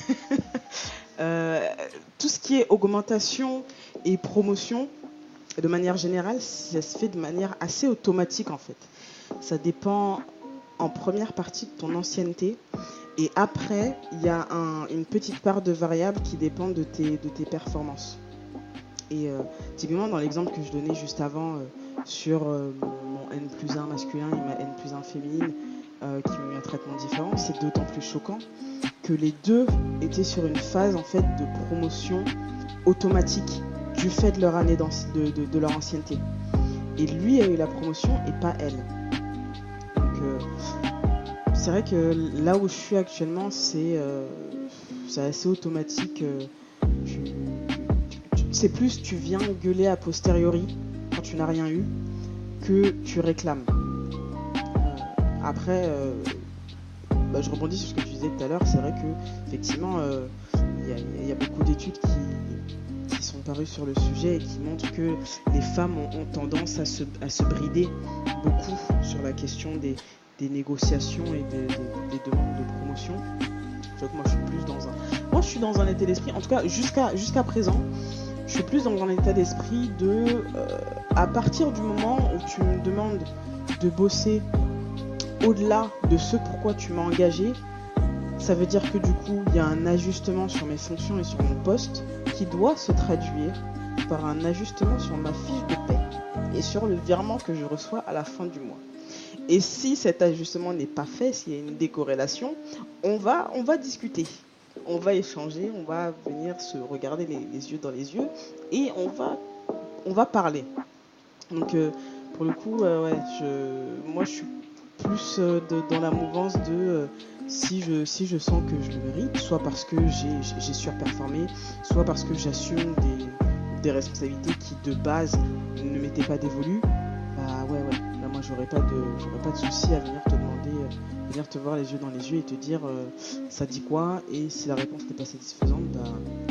euh, tout ce qui est augmentation et promotion, de manière générale, ça se fait de manière assez automatique en fait. Ça dépend en première partie de ton ancienneté et après, il y a un- une petite part de variables qui dépend de tes, de tes performances. Et euh, typiquement, dans l'exemple que je donnais juste avant euh, sur euh, mon N plus un masculin et ma N plus un féminine euh, qui ont eu un traitement différent, c'est d'autant plus choquant que les deux étaient sur une phase en fait de promotion automatique du fait de leur année d'anci- de, de, de leur ancienneté. Et lui a eu la promotion et pas elle. Donc euh, c'est vrai que là où je suis actuellement, c'est euh, c'est assez automatique. euh, tu- tu- c'est plus tu viens gueuler a posteriori quand tu n'as rien eu que tu réclames. Euh, après, euh, bah, je rebondis sur ce que tu disais tout à l'heure. C'est vrai que effectivement, euh, il y, a- il y a beaucoup d'études qui, qui sont parues sur le sujet et qui montrent que les femmes ont, ont tendance à se, à se brider beaucoup sur la question des, des négociations et des, des- des demandes de promotion. Je vois que moi, je suis plus dans un, moi, je suis dans un état d'esprit. En tout cas, jusqu'à jusqu'à présent. Je suis plus dans un état d'esprit de, euh, à partir du moment où tu me demandes de bosser au-delà de ce pourquoi tu m'as engagé, ça veut dire que du coup, il y a un ajustement sur mes fonctions et sur mon poste qui doit se traduire par un ajustement sur ma fiche de paie et sur le virement que je reçois à la fin du mois. Et si cet ajustement n'est pas fait, s'il y a une décorrélation, on va, on va discuter. On va échanger, on va venir se regarder les, les yeux dans les yeux et on va, on va parler. Donc euh, pour le coup, euh, ouais, je, moi je suis plus euh, de, dans la mouvance de euh, si, je, si je sens que je le mérite, soit parce que j'ai, j'ai, j'ai surperformé, soit parce que j'assume des, des responsabilités qui de base ne m'étaient pas dévolues. Bah ouais, ouais, là moi j'aurais pas de, j'aurais pas de souci à venir te demander, euh, venir te voir les yeux dans les yeux et te dire euh, ça dit quoi, et si la réponse n'est pas satisfaisante, bah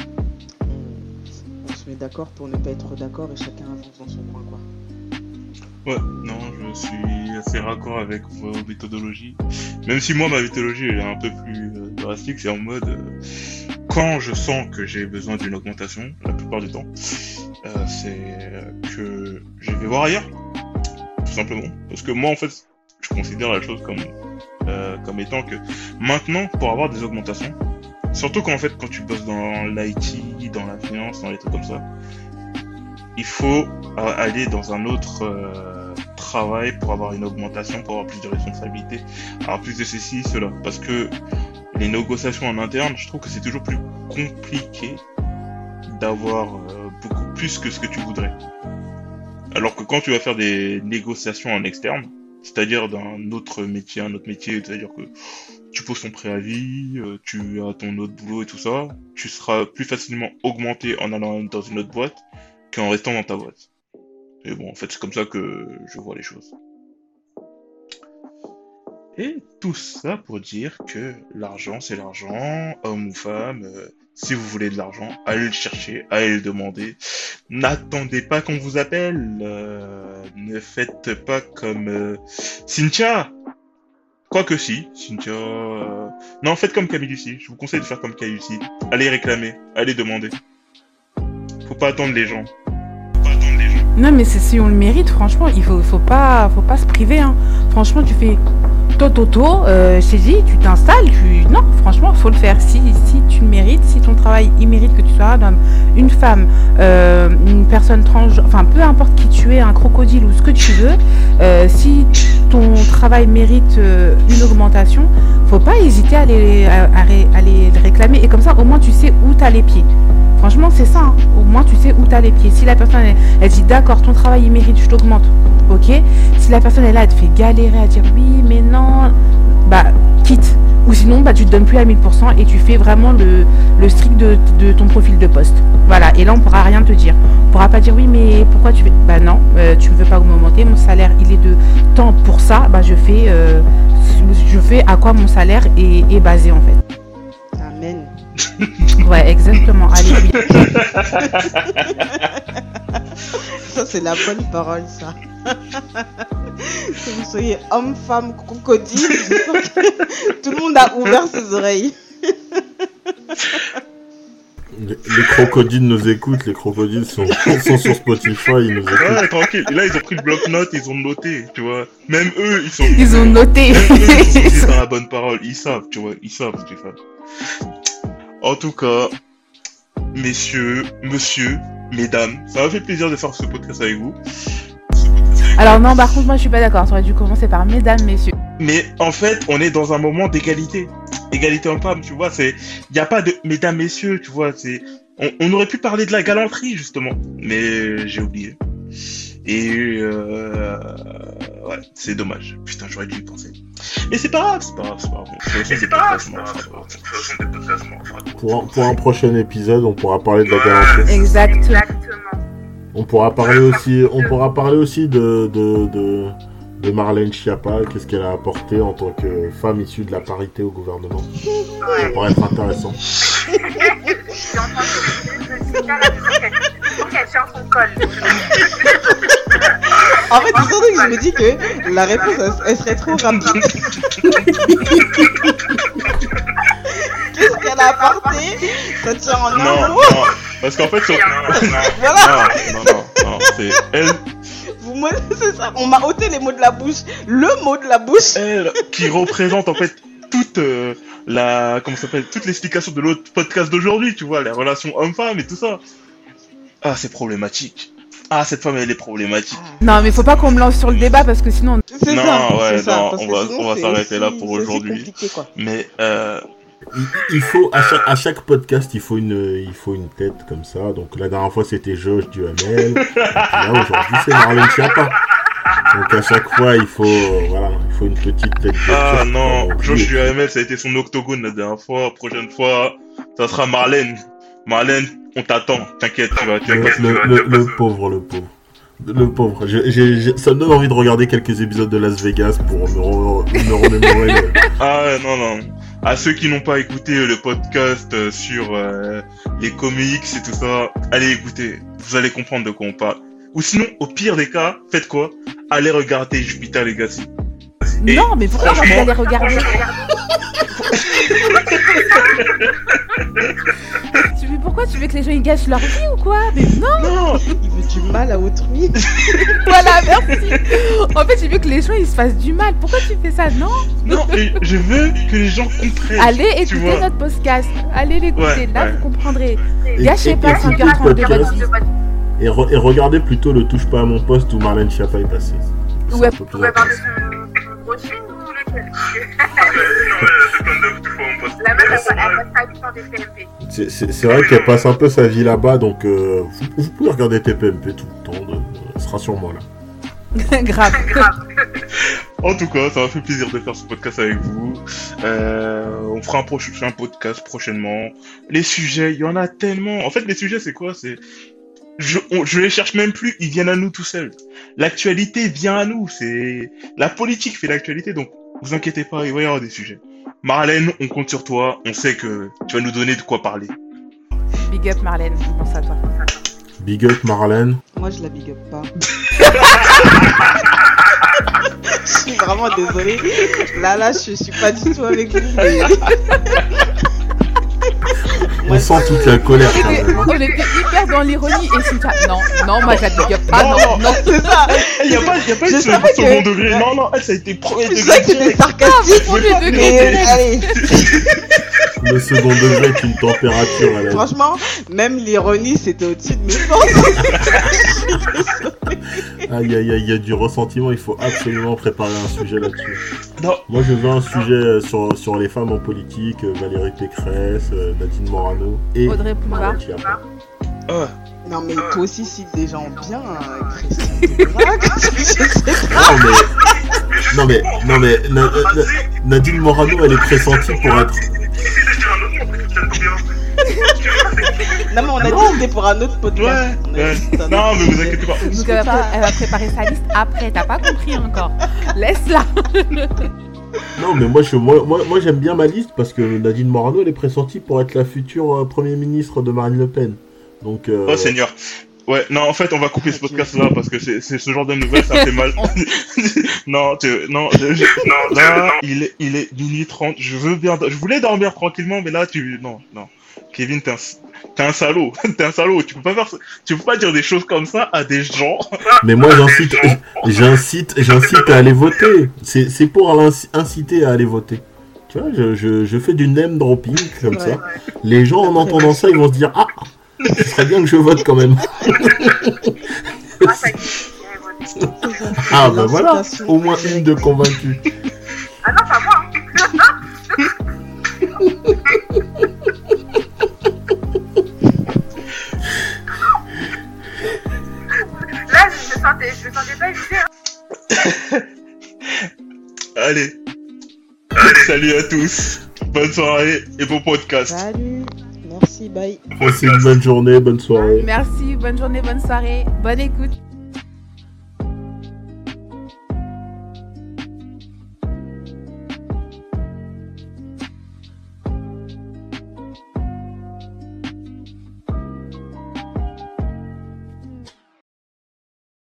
on, on se met d'accord pour ne pas être d'accord et chacun avance dans son coin, quoi. Ouais, non, je suis assez raccord avec vos méthodologies. Même si moi, ma méthodologie elle est un peu plus euh, drastique, c'est en mode euh, quand je sens que j'ai besoin d'une augmentation, la plupart du temps, euh, c'est que je vais voir ailleurs, tout simplement. Parce que moi, en fait, je considère la chose comme euh, comme étant que maintenant, pour avoir des augmentations, surtout quand en fait, quand tu bosses dans l'I T, dans la finance, dans les trucs comme ça, il faut euh, aller dans un autre euh, travail pour avoir une augmentation, pour avoir plus de responsabilités, avoir plus de ceci, cela. Parce que les négociations en interne, je trouve que c'est toujours plus compliqué d'avoir euh, beaucoup plus que ce que tu voudrais. Alors que quand tu vas faire des négociations en externe, c'est-à-dire d'un autre métier, un autre métier, c'est-à-dire que tu poses ton préavis, euh, tu as ton autre boulot et tout ça, tu seras plus facilement augmenté en allant dans une autre boîte qu'en restant dans ta boîte. Et bon, en fait, c'est comme ça que je vois les choses. Et tout ça pour dire que l'argent, c'est l'argent, homme ou femme, euh, si vous voulez de l'argent, allez le chercher, allez le demander. N'attendez pas qu'on vous appelle, euh, ne faites pas comme euh, Cynthia. Quoique si, Cynthia... euh, Non, faites comme Camille Lucie, je vous conseille de faire comme Camille Lucie. Allez réclamer, allez demander. Faut pas attendre les gens. Non, mais c'est si on le mérite, franchement, il faut, faut pas, faut pas se priver, hein. Franchement, tu fais toto, euh, je t'ai dit, tu t'installes, tu... Non, franchement, faut le faire. Si, si tu le mérites, si ton travail, il mérite que tu sois un homme, une femme, euh, une personne trans, enfin, peu importe qui tu es, un crocodile ou ce que tu veux, euh, si ton travail mérite euh, une augmentation, faut pas hésiter à les, à, à, ré- à les réclamer. Et comme ça, au moins, tu sais où t'as les pieds. Franchement, c'est ça, hein. Au moins tu sais où t'as les pieds. Si la personne, elle, elle dit d'accord, ton travail il mérite, je t'augmente, ok. Si la personne est là, elle te fait galérer à dire oui, mais non, bah quitte. Ou sinon, bah tu te donnes plus à mille pour cent et tu fais vraiment le, le strict de, de ton profil de poste. Voilà, et là on pourra rien te dire. On pourra pas dire oui, mais pourquoi tu fais... Bah non, euh, tu ne veux pas m'augmenter, mon salaire il est de temps pour ça, bah je fais, euh, je fais à quoi mon salaire est, est basé en fait. Amen. Ouais, exactement. Allez, oui. Ça, c'est la bonne parole, ça. Que vous soyez homme, femme, crocodile, je sens que tout le monde a ouvert ses oreilles. Les, les crocodiles nous écoutent, les crocodiles sont, sont sur Spotify, ils nous écoutent. Ouais, tranquille. Et là, ils ont pris le bloc-notes, ils ont noté, tu vois. Même eux, ils sont... Ils ont noté. Même eux, ils sont dans la bonne parole. Ils savent, tu vois. Ils savent, Stéphane. En tout cas, messieurs, monsieur, mesdames, ça m'a fait plaisir de faire ce podcast avec vous. Alors non, par contre, moi, je suis pas d'accord. Ça aurait dû commencer par mesdames, messieurs. Mais en fait, on est dans un moment d'égalité. Égalité homme-femme, tu vois, c'est... Il n'y a pas de mesdames, messieurs, tu vois, c'est... On, on aurait pu parler de la galanterie, justement. Mais j'ai oublié. Et euh... ouais, c'est dommage. Putain, j'aurais dû y penser. Mais c'est pas grave, c'est pas grave, c'est pas grave. Mais c'est pas grave, c'est pas grave. De toute façon, des podcasts, on en fera d'autres. Pour un, pour un prochain épisode, on pourra parler de la galanterie. Exactement. On pourra parler aussi, on pourra parler aussi de, de, de, de Marlène Schiappa, qu'est-ce qu'elle a apporté en tant que femme issue de la parité au gouvernement. Ça pourrait être intéressant. J'ai entendu que c'est là, il faut qu'elle tient son col. En fait, c'est surtout que je me dis que la réponse, elle, elle serait trop rapide. Qu'est-ce qu'elle a apporté? Ça tient en un Non, mot. non, parce qu'en fait, sur... non, non, Voilà. non, non, non, non, c'est elle, Vous me... C'est ça, on m'a ôté les mots de la bouche. Le mot de la bouche. elle qui représente en fait toute euh, la, comment ça s'appelle, toute l'explication de l'autre podcast d'aujourd'hui, tu vois, les relations homme-femme et tout ça. Ah, c'est problématique. Ah, cette femme, elle est problématique. Non, mais faut pas qu'on me lance sur le débat parce que sinon. C'est Non, ça. ouais, c'est ça, non, parce on que va, sinon, on va c'est s'arrêter là aussi- pour c'est aussi aujourd'hui. compliqué, quoi. Mais euh, Il, il faut, à chaque, à chaque podcast, il faut une, il faut une tête comme ça. Donc la dernière fois, c'était Josh Duhamel. Et puis là, aujourd'hui, c'est Marlène Schiappa. Donc à chaque fois, il faut, euh, voilà, il faut une petite tête. de ah turc, non, quoi. Josh Duhamel, ça a été son octogone la dernière fois. Prochaine fois, ça sera Marlène. Marlène, on t'attend. T'inquiète, tu vas, tu Le, vas. le, le, le pauvre, le pauvre. Le pauvre. Je- j'ai- j'ai- ça me donne envie de regarder quelques épisodes de Las Vegas pour me, re- me remémorer. le- Ah ouais, non, non. À ceux qui n'ont pas écouté le podcast euh, sur euh, les comics et tout ça, allez écouter. Vous allez comprendre de quoi on parle. Ou sinon, au pire des cas, faites quoi? Allez regarder Jupiter Legacy. Et Non, mais pourquoi vous franchement- allez regarder? Tu veux pourquoi tu veux que les gens ils gâchent leur vie ou quoi? Mais non. Non, Il veut du mal à autrui. Voilà, merci. En fait, tu veux que les gens ils se fassent du mal. Pourquoi tu fais ça? Non. non, et je veux que les gens comprennent. Allez tu écouter vois. notre podcast. Allez l'écouter. Ouais, Là, ouais. vous comprendrez. Et- Gâchez et- pas écoutez cinq le heures trente de podcast votre vie. Et, re- et regardez plutôt le touche pas à mon poste où Marlène Schiappa est passée. C'est Ouais. un peu plus Vous pouvez parler intéressant. de son gros film ou lequel? Non, c'est comme de tout fois mon poste. La meuf, elle elle passe sa vie dans des T M P. C'est- C'est c'est vrai qu'elle passe un peu sa vie là-bas, donc euh, vous, vous pouvez regarder T P M P tout le temps, de, elle sera sur moi là. Grave. Grave. En tout cas, ça m'a fait plaisir de faire ce podcast avec vous. Euh, on fera un prochain podcast prochainement. Les sujets, il y en a tellement. En fait, les sujets, c'est quoi? C'est je, on- je les cherche même plus, ils viennent à nous tout seuls. L'actualité vient à nous. C'est la politique fait l'actualité, donc vous inquiétez pas, il va y avoir des sujets. Marlène, on compte sur toi. On sait que tu vas nous donner de quoi parler. Big up Marlène. On pense à toi. Big up Marlène. Moi, je la big up pas. Je suis vraiment désolée. Là, là, je suis pas du tout avec vous. Mais... On sent toute la colère On quand était, même. hein. on était hyper dans l'ironie et Cynthia. Non, non, moi je la big up pas. Non, Non, non. non. C'est ça. Il n'y a pas, y a pas Je eu ce savais que- second degré. Non, non, elle, ça a été premier Je degré. sais que c'était direct. sarcastique. Premier degré Mais direct. allez, Le second degré est une température à la franchement, même l'ironie, c'était au-dessus de mes forces. Aïe aïe aïe, il y a du ressentiment, il faut absolument préparer un sujet là-dessus. Non. Moi je veux un sujet euh, sur, sur les femmes en politique, euh, Valérie Pécresse, euh, Nadine Morano et Audrey Pulvar. Marlène Schiappa. Ah. Non, mais toi aussi, cites des gens bien, hein, Christian Debrac. Je sais pas. Non mais, non mais, non mais, Na- Na- Nadine Morano elle est pressentie pour être... Essaye de dire un autre nom pour que tu tiennes combien. Non, mais on a dit que c'était pour un autre podcast. Ouais, On a ouais. dit que c'était un Non, autre mais vous sujet. inquiétez pas. Donc elle va, pré- elle va préparer sa liste après. T'as pas compris encore. Laisse-la. Non, mais moi, je, moi, moi, moi j'aime bien ma liste parce que Nadine Morano, elle est pressentie pour être la future euh, Premier ministre de Marine Le Pen. Donc, euh... Oh Seigneur. Ouais, non, en fait, on va couper ce podcast-là parce que c'est, c'est ce genre de nouvelles, ça fait mal. non, tu, non, je, je, non, là, il est, il est minuit trente. Je veux bien, je voulais dormir tranquillement, mais là, tu, non, non. Kevin, t'es un, t'es un salaud. T'es un salaud. Tu peux pas faire, tu peux pas dire des choses comme ça à des gens. Mais moi, j'incite, j'incite, j'incite à aller voter. C'est, c'est pour inciter à aller voter. Tu vois, je, je, je fais du name dropping comme ouais, ça. Ouais. Les gens, en entendant ça, ils vont se dire, ah, ce serait bien que je vote quand même. Ah bah voilà, au moins une de convaincue. Ah non, pas moi. Là, je me sentais, je me sentais pas écouter. Hein. Allez. Salut à tous. Bonne soirée et bon podcast. Salut. Merci, bye. Passez une bonne journée, bonne soirée. Merci, bonne journée, bonne soirée, bonne écoute.